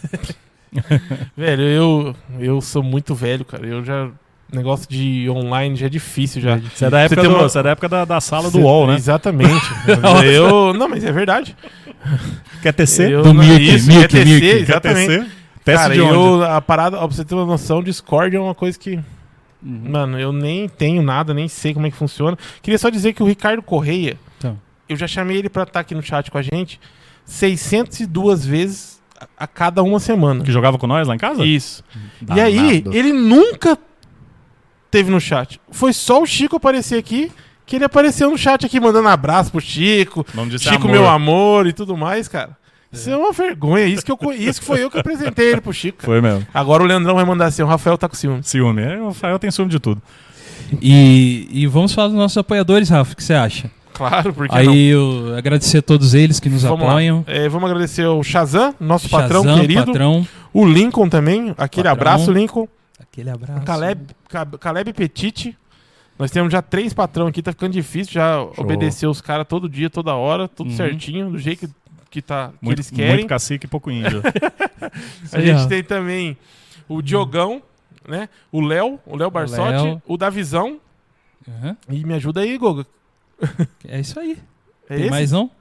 Velho, eu sou muito velho, cara. Eu já. Negócio de online já é difícil já. Você é da época, tem uma- você é da, época da sala do UOL, né? Exatamente. Não, mas é verdade. Quer tecer? Eu, Do não, Mirk, isso, Mirk, ETC, Mirk. exatamente. Quer tecer? Teste Cara, de onde? a parada, ó, pra você ter uma noção, Discord é uma coisa que. Mano, eu nem tenho nada, nem sei como é que funciona. Queria só dizer que o Ricardo Correia, Então. eu já chamei ele pra estar aqui no chat com a gente 602 vezes a cada uma semana. Que jogava com nós lá em casa? Isso. Danado. E aí, ele nunca teve no chat. Foi só o Chico aparecer aqui, que ele apareceu no chat aqui, mandando abraço pro Chico. O nome disso Chico, é amor. meu amor e tudo mais, cara. Isso é uma vergonha. Isso que foi eu que apresentei ele pro Chico, cara. Foi mesmo. Agora o Leandrão vai mandar assim, o Rafael tá com ciúme. Ciúme. O Rafael tem ciúme de tudo. E vamos falar dos nossos apoiadores, Rafa, o que você acha? Claro, porque Aí eu agradecer a todos eles que nos apoiam. Vamos agradecer ao Shazam, nosso Shazam, patrão querido. patrão. O Lincoln também. Aquele Patrão. abraço, Lincoln. Aquele abraço. Caleb Petit. Nós temos já 3 patrão aqui, tá ficando difícil já obedecer os caras todo dia, toda hora, tudo certinho, do jeito que eles querem. Muito cacique e pouco índio. A gente tem também o Diogão, né? O Léo Barsotti, Léo. o Davizão. Uhum. E me ajuda aí, Goga. É isso aí. É Tem esse? mais não?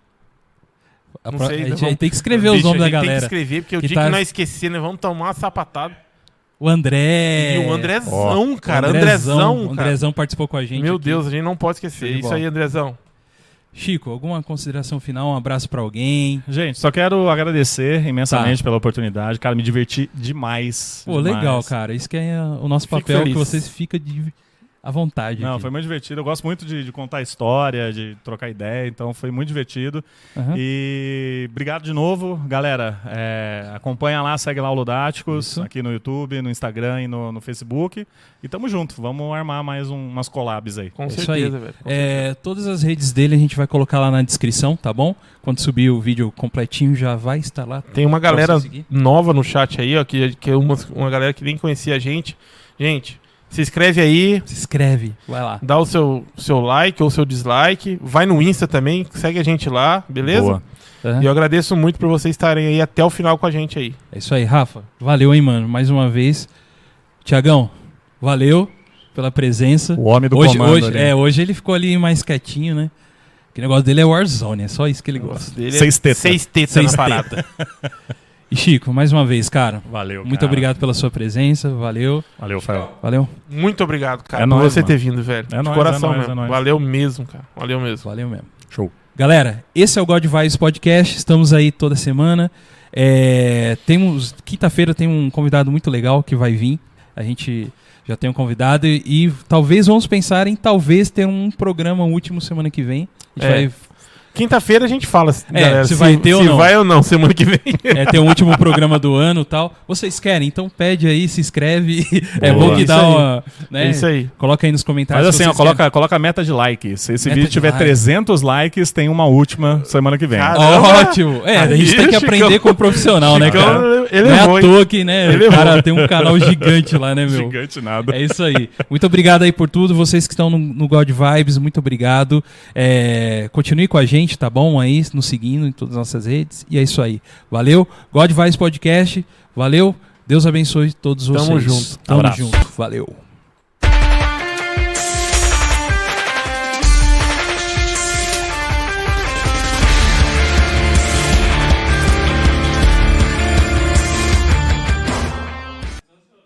Não sei, a gente vamos- tem que escrever os Bicho, nomes a da gente Tem que galera. escrever, porque o Que dia tá- que nós esquecer, nós vamos tomar uma sapatada. O André. E o Andrezão, cara. O Andrezão, cara. Andrezão participou com a gente. Meu aqui. Deus, a gente não pode esquecer. Show de Isso bola. aí, Andrezão. Chico, alguma consideração final? Um abraço pra alguém? Gente, só quero agradecer imensamente pela oportunidade. Cara, me diverti demais. Pô, demais. legal, cara. Isso que é o nosso Fico papel, feliz. que vocês ficam à vontade. Não, aqui. foi muito divertido. Eu gosto muito de contar história, de trocar ideia, então foi muito divertido. Aham. E obrigado de novo, galera. Acompanha lá, segue lá o Ludáticos, Isso. aqui no YouTube, no Instagram e no Facebook. E tamo junto, vamos armar mais umas collabs aí. Com É isso certeza, aí. velho. Com certeza. Todas as redes dele a gente vai colocar lá na descrição, tá bom? Quando subir o vídeo completinho já vai estar lá. Tem uma galera você seguir. nova no chat aí, ó, que é uma galera que nem conhecia a gente. Gente, se inscreve aí, Se inscreve, vai lá. dá o seu like ou seu dislike. Vai no Insta também, segue a gente lá, beleza? Boa. Aham. E eu agradeço muito por vocês estarem aí até o final com a gente aí. É isso aí, Rafa. Valeu, hein, mano. Mais uma vez. Tiagão, valeu pela presença. O homem do Hoje, comando ali. hoje ele ficou ali mais quietinho, né? Que o negócio dele é Warzone, é só isso que ele gosta. Dele é 6 tetas. 6 tetas Seis na parada. E Chico, mais uma vez, cara. Valeu, Muito cara. obrigado pela sua presença. Valeu. Valeu, Rafael. Valeu. Muito obrigado, cara, É por nóis, você mano. ter vindo, velho. É De nóis, coração é nóis, mesmo. é nóis. Valeu mesmo, cara. Valeu mesmo. Valeu mesmo. Show. Galera, esse é o God Vibes Podcast. Estamos aí toda semana. Quinta-feira tem um convidado muito legal que vai vir. A gente já tem um convidado e talvez vamos pensar em talvez ter um programa último semana que vem. A gente vai Quinta-feira a gente fala, galera, se vai ter ou não. Se vai ou não, semana que vem. Tem o último programa do ano e tal. Vocês querem? Então pede aí, se inscreve. É Boa. bom que Isso dá aí. uma... Né? Isso aí. Coloca aí nos comentários. Mas assim, se vocês querem. coloca a meta de likes. Se esse Meta vídeo de tiver like. 300 likes, tem uma última semana que vem. Cara, Ótimo! A gente tem que Chicão. aprender com o profissional, né, Chicão, cara? ele Não é errou, à hein? toa que, né? Ele O cara errou. tem um canal gigante lá, né, meu? Gigante nada. É isso aí. Muito obrigado aí por tudo. Vocês que estão no God Vibes, muito obrigado. Continue com a gente, tá bom? Aí, nos seguindo em todas as nossas redes. E é isso aí. Valeu. God Vibes Podcast. Valeu. Deus abençoe todos vocês. Tamo junto. Tamo Abraço. junto. Valeu.